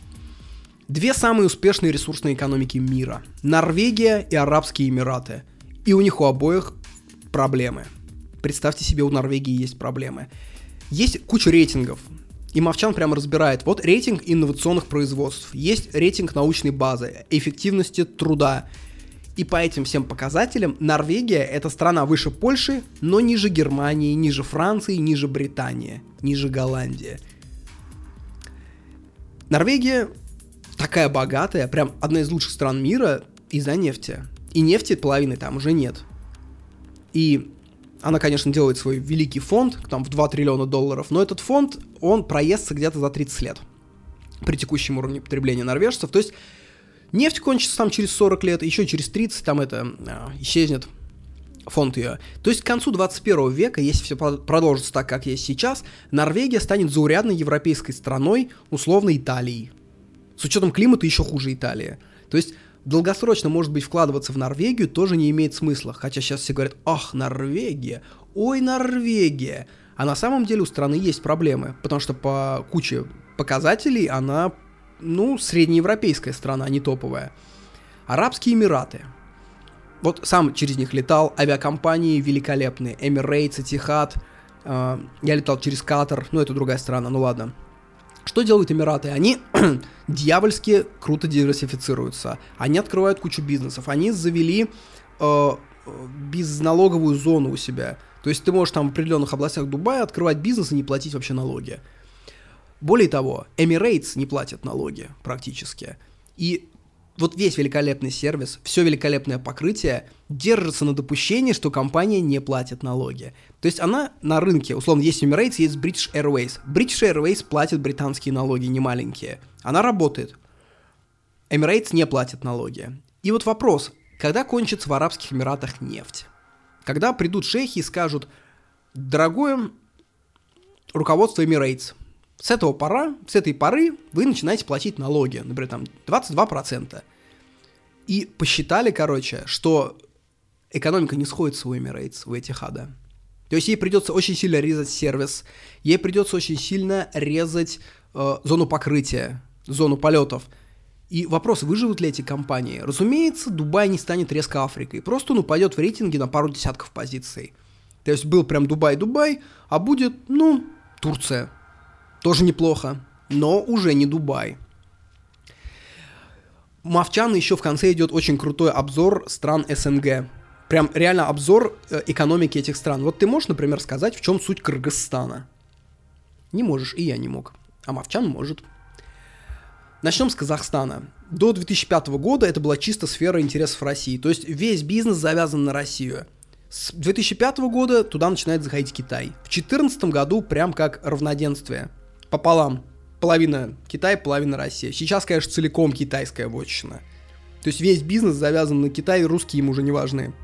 Две самые успешные ресурсные экономики мира. Норвегия и Арабские Эмираты. И у них у обоих проблемы. Представьте себе, у Норвегии есть проблемы. Есть куча рейтингов, и Мовчан прямо разбирает. Вот рейтинг инновационных производств, есть рейтинг научной базы, эффективности труда. И по этим всем показателям Норвегия — это страна выше Польши, но ниже Германии, ниже Франции, ниже Британии, ниже Голландии. Норвегия такая богатая, прям одна из лучших стран мира из-за нефти. И нефти половины там уже нет. И... Она, конечно, делает свой великий фонд, там в два триллиона долларов, но этот фонд, он проестся где-то за тридцать лет при текущем уровне потребления норвежцев. То есть нефть кончится там через сорок лет, еще через тридцать там это э, исчезнет. фонд ее. То есть к концу двадцать первого века, если все продолжится так, как есть сейчас, Норвегия станет заурядной европейской страной, условно Италией. С учетом климата еще хуже Италии. То есть долгосрочно, может быть, вкладываться в Норвегию тоже не имеет смысла. Хотя сейчас все говорят: ах, Норвегия, ой, Норвегия. А на самом деле у страны есть проблемы, потому что по куче показателей она, ну, среднеевропейская страна, не топовая. Арабские Эмираты. Вот сам через них летал, авиакомпании великолепные, Emirates, Etihad, э, я летал через Катар, ну это другая страна, ну ладно. Что делают Эмираты? Они дьявольски круто диверсифицируются, они открывают кучу бизнесов, они завели э, безналоговую зону у себя, то есть ты можешь там в определенных областях Дубая открывать бизнес и не платить вообще налоги. Более того, Emirates не платят налоги практически, и вот весь великолепный сервис, все великолепное покрытие держится на допущении, что компания не платит налоги. То есть она на рынке, условно, есть Emirates, есть British Airways. British Airways платит британские налоги, не маленькие. Она работает. Emirates не платит налоги. И вот вопрос, когда кончится в Арабских Эмиратах нефть? Когда придут шейхи и скажут: дорогое руководство Emirates, с этого пора, с этой поры вы начинаете платить налоги, например, там двадцать два процента. И посчитали, короче, что экономика не сходится у Emirates, у Etihad. То есть ей придется очень сильно резать сервис, ей придется очень сильно резать э, зону покрытия, зону полетов. И вопрос, выживут ли эти компании? Разумеется, Дубай не станет резко Африкой, просто он упадет в рейтинге на пару десятков позиций. То есть был прям Дубай-Дубай, а будет, ну, Турция. Тоже неплохо, но уже не Дубай. Мовчан еще в конце идет очень крутой обзор стран СНГ. Прям реально обзор э, экономики этих стран. Вот ты можешь, например, сказать, в чем суть Кыргызстана? Не можешь, и я не мог. А Мовчан может. Начнем с Казахстана. До две тысячи пятого года это была чисто сфера интересов России. То есть весь бизнес завязан на Россию. С две тысячи пятого года туда начинает заходить Китай. В две тысячи четырнадцатом году прям как равноденствие. Пополам. Половина Китай, половина Россия. Сейчас, конечно, целиком китайская вотчина. То есть весь бизнес завязан на Китай, и русские ему уже не важны.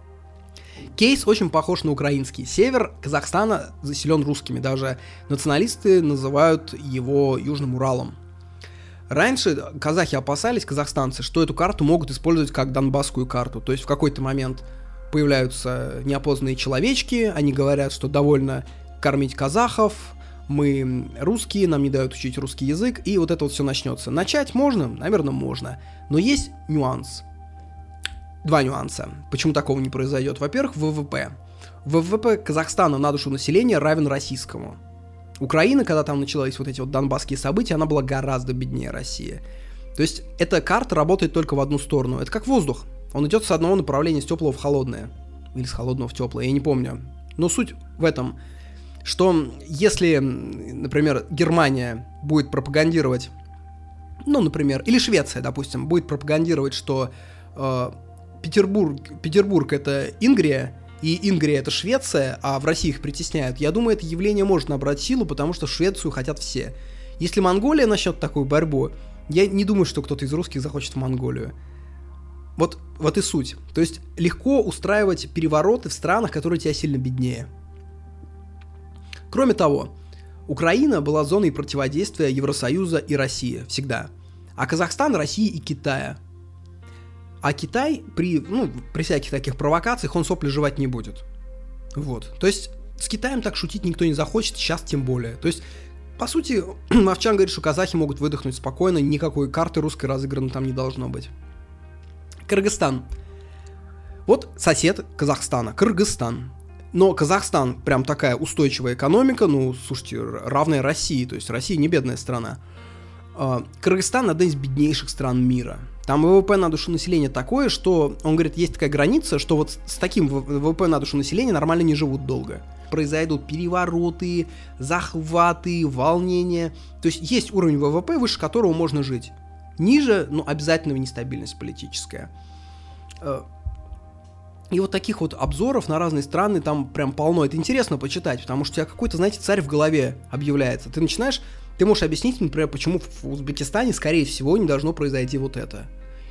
Кейс очень похож на украинский. Север Казахстана заселен русскими. Даже националисты называют его Южным Уралом. Раньше казахи опасались, казахстанцы, что эту карту могут использовать как донбасскую карту. То есть в какой-то момент появляются неопознанные человечки, они говорят, что довольно кормить казахов, мы русские, нам не дают учить русский язык, и вот это вот все начнется. Начать можно? Наверное, можно. Но есть нюанс. Два нюанса. Почему такого не произойдет? Во-первых, ВВП. ВВП Казахстана на душу населения равен российскому. Украина, когда там начались вот эти вот донбасские события, она была гораздо беднее России. То есть эта карта работает только в одну сторону. Это как воздух. Он идет с одного направления, с теплого в холодное. Или с холодного в теплое, я не помню. Но суть в этом, что если, например, Германия будет пропагандировать, ну, например, или Швеция, допустим, будет пропагандировать, что э, Петербург, Петербург это Ингрия, и Ингрия это Швеция, а в России их притесняют, я думаю, это явление может набрать силу, потому что в Швецию хотят все. Если Монголия начнет такую борьбу, я не думаю, что кто-то из русских захочет в Монголию. Вот, вот и суть. То есть легко устраивать перевороты в странах, которые тебя сильно беднее. Кроме того, Украина была зоной противодействия Евросоюза и России всегда. А Казахстан, России и Китая. А Китай при, ну, при всяких таких провокациях он сопли жевать не будет. Вот. То есть с Китаем так шутить никто не захочет, сейчас тем более. То есть, по сути, Мовчан говорит, что казахи могут выдохнуть спокойно, никакой карты русской разыграны там не должно быть. Кыргызстан. Вот сосед Казахстана, Кыргызстан. Но Казахстан прям такая устойчивая экономика, ну, слушайте, равная России, то есть Россия не бедная страна. Кыргызстан одна из беднейших стран мира. Там ВВП на душу населения такое, что, он говорит, есть такая граница, что вот с таким ВВП на душу населения нормально не живут долго. Произойдут перевороты, захваты, волнения. То есть есть уровень ВВП, выше которого можно жить. Ниже, ну, обязательно нестабильность политическая. И вот таких вот обзоров на разные страны там прям полно. Это интересно почитать, потому что у тебя какой-то, знаете, царь в голове объявляется. Ты начинаешь, ты можешь объяснить, например, почему в Узбекистане, скорее всего, не должно произойти вот это.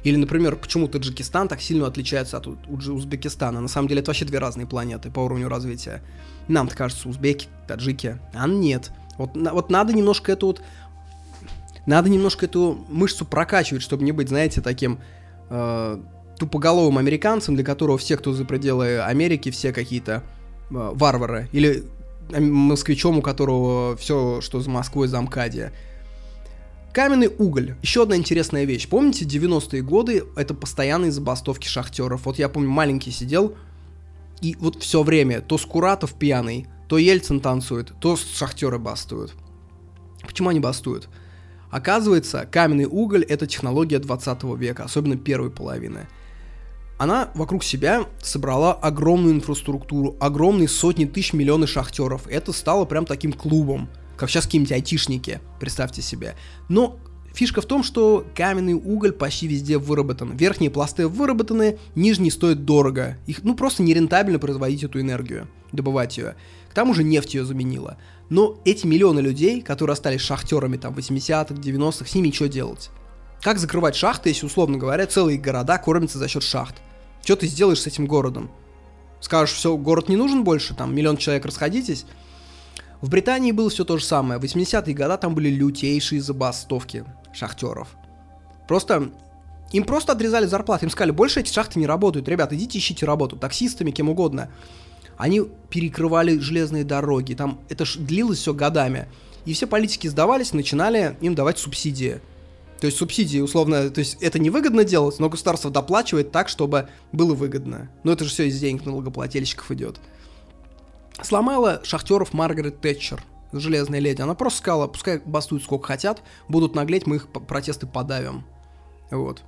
Или, например, почему Таджикистан так сильно отличается от Узбекистана. На самом деле это вообще две разные планеты по уровню развития. Нам-то кажется, узбеки, таджики, а нет. Вот, вот надо немножко эту вот... Надо немножко эту мышцу прокачивать, чтобы не быть, знаете, таким э, тупоголовым американцем, для которого все, кто за пределы Америки, все какие-то э, варвары. Или москвичом, у которого все, что за Москвой, за Амкадия. Каменный уголь. Еще одна интересная вещь. Помните, девяностые годы это постоянные забастовки шахтеров. Вот я помню, маленький сидел, и вот все время то Скуратов пьяный, то Ельцин танцует, то шахтеры бастуют. Почему они бастуют? Оказывается, каменный уголь — это технология двадцатого века, особенно первой половины. Она вокруг себя собрала огромную инфраструктуру, огромные сотни тысяч, миллионы шахтеров. Это стало прям таким клубом, как сейчас какие-нибудь айтишники, представьте себе. Но фишка в том, что каменный уголь почти везде выработан. Верхние пласты выработаны, нижние стоят дорого. Их, ну, просто нерентабельно производить эту энергию, добывать ее. К тому же нефть ее заменила. Но эти миллионы людей, которые остались шахтерами там в восьмидесятых, девяностых, с ними что делать? Как закрывать шахты, если, условно говоря, целые города кормятся за счет шахт? Что ты сделаешь с этим городом? Скажешь, все, город не нужен больше, там миллион человек, расходитесь? В Британии было все то же самое. В восьмидесятые годы там были лютейшие забастовки шахтеров. Просто им просто отрезали зарплаты. Им сказали, больше эти шахты не работают. Ребят, идите ищите работу. Таксистами, кем угодно. Они перекрывали железные дороги. Там это ж длилось все годами. И все политики сдавались, начинали им давать субсидии. То есть субсидии, условно, то есть это невыгодно делать, но государство доплачивает так, чтобы было выгодно. Но это же все из денег налогоплательщиков идет. Сломала шахтеров Маргарет Тэтчер, железная леди. Она просто сказала, пускай бастуют сколько хотят, будут наглеть, мы их протесты подавим. Вот.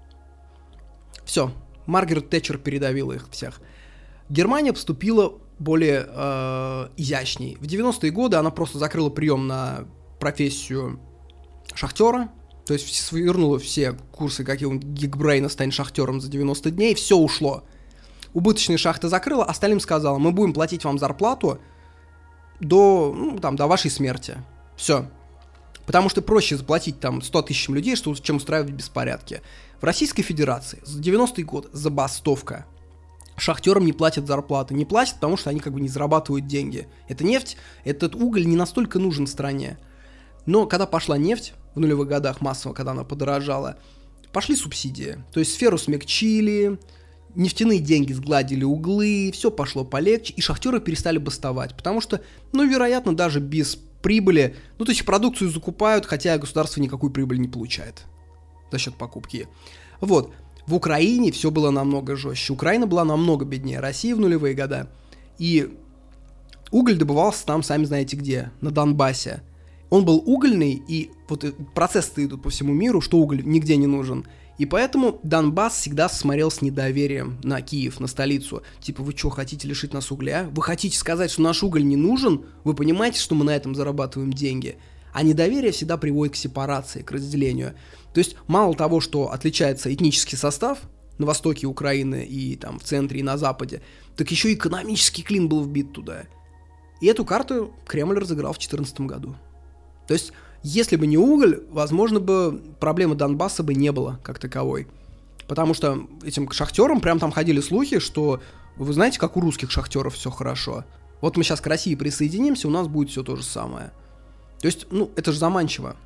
Все. Маргарет Тэтчер передавила их всех. Германия поступила более э, изящней. В девяностые годы она просто закрыла прием на профессию шахтера. То есть свернула все курсы какие-нибудь Гигбрейна, стань шахтером за девяносто дней, все ушло. Убыточные шахты закрыла, остальным сказала, мы будем платить вам зарплату до, ну, там, до вашей смерти. Все. Потому что проще заплатить там сто тысяч людей, чем устраивать беспорядки. В Российской Федерации за девяностый год забастовка. Шахтерам не платят зарплаты. Не платят, потому что они как бы не зарабатывают деньги. Эта нефть, этот уголь не настолько нужен стране. Но когда пошла нефть, в нулевых годах массово, когда она подорожала, пошли субсидии. То есть сферу смягчили, нефтяные деньги сгладили углы, все пошло полегче, и шахтеры перестали бастовать. Потому что, ну, вероятно, даже без прибыли, ну, то есть продукцию закупают, хотя государство никакую прибыль не получает за счет покупки. Вот. В Украине все было намного жестче. Украина была намного беднее России в нулевые года. И уголь добывался там, сами знаете где, на Донбассе. Он был угольный, и вот процессы идут по всему миру, что уголь нигде не нужен. И поэтому Донбасс всегда смотрел с недоверием на Киев, на столицу. Типа, вы что, хотите лишить нас угля? Вы хотите сказать, что наш уголь не нужен? Вы понимаете, что мы на этом зарабатываем деньги? А недоверие всегда приводит к сепарации, к разделению. То есть, мало того, что отличается этнический состав на востоке Украины и там в центре и на западе, так еще и экономический клин был вбит туда. И эту карту Кремль разыграл в две тысячи четырнадцатом году. То есть, если бы не уголь, возможно бы проблемы Донбасса бы не было как таковой. Потому что этим шахтерам прям там ходили слухи, что вы знаете, как у русских шахтеров все хорошо. Вот мы сейчас к России присоединимся, у нас будет все то же самое. То есть, ну, это же заманчиво.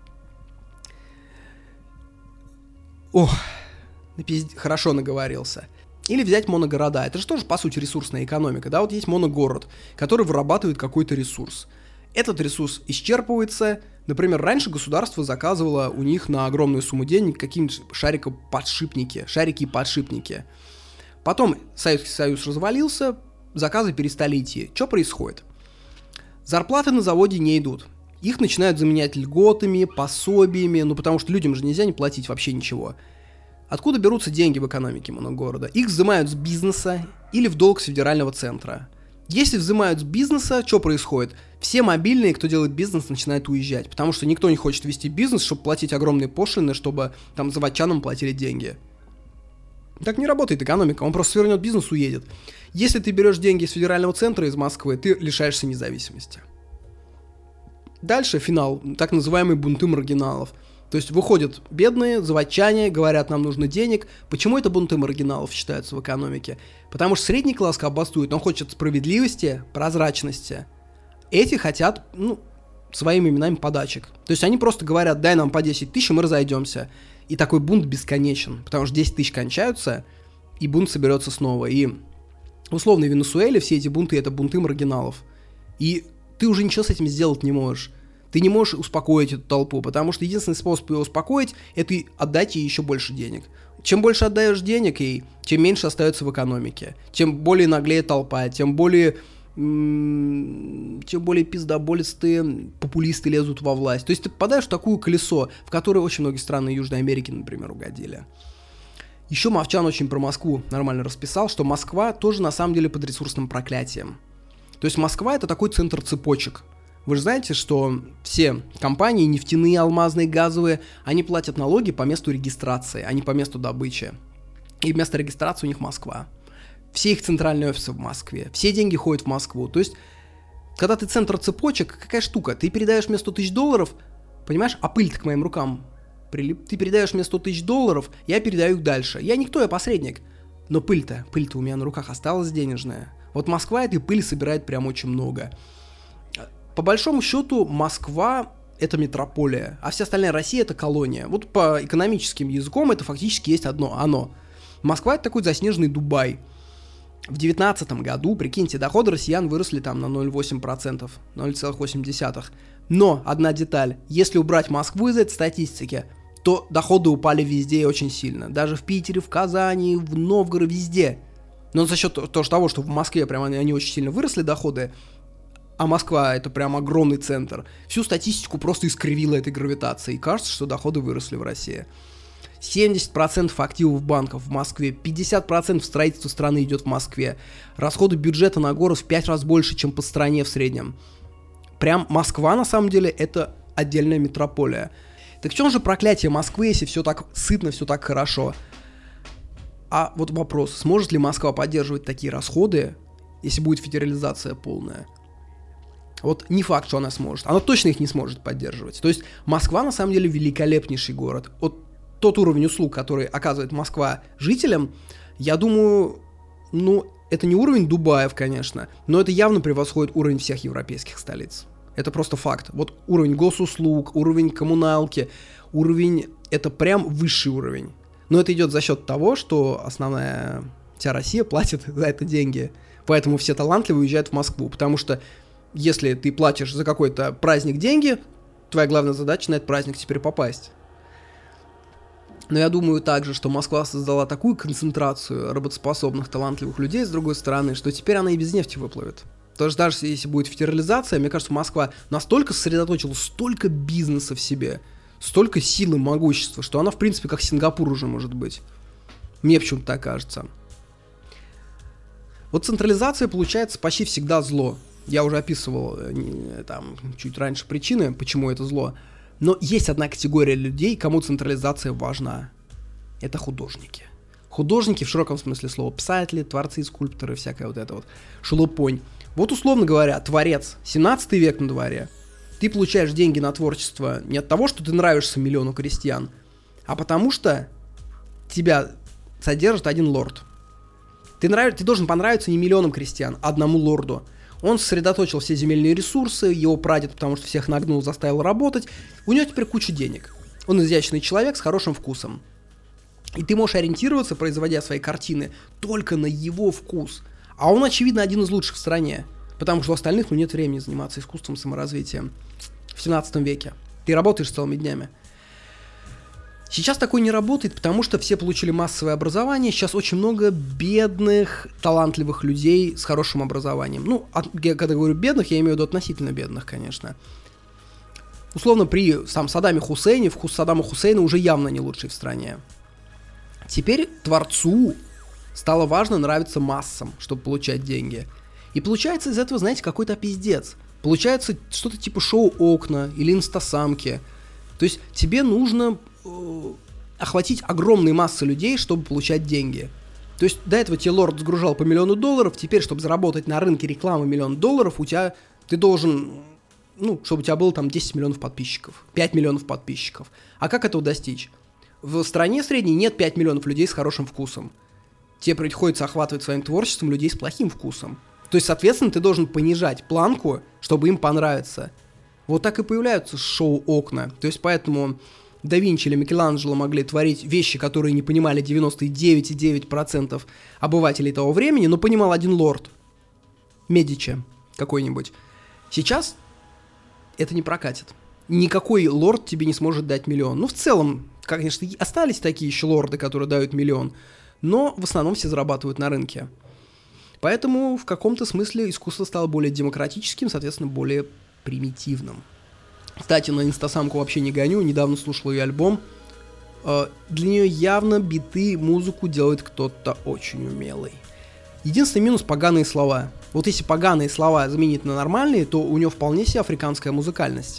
Ох, напизд... хорошо наговорился. Или взять моногорода. Это же тоже, по сути, ресурсная экономика. Да, вот есть моногород, который вырабатывает какой-то ресурс. Этот ресурс исчерпывается. Например, раньше государство заказывало у них на огромную сумму денег какие-нибудь шарикоподшипники, шарики и подшипники. Потом Советский Союз развалился, заказы перестали идти. Что происходит? Зарплаты на заводе не идут. Их начинают заменять льготами, пособиями, ну потому что людям же нельзя не платить вообще ничего. Откуда берутся деньги в экономике моногорода? Их взимают с бизнеса или в долг с федерального центра. Если взимают с бизнеса, что происходит? Все мобильные, кто делает бизнес, начинают уезжать, потому что никто не хочет вести бизнес, чтобы платить огромные пошлины, чтобы там заводчанам платили деньги. Так не работает экономика, он просто свернет бизнес, уедет. Если ты берешь деньги с федерального центра из Москвы, ты лишаешься независимости. Дальше финал, так называемые бунты маргиналов. То То есть выходят бедные, заводчане, говорят, нам нужно денег. Почему это бунты маргиналов считаются в экономике? Потому что средний класс как бастует, он хочет справедливости, прозрачности. Эти хотят, ну, своими именами подачек. То есть они просто говорят, дай нам по десять тысяч, и мы разойдемся. И такой бунт бесконечен, потому что десять тысяч кончаются, и бунт соберется снова. И в условной Венесуэле все эти бунты — это бунты маргиналов. И ты уже ничего с этим сделать не можешь. Ты не можешь успокоить эту толпу, потому что единственный способ ее успокоить — это отдать ей еще больше денег. Чем больше отдаешь денег ей, тем меньше остается в экономике. Тем более наглее толпа, тем более, м- тем более пиздоболистые популисты лезут во власть. То есть ты попадаешь в такое колесо, в которое очень многие страны Южной Америки, например, угодили. Еще Мовчан очень про Москву нормально расписал, что Москва тоже на самом деле под ресурсным проклятием. То есть Москва — это такой центр цепочек. Вы же знаете, что все компании, нефтяные, алмазные, газовые, они платят налоги по месту регистрации, а не по месту добычи. И место регистрации у них Москва. Все их центральные офисы в Москве. Все деньги ходят в Москву. То есть, когда ты центр цепочек, какая штука? Ты передаешь мне сто тысяч долларов, понимаешь, а пыль-то к моим рукам прилип. Ты передаешь мне сто тысяч долларов, я передаю их дальше. Я никто, я посредник. Но пыль-то, пыль-то у меня на руках осталась денежная. Вот Москва этой пыли собирает прям очень много. По большому счету, Москва — это метрополия, а вся остальная Россия — это колония. Вот по экономическим языком это фактически есть одно оно. Москва — это такой заснеженный Дубай. В девятнадцатом году, прикиньте, доходы россиян выросли там на ноль целых восемь десятых процента, ноль целых восемь десятых процента. Но одна деталь, если убрать Москву из этой статистики, то доходы упали везде и очень сильно. Даже в Питере, в Казани, в Новгороде, везде. Но за счет того, что в Москве прям они, они очень сильно выросли доходы, а Москва — это прям огромный центр, всю статистику просто искривила этой гравитацией, и кажется, что доходы выросли в России. семьдесят процентов активов банков в Москве, пятьдесят процентов строительства страны идет в Москве, расходы бюджета на город в пять раз больше, чем по стране в среднем. Прям Москва, на самом деле, это отдельная метрополия. Так в чем же проклятие Москвы, если все так сытно, все так хорошо? А вот вопрос, сможет ли Москва поддерживать такие расходы, если будет федерализация полная? Вот не факт, что она сможет. Она точно их не сможет поддерживать. То есть Москва на самом деле великолепнейший город. Вот тот уровень услуг, который оказывает Москва жителям, я думаю, ну, это не уровень Дубаев, конечно, но это явно превосходит уровень всех европейских столиц. Это просто факт. Вот уровень госуслуг, уровень коммуналки, уровень... Это прям высший уровень. Но это идет за счет того, что основная вся Россия платит за это деньги. Поэтому все талантливые уезжают в Москву, потому что если ты платишь за какой-то праздник деньги, твоя главная задача на этот праздник теперь попасть. Но я думаю также, что Москва создала такую концентрацию работоспособных, талантливых людей с другой стороны, что теперь она и без нефти выплывет. Потому что даже если будет федерализация, мне кажется, Москва настолько сосредоточила столько бизнеса в себе, столько силы, могущества, что она, в принципе, как Сингапур уже может быть. Мне почему-то так кажется. Вот централизация получается почти всегда зло. Я уже описывал там чуть раньше причины, почему это зло. Но есть одна категория людей, кому централизация важна. Это художники. Художники в широком смысле слова. Писатели, творцы, скульпторы, всякая вот эта вот шелупонь. Вот условно говоря, творец, семнадцатый век на дворе. Ты получаешь деньги на творчество не от того, что ты нравишься миллиону крестьян, а потому что тебя содержит один лорд. Ты, нрав... ты должен понравиться не миллионам крестьян, а одному лорду. Он сосредоточил все земельные ресурсы, его прадед, потому что всех нагнул, заставил работать. У него теперь куча денег. Он изящный человек с хорошим вкусом. И ты можешь ориентироваться, производя свои картины, только на его вкус. А он, очевидно, один из лучших в стране. Потому что у остальных ну, нет времени заниматься искусством, саморазвитием. В семнадцатом веке. Ты работаешь целыми днями. Сейчас такое не работает, потому что все получили массовое образование. Сейчас очень много бедных, талантливых людей с хорошим образованием. Ну, от, я, когда говорю бедных, я имею в виду относительно бедных, конечно. Условно, при сам Саддаме Хусейне, вкус Саддама Хусейна уже явно не лучший в стране. Теперь творцу стало важно нравиться массам, чтобы получать деньги. И получается из этого, знаете, какой-то пиздец. Получается что-то типа шоу «Окна» или «Инстасамки». То есть тебе нужно э, охватить огромные массы людей, чтобы получать деньги. То есть до этого тебе лорд сгружал по миллиону долларов, теперь, чтобы заработать на рынке рекламы миллион долларов, у тебя ты должен ну, чтобы у тебя было там десять миллионов подписчиков, пять миллионов подписчиков. А как этого достичь? В стране средней нет пяти миллионов людей с хорошим вкусом. Тебе приходится охватывать своим творчеством людей с плохим вкусом. То есть, соответственно, ты должен понижать планку, чтобы им понравиться. Вот так и появляются шоу «Окна». То есть, поэтому да Винчи или Микеланджело могли творить вещи, которые не понимали девяносто девять целых девять десятых процента обывателей того времени, но понимал один лорд. Медичи какой-нибудь. Сейчас это не прокатит. Никакой лорд тебе не сможет дать миллион. Ну, в целом, конечно, остались такие еще лорды, которые дают миллион, но в основном все зарабатывают на рынке. Поэтому в каком-то смысле искусство стало более демократическим, соответственно, более примитивным. Кстати, на инстасамку вообще не гоню, недавно слушал ее альбом. Э, для нее явно биты, музыку делает кто-то очень умелый. Единственный минус — поганые слова. Вот если поганые слова заменить на нормальные, то у нее вполне себе африканская музыкальность.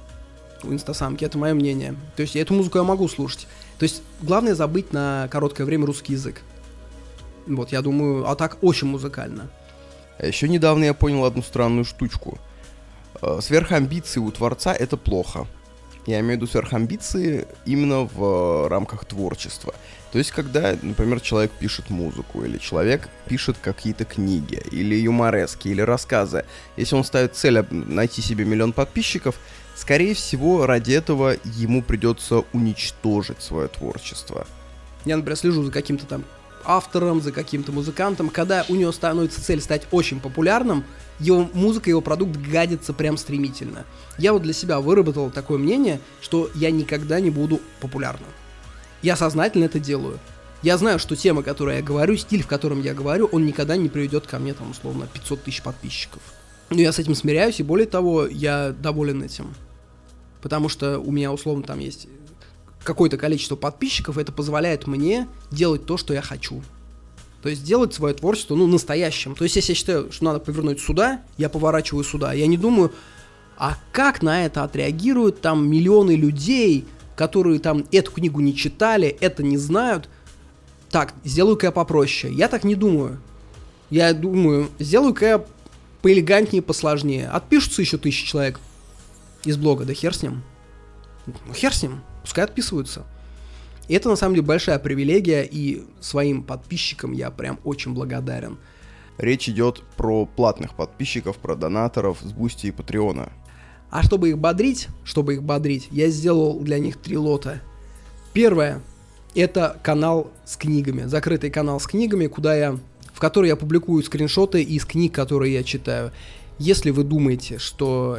У инстасамки, это мое мнение. То есть эту музыку я могу слушать. То есть главное забыть на короткое время русский язык. Вот, я думаю, а так очень музыкально. А еще недавно я понял одну странную штучку. Сверхамбиции у творца — это плохо. Я имею в виду сверхамбиции именно в рамках творчества. То есть, когда, например, человек пишет музыку, или человек пишет какие-то книги, или юморески, или рассказы. Если он ставит цель найти себе миллион подписчиков, скорее всего, ради этого ему придется уничтожить свое творчество. Я, например, слежу за каким-то там автором, за каким-то музыкантом. Когда у него становится цель стать очень популярным, его музыка, его продукт гадится прям стремительно. Я вот для себя выработал такое мнение, что я никогда не буду популярным. Я сознательно это делаю. Я знаю, что тема, которую я говорю, стиль, в котором я говорю, он никогда не приведет ко мне, там, условно, пятьсот тысяч подписчиков. Но я с этим смиряюсь, и более того, я доволен этим. Потому что у меня, условно, там есть какое-то количество подписчиков, это позволяет мне делать то, что я хочу. То есть делать свое творчество, ну, настоящим. То есть если я считаю, что надо повернуть сюда, я поворачиваю сюда. Я не думаю, а как на это отреагируют там миллионы людей, которые там эту книгу не читали, это не знают. Так, сделаю-ка я попроще. Я так не думаю. Я думаю, сделаю-ка я поэлегантнее, посложнее. Отпишутся еще тысячи человек из блога, да хер с ним. Ну, хер с ним, пускай отписываются. И это на самом деле большая привилегия, и своим подписчикам я прям очень благодарен. Речь идет про платных подписчиков, про донаторов с Бусти и Патреона. А чтобы их бодрить, чтобы их бодрить, я сделал для них три лота. Первое — это канал с книгами, закрытый канал с книгами, куда я, в который я публикую скриншоты из книг, которые я читаю. Если вы думаете, что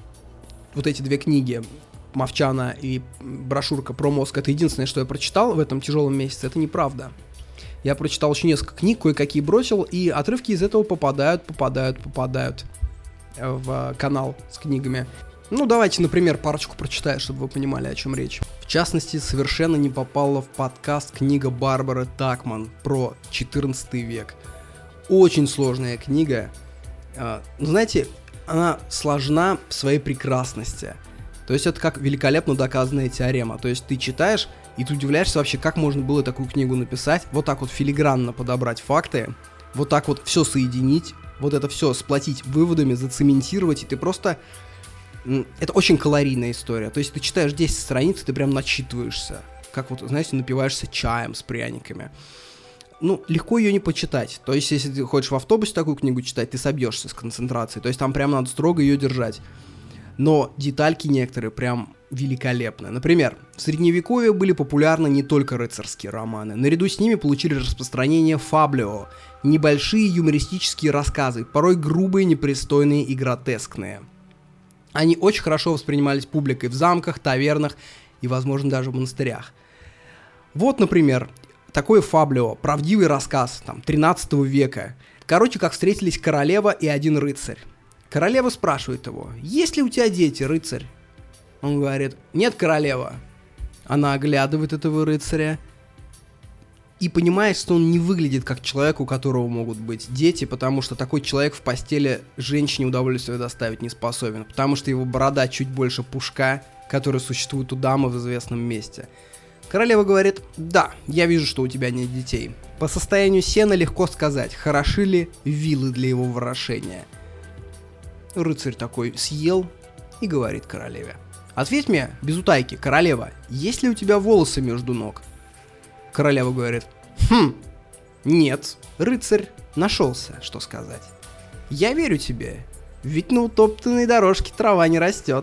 вот эти две книги, Мовчана и брошюрка про мозг, это единственное, что я прочитал в этом тяжелом месяце, это неправда. Я прочитал еще несколько книг, кое-какие бросил, и отрывки из этого попадают, попадают, попадают в канал с книгами. Ну, давайте, например, парочку прочитаю, чтобы вы понимали, о чем речь. В частности, совершенно не попала в подкаст книга Барбары Такман про четырнадцатый век. Очень сложная книга. Но, знаете, она сложна в своей прекрасности. То есть это как великолепно доказанная теорема. То есть ты читаешь, и ты удивляешься вообще, как можно было такую книгу написать, вот так вот филигранно подобрать факты, вот так вот все соединить, вот это все сплотить выводами, зацементировать, и ты просто... Это очень калорийная история. То есть ты читаешь десять страниц, и ты прям начитываешься. Как вот, знаете, напиваешься чаем с пряниками. Ну, легко ее не почитать. То есть если ты хочешь в автобусе такую книгу читать, ты собьешься с концентрацией. То есть там прям надо строго ее держать. Но детальки некоторые прям великолепны. Например, в Средневековье были популярны не только рыцарские романы. Наряду с ними получили распространение фаблио, небольшие юмористические рассказы, порой грубые, непристойные и гротескные. Они очень хорошо воспринимались публикой в замках, тавернах и, возможно, даже в монастырях. Вот, например, такое фаблио, правдивый рассказ, там, тринадцатого века. Короче, как встретились королева и один рыцарь. Королева спрашивает его: «Есть ли у тебя дети, рыцарь?» Он говорит: «Нет, королева». Она оглядывает этого рыцаря и понимает, что он не выглядит как человек, у которого могут быть дети, потому что такой человек в постели женщине удовольствие доставить не способен, потому что его борода чуть больше пушка, который существует у дамы в известном месте. Королева говорит: «Да, я вижу, что у тебя нет детей. По состоянию сена легко сказать, хороши ли вилы для его ворошения». Рыцарь такой съел, и говорит королеве: «Ответь мне, без утайки, королева, есть ли у тебя волосы между ног?» Королева говорит: «Хм, нет, рыцарь, нашелся, что сказать. Я верю тебе, ведь на утоптанной дорожке трава не растет».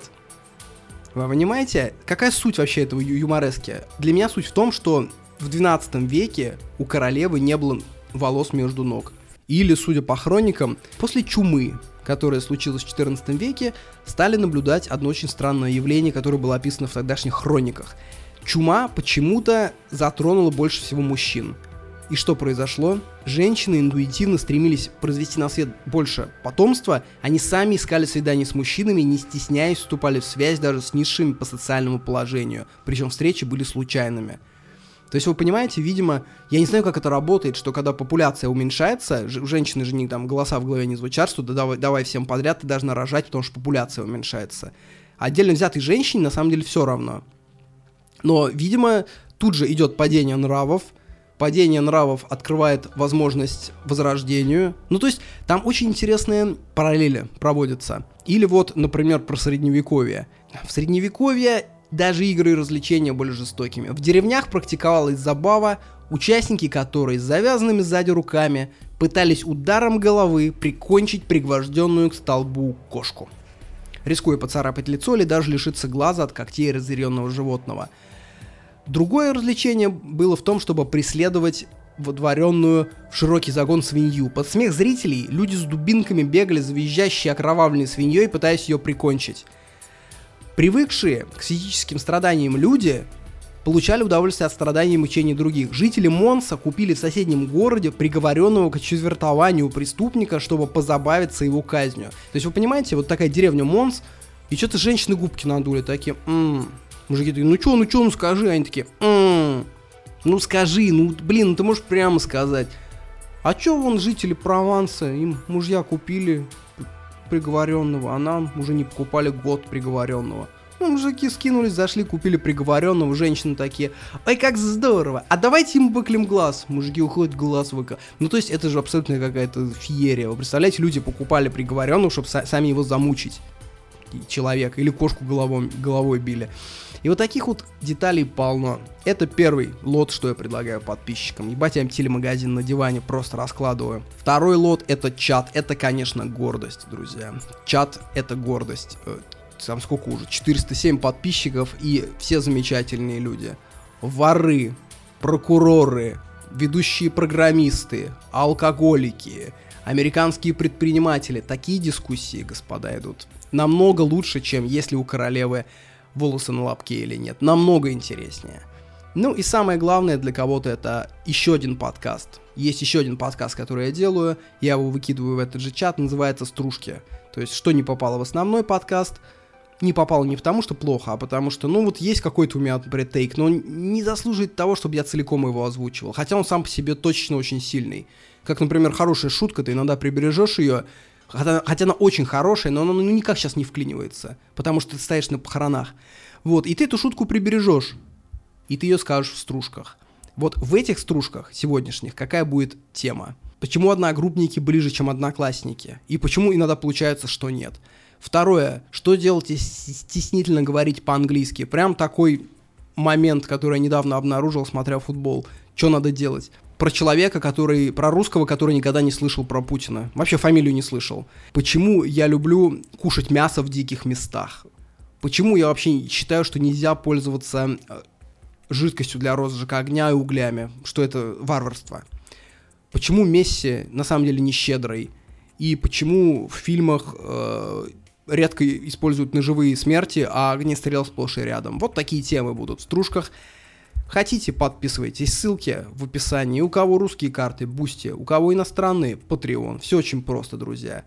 Вы понимаете, какая суть вообще этого ю- юморески? Для меня суть в том, что в двенадцатом веке у королевы не было волос между ног. Или, судя по хроникам, после чумы, которая случилась в четырнадцатом веке, стали наблюдать одно очень странное явление, которое было описано в тогдашних хрониках. Чума почему-то затронула больше всего мужчин. И что произошло? Женщины интуитивно стремились произвести на свет больше потомства, они сами искали свиданий с мужчинами, не стесняясь, вступали в связь даже с низшими по социальному положению, причем встречи были случайными. То есть вы понимаете, видимо, я не знаю, как это работает, что когда популяция уменьшается, ж- у женщины же не, там голоса в голове не звучат, что да давай, давай всем подряд, ты должна рожать, потому что популяция уменьшается. А отдельно взятой женщине на самом деле все равно. Но, видимо, тут же идет падение нравов, падение нравов открывает возможность возрождению. Ну, то есть, там очень интересные параллели проводятся. Или вот, например, про средневековье. В средневековье даже игры и развлечения были жестокими. В деревнях практиковалась забава, участники которой с завязанными сзади руками пытались ударом головы прикончить пригвожденную к столбу кошку, рискуя поцарапать лицо или даже лишиться глаза от когтей разъяренного животного. Другое развлечение было в том, чтобы преследовать водворенную в широкий загон свинью. Под смех зрителей люди с дубинками бегали за визжащей окровавленной свиньей, пытаясь ее прикончить. Привыкшие к физическим страданиям люди получали удовольствие от страданий и мучений других. Жители Монса купили в соседнем городе приговоренного к четвертованию преступника, чтобы позабавиться его казнью. То есть вы понимаете, вот такая деревня Монс, и что-то женщины губки надули, такие: «М-м». Мужики такие: «Ну чё, ну чё, ну скажи». Они такие: «М-м, ну скажи, ну блин, ну ты можешь прямо сказать». А чё вон жители Прованса, им мужья купили приговоренного, а нам уже не покупали год приговоренного. Ну, мужики скинулись, зашли, купили приговоренного, женщины такие: «Ой, как здорово, а давайте ему выклем глаз». Мужики уходят, глаз выка. Ну, то есть, это же абсолютно какая-то феерия. Вы представляете, люди покупали приговоренного, чтобы са- сами его замучить. Человека, или кошку головой, головой били. И вот таких вот деталей полно. Это первый лот, что я предлагаю подписчикам. Ебать, я им телемагазин на диване просто раскладываю. Второй лот — это чат. Это, конечно, гордость, друзья. Чат — это гордость. Там сколько уже? четыреста семь подписчиков, и все замечательные люди. Воры, прокуроры, ведущие программисты, алкоголики, американские предприниматели. Такие дискуссии, господа, идут намного лучше, чем если у королевы волосы на лобке или нет. Намного интереснее. Ну и самое главное для кого-то — это еще один подкаст. Есть еще один подкаст, который я делаю. Я его выкидываю в этот же чат. Называется «Стружки». То есть, что не попало в основной подкаст, не попало не потому, что плохо, а потому что, ну вот есть какой-то у меня, например, тейк, но он не заслуживает того, чтобы я целиком его озвучивал. Хотя он сам по себе точно очень сильный. Как, например, хорошая шутка, ты иногда прибережешь ее, хотя, хотя она очень хорошая, но она ну, никак сейчас не вклинивается, потому что ты стоишь на похоронах. Вот, и ты эту шутку прибережешь, и ты ее скажешь в стружках. Вот в этих стружках сегодняшних какая будет тема? Почему одногруппники ближе, чем одноклассники? И почему иногда получается, что нет? Второе, что делать, если стеснительно говорить по-английски? Прям такой момент, который я недавно обнаружил, смотря футбол. Что надо делать? Про человека, который, про русского, который никогда не слышал про Путина. Вообще фамилию не слышал. Почему я люблю кушать мясо в диких местах? Почему я вообще считаю, что нельзя пользоваться жидкостью для розжига огня и углями? Что это варварство? Почему Месси на самом деле не щедрый? И почему в фильмах э, редко используют ножевые смерти, а огнестрел сплошь и рядом? Вот такие темы будут в стружках. Хотите, подписывайтесь, ссылки в описании. У кого русские карты, Бусти, у кого иностранные, Patreon. Все очень просто, друзья.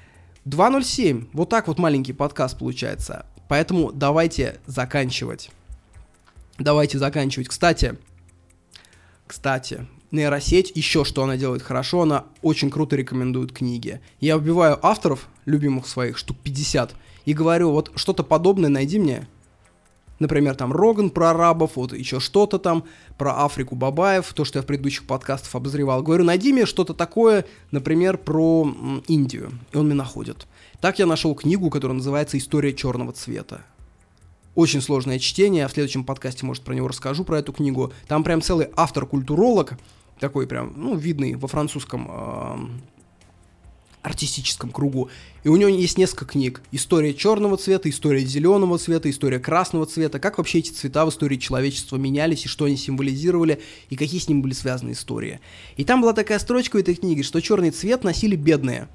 два ноль семь, вот так вот маленький подкаст получается. Поэтому давайте заканчивать. Давайте заканчивать. Кстати, кстати, нейросеть, еще что она делает хорошо, она очень круто рекомендует книги. Я вбиваю авторов, любимых своих, штук пятьдесят, и говорю: вот что-то подобное найди мне. Например, там Роган про арабов, вот еще что-то там, про Африку Бабаев, то, что я в предыдущих подкастах обозревал. Говорю, найди мне что-то такое, например, про м, Индию. И он мне находит. Так я нашел книгу, которая называется «История черного цвета». Очень сложное чтение, я в следующем подкасте, может, про него расскажу, про эту книгу. Там прям целый автор-культуролог, такой прям, ну, видный во французском э, артистическом кругу. И у него есть несколько книг. История черного цвета, история зеленого цвета, история красного цвета. Как вообще эти цвета в истории человечества менялись, и что они символизировали, и какие с ним были связаны истории. И там была такая строчка в этой книге, что черный цвет носили бедные.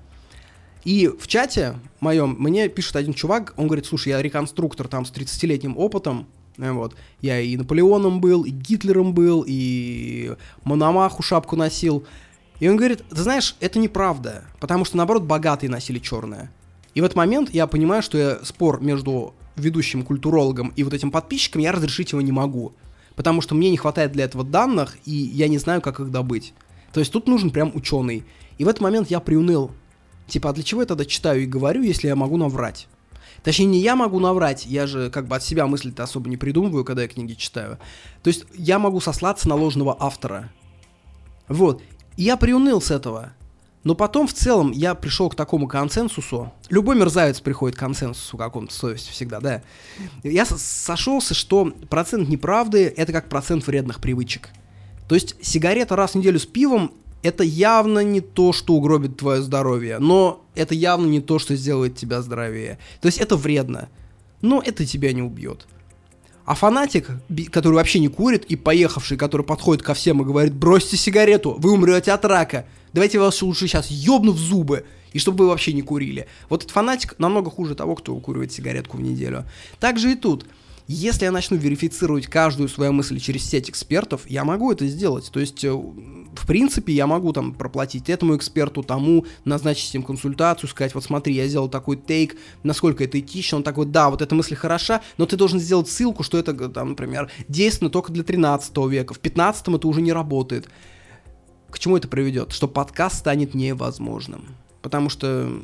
И в чате моем мне пишет один чувак, он говорит, слушай, я реконструктор там с тридцатилетним опытом, вот, я и Наполеоном был, и Гитлером был, и Мономаху шапку носил. И он говорит, ты знаешь, это неправда, потому что, наоборот, богатые носили черное. И в этот момент я понимаю, что я спор между ведущим культурологом и вот этим подписчиком, я разрешить его не могу, потому что мне не хватает для этого данных, и я не знаю, как их добыть. То есть тут нужен прям ученый. И в этот момент я приуныл. Типа, а для чего я тогда читаю и говорю, если я могу наврать? Точнее, не я могу наврать, я же как бы от себя мысли-то особо не придумываю, когда я книги читаю. То есть я могу сослаться на ложного автора. Вот. И я приуныл с этого. Но потом, в целом, я пришел к такому консенсусу. Любой мерзавец приходит к консенсусу какому-то, совести всегда, да. Я сошелся, что процент неправды — это как процент вредных привычек. То есть сигарета раз в неделю с пивом — это явно не то, что угробит твое здоровье, но это явно не то, что сделает тебя здоровее. То есть это вредно, но это тебя не убьет. А фанатик, который вообще не курит, и поехавший, который подходит ко всем и говорит, бросьте сигарету, вы умрете от рака, давайте я вас лучше сейчас ёбну в зубы, и чтобы вы вообще не курили. Вот этот фанатик намного хуже того, кто укуривает сигаретку в неделю. Так же и тут. Если я начну верифицировать каждую свою мысль через сеть экспертов, я могу это сделать. То есть, в принципе, я могу там проплатить этому эксперту, тому, назначить им консультацию, сказать, вот смотри, я сделал такой тейк, насколько это этично. Он такой, да, вот эта мысль хороша, но ты должен сделать ссылку, что это, там, например, действенно только для тринадцатого века. В пятнадцатом это уже не работает. К чему это приведет? Что подкаст станет невозможным. Потому что,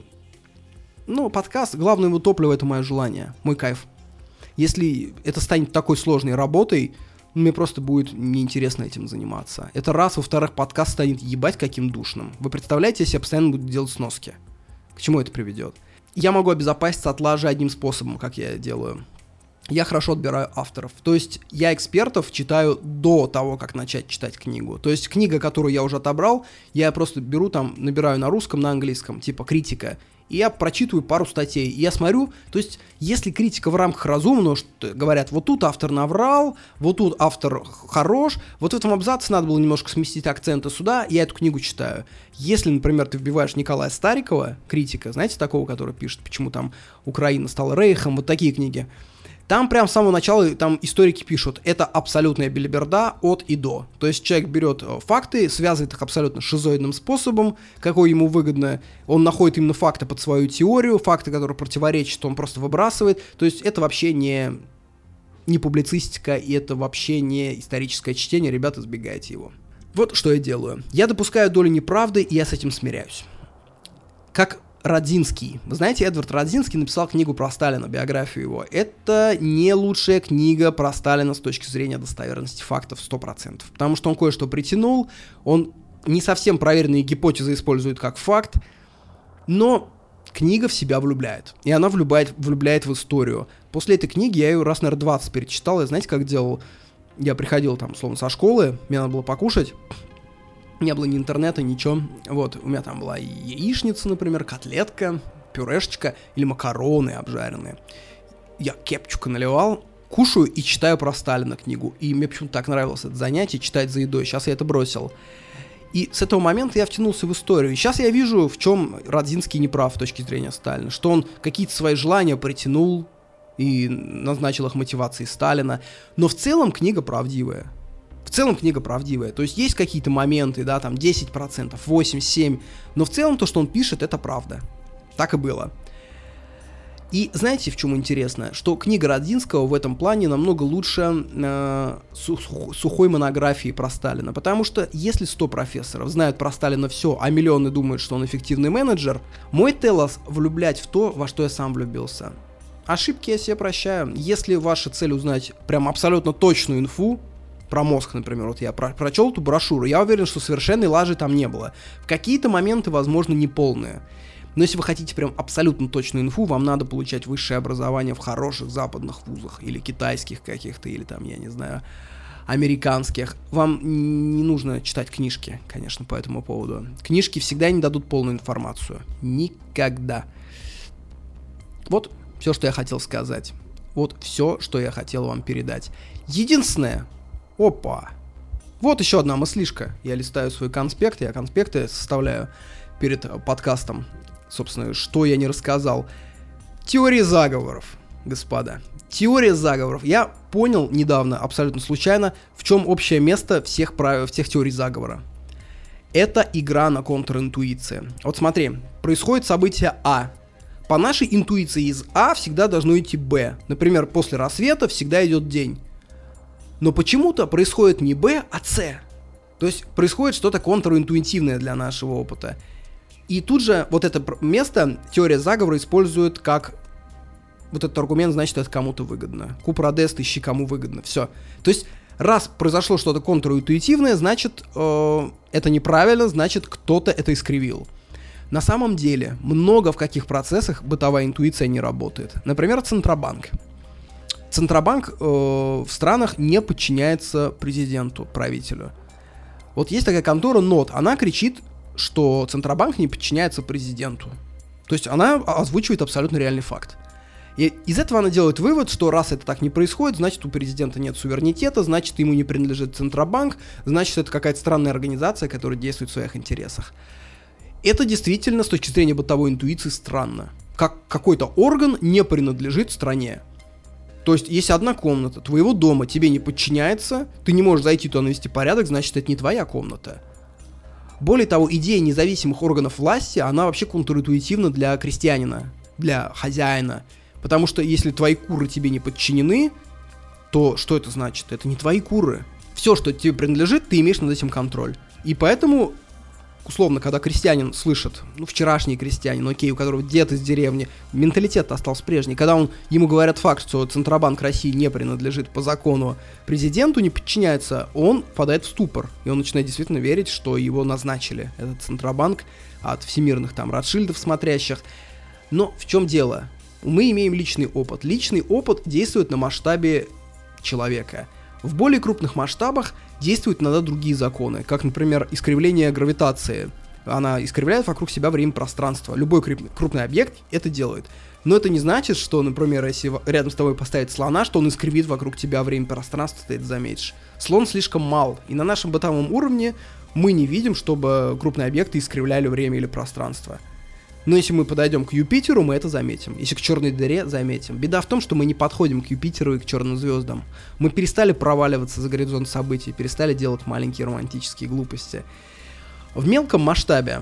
ну, подкаст, главное его топливо — это мое желание, мой кайф. Если это станет такой сложной работой, мне просто будет неинтересно этим заниматься. Это раз. Во-вторых, подкаст станет ебать каким душным. Вы представляете, если я постоянно буду делать сноски? К чему это приведет? Я могу обезопаситься от лажи одним способом, как я делаю. Я хорошо отбираю авторов. То есть я экспертов читаю до того, как начать читать книгу. То есть книга, которую я уже отобрал, я просто беру там, набираю на русском, на английском, типа критика, и я прочитываю пару статей, и я смотрю, то есть, если критика в рамках разумного, что говорят, вот тут автор наврал, вот тут автор хорош, вот в этом абзаце надо было немножко сместить акценты сюда, я эту книгу читаю. Если, например, ты вбиваешь Николая Старикова, критика, знаете такого, который пишет, почему там Украина стала рейхом, вот такие книги, там прям с самого начала там историки пишут, это абсолютная белиберда от и до. То есть человек берет факты, связывает их абсолютно шизоидным способом, какой ему выгодно, он находит именно факты под свою теорию, факты, которые противоречат, он просто выбрасывает. То есть это вообще не, не публицистика, и это вообще не историческое чтение, ребята, избегайте его. Вот что я делаю. Я допускаю долю неправды, и я с этим смиряюсь. Как Радзинский. Вы знаете, Эдвард Радзинский написал книгу про Сталина, биографию его. Это не лучшая книга про Сталина с точки зрения достоверности фактов сто процентов. Потому что он кое-что притянул, он не совсем проверенные гипотезы использует как факт, но книга в себя влюбляет. И она влюбляет, влюбляет в историю. После этой книги я ее раз, наверное, двадцать перечитал. И знаете, как делал? Я приходил там, словно, со школы, мне надо было покушать. Не было ни интернета, ничего. Вот, у меня там была яичница, например, котлетка, пюрешечка или макароны обжаренные. Я кепчука наливал, кушаю и читаю про Сталина книгу. И мне почему-то так нравилось это занятие, читать за едой. Сейчас я это бросил. И с этого момента я втянулся в историю. И сейчас я вижу, в чем Радзинский неправ с точки зрения Сталина. Что он какие-то свои желания притянул и назначил их мотивацией Сталина. Но в целом книга правдивая. В целом книга правдивая, то есть есть какие-то моменты, да, там десять процентов, восемь, семь, но в целом то, что он пишет, это правда. Так и было. И знаете, в чем интересно? Что книга Радзинского в этом плане намного лучше э, су- сухой монографии про Сталина, потому что если сто профессоров знают про Сталина все, а миллионы думают, что он эффективный менеджер, мой телос влюблять в то, во что я сам влюбился. ошибки я себе прощаю. Если ваша цель узнать прям абсолютно точную инфу, про мозг, например, вот я про- прочел эту брошюру, я уверен, что совершенной лажи там не было. В какие-то моменты, возможно, неполные. Но если вы хотите прям абсолютно точную инфу, вам надо получать высшее образование в хороших западных вузах, или китайских каких-то, или там, я не знаю, американских. Вам не нужно читать книжки, конечно, по этому поводу. Книжки всегда не дадут полную информацию. Никогда. Вот все, что я хотел сказать. Вот все, что я хотел вам передать. Единственное... Опа! Вот еще одна мыслишка. Я листаю свои конспекты, я конспекты составляю перед подкастом. Собственно, что я не рассказал. Теория заговоров, господа. Теория заговоров. Я понял недавно, абсолютно случайно, в чем общее место всех правил, всех теорий заговора. Это игра на контринтуиции. Вот смотри, происходит событие А. По нашей интуиции из А всегда должно идти Б. Например, после рассвета всегда идет день. Но почему-то происходит не Б, а С. То есть происходит что-то контринтуитивное для нашего опыта. И тут же вот это место теория заговора использует как... Вот этот аргумент, значит, это кому-то выгодно. Купродест, ищи кому выгодно. Все. То есть раз произошло что-то контринтуитивное, значит, э, это неправильно, значит, кто-то это искривил. На самом деле, много в каких процессах бытовая интуиция не работает. Например, Центробанк. Центробанк э, в странах не подчиняется президенту, правителю. Вот есть такая контора НОТ, она кричит, что Центробанк не подчиняется президенту. То есть она озвучивает абсолютно реальный факт. И из этого она делает вывод, что раз это так не происходит, значит у президента нет суверенитета, значит ему не принадлежит Центробанк, значит это какая-то странная организация, которая действует в своих интересах. Это действительно с точки зрения бытовой интуиции странно. Как какой-то орган не принадлежит стране. То есть, если одна комната твоего дома тебе не подчиняется, ты не можешь зайти туда навести порядок, значит, это не твоя комната. Более того, идея независимых органов власти, она вообще контринтуитивна для крестьянина, для хозяина. Потому что если твои куры тебе не подчинены, то что это значит? Это не твои куры. Все, что тебе принадлежит, ты имеешь над этим контроль. И поэтому... Условно, когда крестьянин слышит, ну, вчерашний крестьянин, окей, у которого дед из деревни, менталитет остался прежний, когда он, ему говорят факт, что Центробанк России не принадлежит по закону президенту, не подчиняется, он впадает в ступор, и он начинает действительно верить, что его назначили, этот Центробанк, от всемирных там Ротшильдов смотрящих. Но в чем дело? Мы имеем личный опыт. Личный опыт действует на масштабе человека. В более крупных масштабах действуют иногда другие законы, как, например, искривление гравитации. Она искривляет вокруг себя время и пространство. Любой крупный объект это делает. Но это не значит, что, например, если рядом с тобой поставить слона, что он искривит вокруг тебя время и пространство, ты это заметишь. Слон слишком мал, и на нашем бытовом уровне мы не видим, чтобы крупные объекты искривляли время или пространство. Но если мы подойдем к Юпитеру, мы это заметим. Если к черной дыре, заметим. Беда в том, что мы не подходим к Юпитеру и к черным звездам. Мы перестали проваливаться за горизонт событий, перестали делать маленькие романтические глупости. В мелком масштабе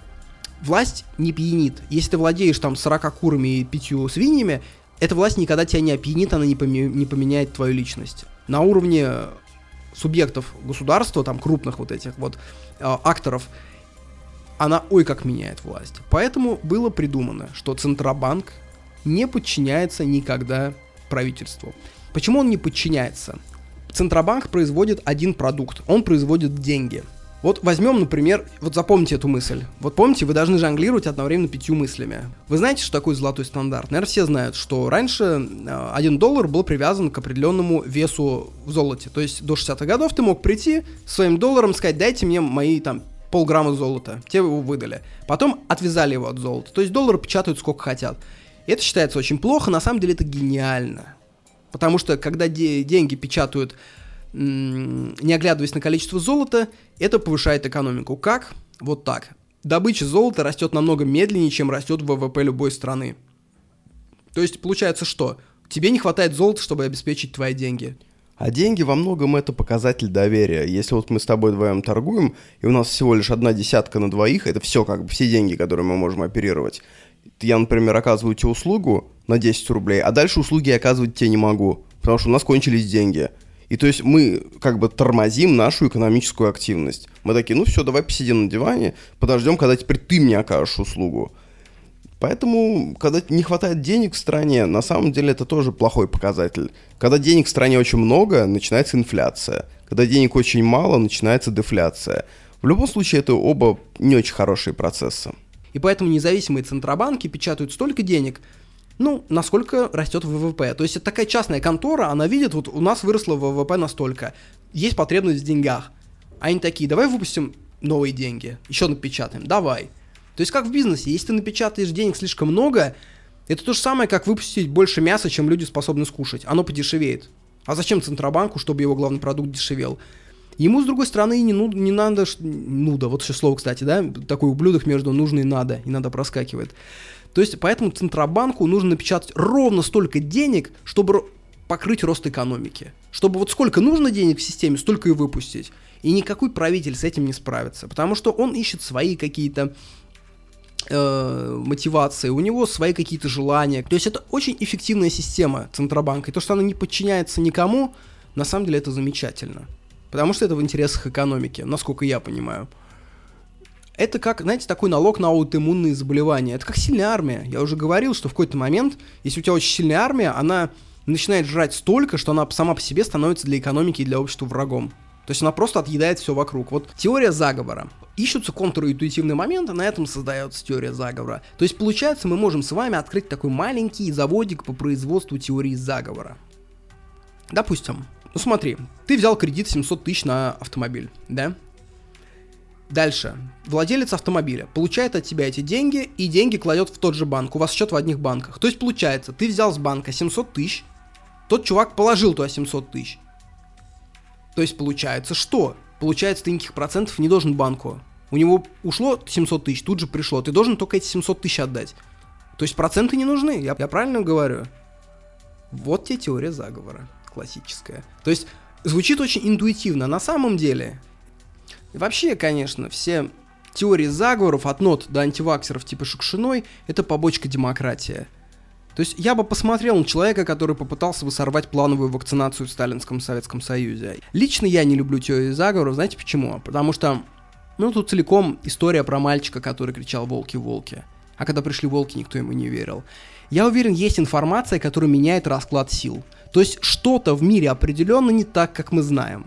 власть не пьянит. Если ты владеешь там сорока курами и пятью свиньями, эта власть никогда тебя не опьянит, она не, поме- не поменяет твою личность. На уровне субъектов государства, там крупных вот этих вот э, акторов, она ой как меняет власть. Поэтому было придумано, что Центробанк не подчиняется никогда правительству. Почему он не подчиняется? Центробанк производит один продукт, он производит деньги. Вот возьмем, например, вот запомните эту мысль. Вот помните, вы должны жонглировать одновременно пятью мыслями. Вы знаете, что такое золотой стандарт? Наверное, все знают, что раньше один доллар был привязан к определенному весу в золоте. То есть до шестидесятых годов ты мог прийти своим долларом, сказать, дайте мне мои там полграмма золота. Те его выдали. Потом отвязали его от золота. То есть доллары печатают сколько хотят. И это считается очень плохо, на самом деле это гениально. Потому что когда де- деньги печатают, м- не оглядываясь на количество золота, это повышает экономику. Как? Вот так. Добыча золота растет намного медленнее, чем растет ВВП любой страны. То есть получается что? Тебе не хватает золота, чтобы обеспечить твои деньги. А деньги во многом это показатель доверия. Если вот мы с тобой вдвоем торгуем, и у нас всего лишь одна десятка на двоих, это все как бы все деньги, которые мы можем оперировать. Я, например, оказываю тебе услугу на десять рублей, а дальше услуги я оказывать тебе не могу, потому что у нас кончились деньги. И то есть мы как бы тормозим нашу экономическую активность. Мы такие, ну все, давай посидим на диване, подождем, когда теперь ты мне окажешь услугу. Поэтому, когда не хватает денег в стране, на самом деле это тоже плохой показатель. Когда денег в стране очень много, начинается инфляция. Когда денег очень мало, начинается дефляция. В любом случае, это оба не очень хорошие процессы. И поэтому независимые центробанки печатают столько денег, ну, насколько растет ВВП. То есть это такая частная контора, она видит, вот у нас выросло ВВП настолько, есть потребность в деньгах. А они такие, давай выпустим новые деньги, еще напечатаем, давай. То есть как в бизнесе, если ты напечатаешь денег слишком много, это то же самое, как выпустить больше мяса, чем люди способны скушать. Оно подешевеет. А зачем Центробанку, чтобы его главный продукт дешевел? Ему, с другой стороны, не, ну, не надо... Нуда, вот еще слово, кстати, да? Такой ублюдок между нужно и надо. И надо проскакивает. То есть, поэтому Центробанку нужно напечатать ровно столько денег, чтобы покрыть рост экономики. Чтобы вот сколько нужно денег в системе, столько и выпустить. И никакой правитель с этим не справится. Потому что он ищет свои какие-то э, мотивации, у него свои какие-то желания. То есть, это очень эффективная система Центробанка. И то, что она не подчиняется никому, на самом деле это замечательно. Потому что это в интересах экономики, насколько я понимаю. Это как, знаете, такой налог на аутоиммунные заболевания. Это как сильная армия. Я уже говорил, что в какой-то момент, если у тебя очень сильная армия, она начинает жрать столько, что она сама по себе становится для экономики и для общества врагом. То есть она просто отъедает все вокруг. Вот теория заговора. Ищутся контринтуитивные моменты, на этом создается теория заговора. То есть получается, мы можем с вами открыть такой маленький заводик по производству теории заговора. Допустим, ну смотри, ты взял кредит семьсот тысяч на автомобиль, да? Дальше. Владелец автомобиля получает от тебя эти деньги, и деньги кладет в тот же банк. У вас счет в одних банках. То есть получается, ты взял с банка семьсот тысяч, тот чувак положил туда семьсот тысяч. То есть получается что? Получается, ты никаких процентов не должен банку. У него ушло семьсот тысяч, тут же пришло. Ты должен только эти семьсот тысяч отдать. То есть проценты не нужны, я, я правильно говорю? Вот тебе теория заговора. Классическая. То есть звучит очень интуитивно. На самом деле, вообще, конечно, все теории заговоров от нот до антиваксеров типа Шукшиной — это побочка демократии. То есть я бы посмотрел на человека, который попытался бы сорвать плановую вакцинацию в Сталинском Советском Союзе. Лично я не люблю теории заговоров, знаете почему? Потому что, ну, тут целиком история про мальчика, который кричал «волки, волки». А когда пришли волки, никто ему не верил. Я уверен, есть информация, которая меняет расклад сил. То есть что-то в мире определенно не так, как мы знаем.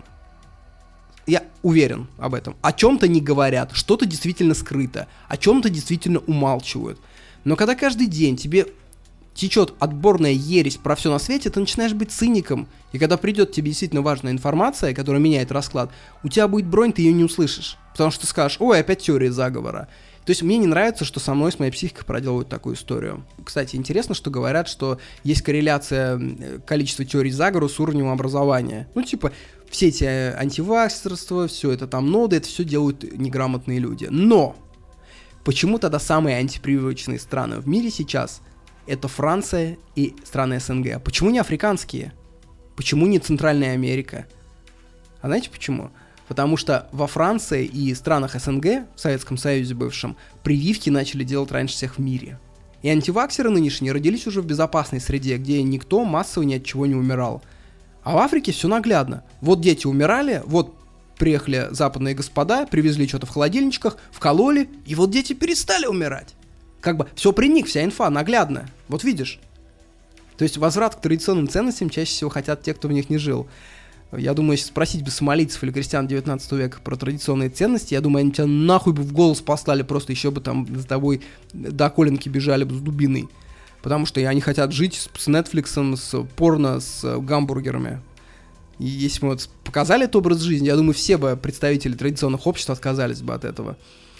Я уверен об этом. О чем-то не говорят, что-то действительно скрыто, о чем-то действительно умалчивают. Но когда каждый день тебе течет отборная ересь про все на свете, ты начинаешь быть циником. И когда придет тебе действительно важная информация, которая меняет расклад, у тебя будет бронь, ты ее не услышишь. Потому что ты скажешь: ой, опять теория заговора. То есть мне не нравится, что со мной, с моей психикой проделывают такую историю. Кстати, интересно, что говорят, что есть корреляция количества теорий заговора с уровнем образования. Ну, типа, все эти антиваксерства, все это там ноды, это все делают неграмотные люди. Но почему тогда самые антипрививочные страны в мире сейчас — это Франция и страны СНГ? Почему не африканские? Почему не Центральная Америка? А знаете почему? Потому что во Франции и странах СНГ, в Советском Союзе бывшем, прививки начали делать раньше всех в мире. И антиваксеры нынешние родились уже в безопасной среде, где никто массово ни от чего не умирал. А в Африке все наглядно. Вот дети умирали, вот приехали западные господа, привезли что-то в холодильничках, вкололи, и вот дети перестали умирать. Как бы все при них, вся инфа наглядно. Вот видишь. То есть возврат к традиционным ценностям чаще всего хотят те, кто в них не жил. Я думаю, если спросить бы сомалийцев или крестьян девятнадцатого века про традиционные ценности, я думаю, они тебя нахуй бы в голос послали, просто еще бы там за тобой до коленки бежали бы с дубиной. Потому что они хотят жить с, с Netflix, с порно, с гамбургерами. И если мы вот показали этот образ жизни, я думаю, все бы представители традиционных обществ отказались бы от этого.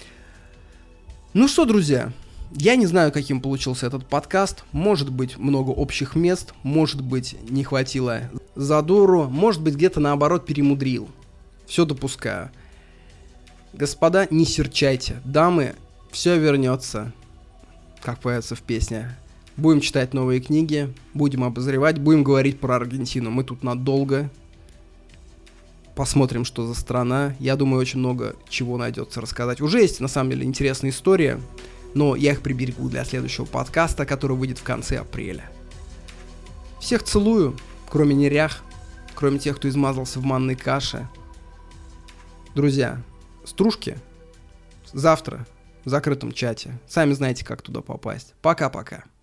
Ну что, друзья, я не знаю, каким получился этот подкаст. Может быть, много общих мест, может быть, не хватило задору, может быть, где-то наоборот перемудрил. Все допускаю. Господа, не серчайте. Дамы, все вернется, как поется в песне. Будем читать новые книги, будем обозревать, будем говорить про Аргентину. Мы тут надолго. Посмотрим, что за страна. Я думаю, очень много чего найдется рассказать. Уже есть, на самом деле, интересная история, но я их приберегу для следующего подкаста, который выйдет в конце апреля. Всех целую, кроме нерях, кроме тех, кто измазался в манной каше. Друзья, стружки завтра в закрытом чате. Сами знаете, как туда попасть. Пока-пока.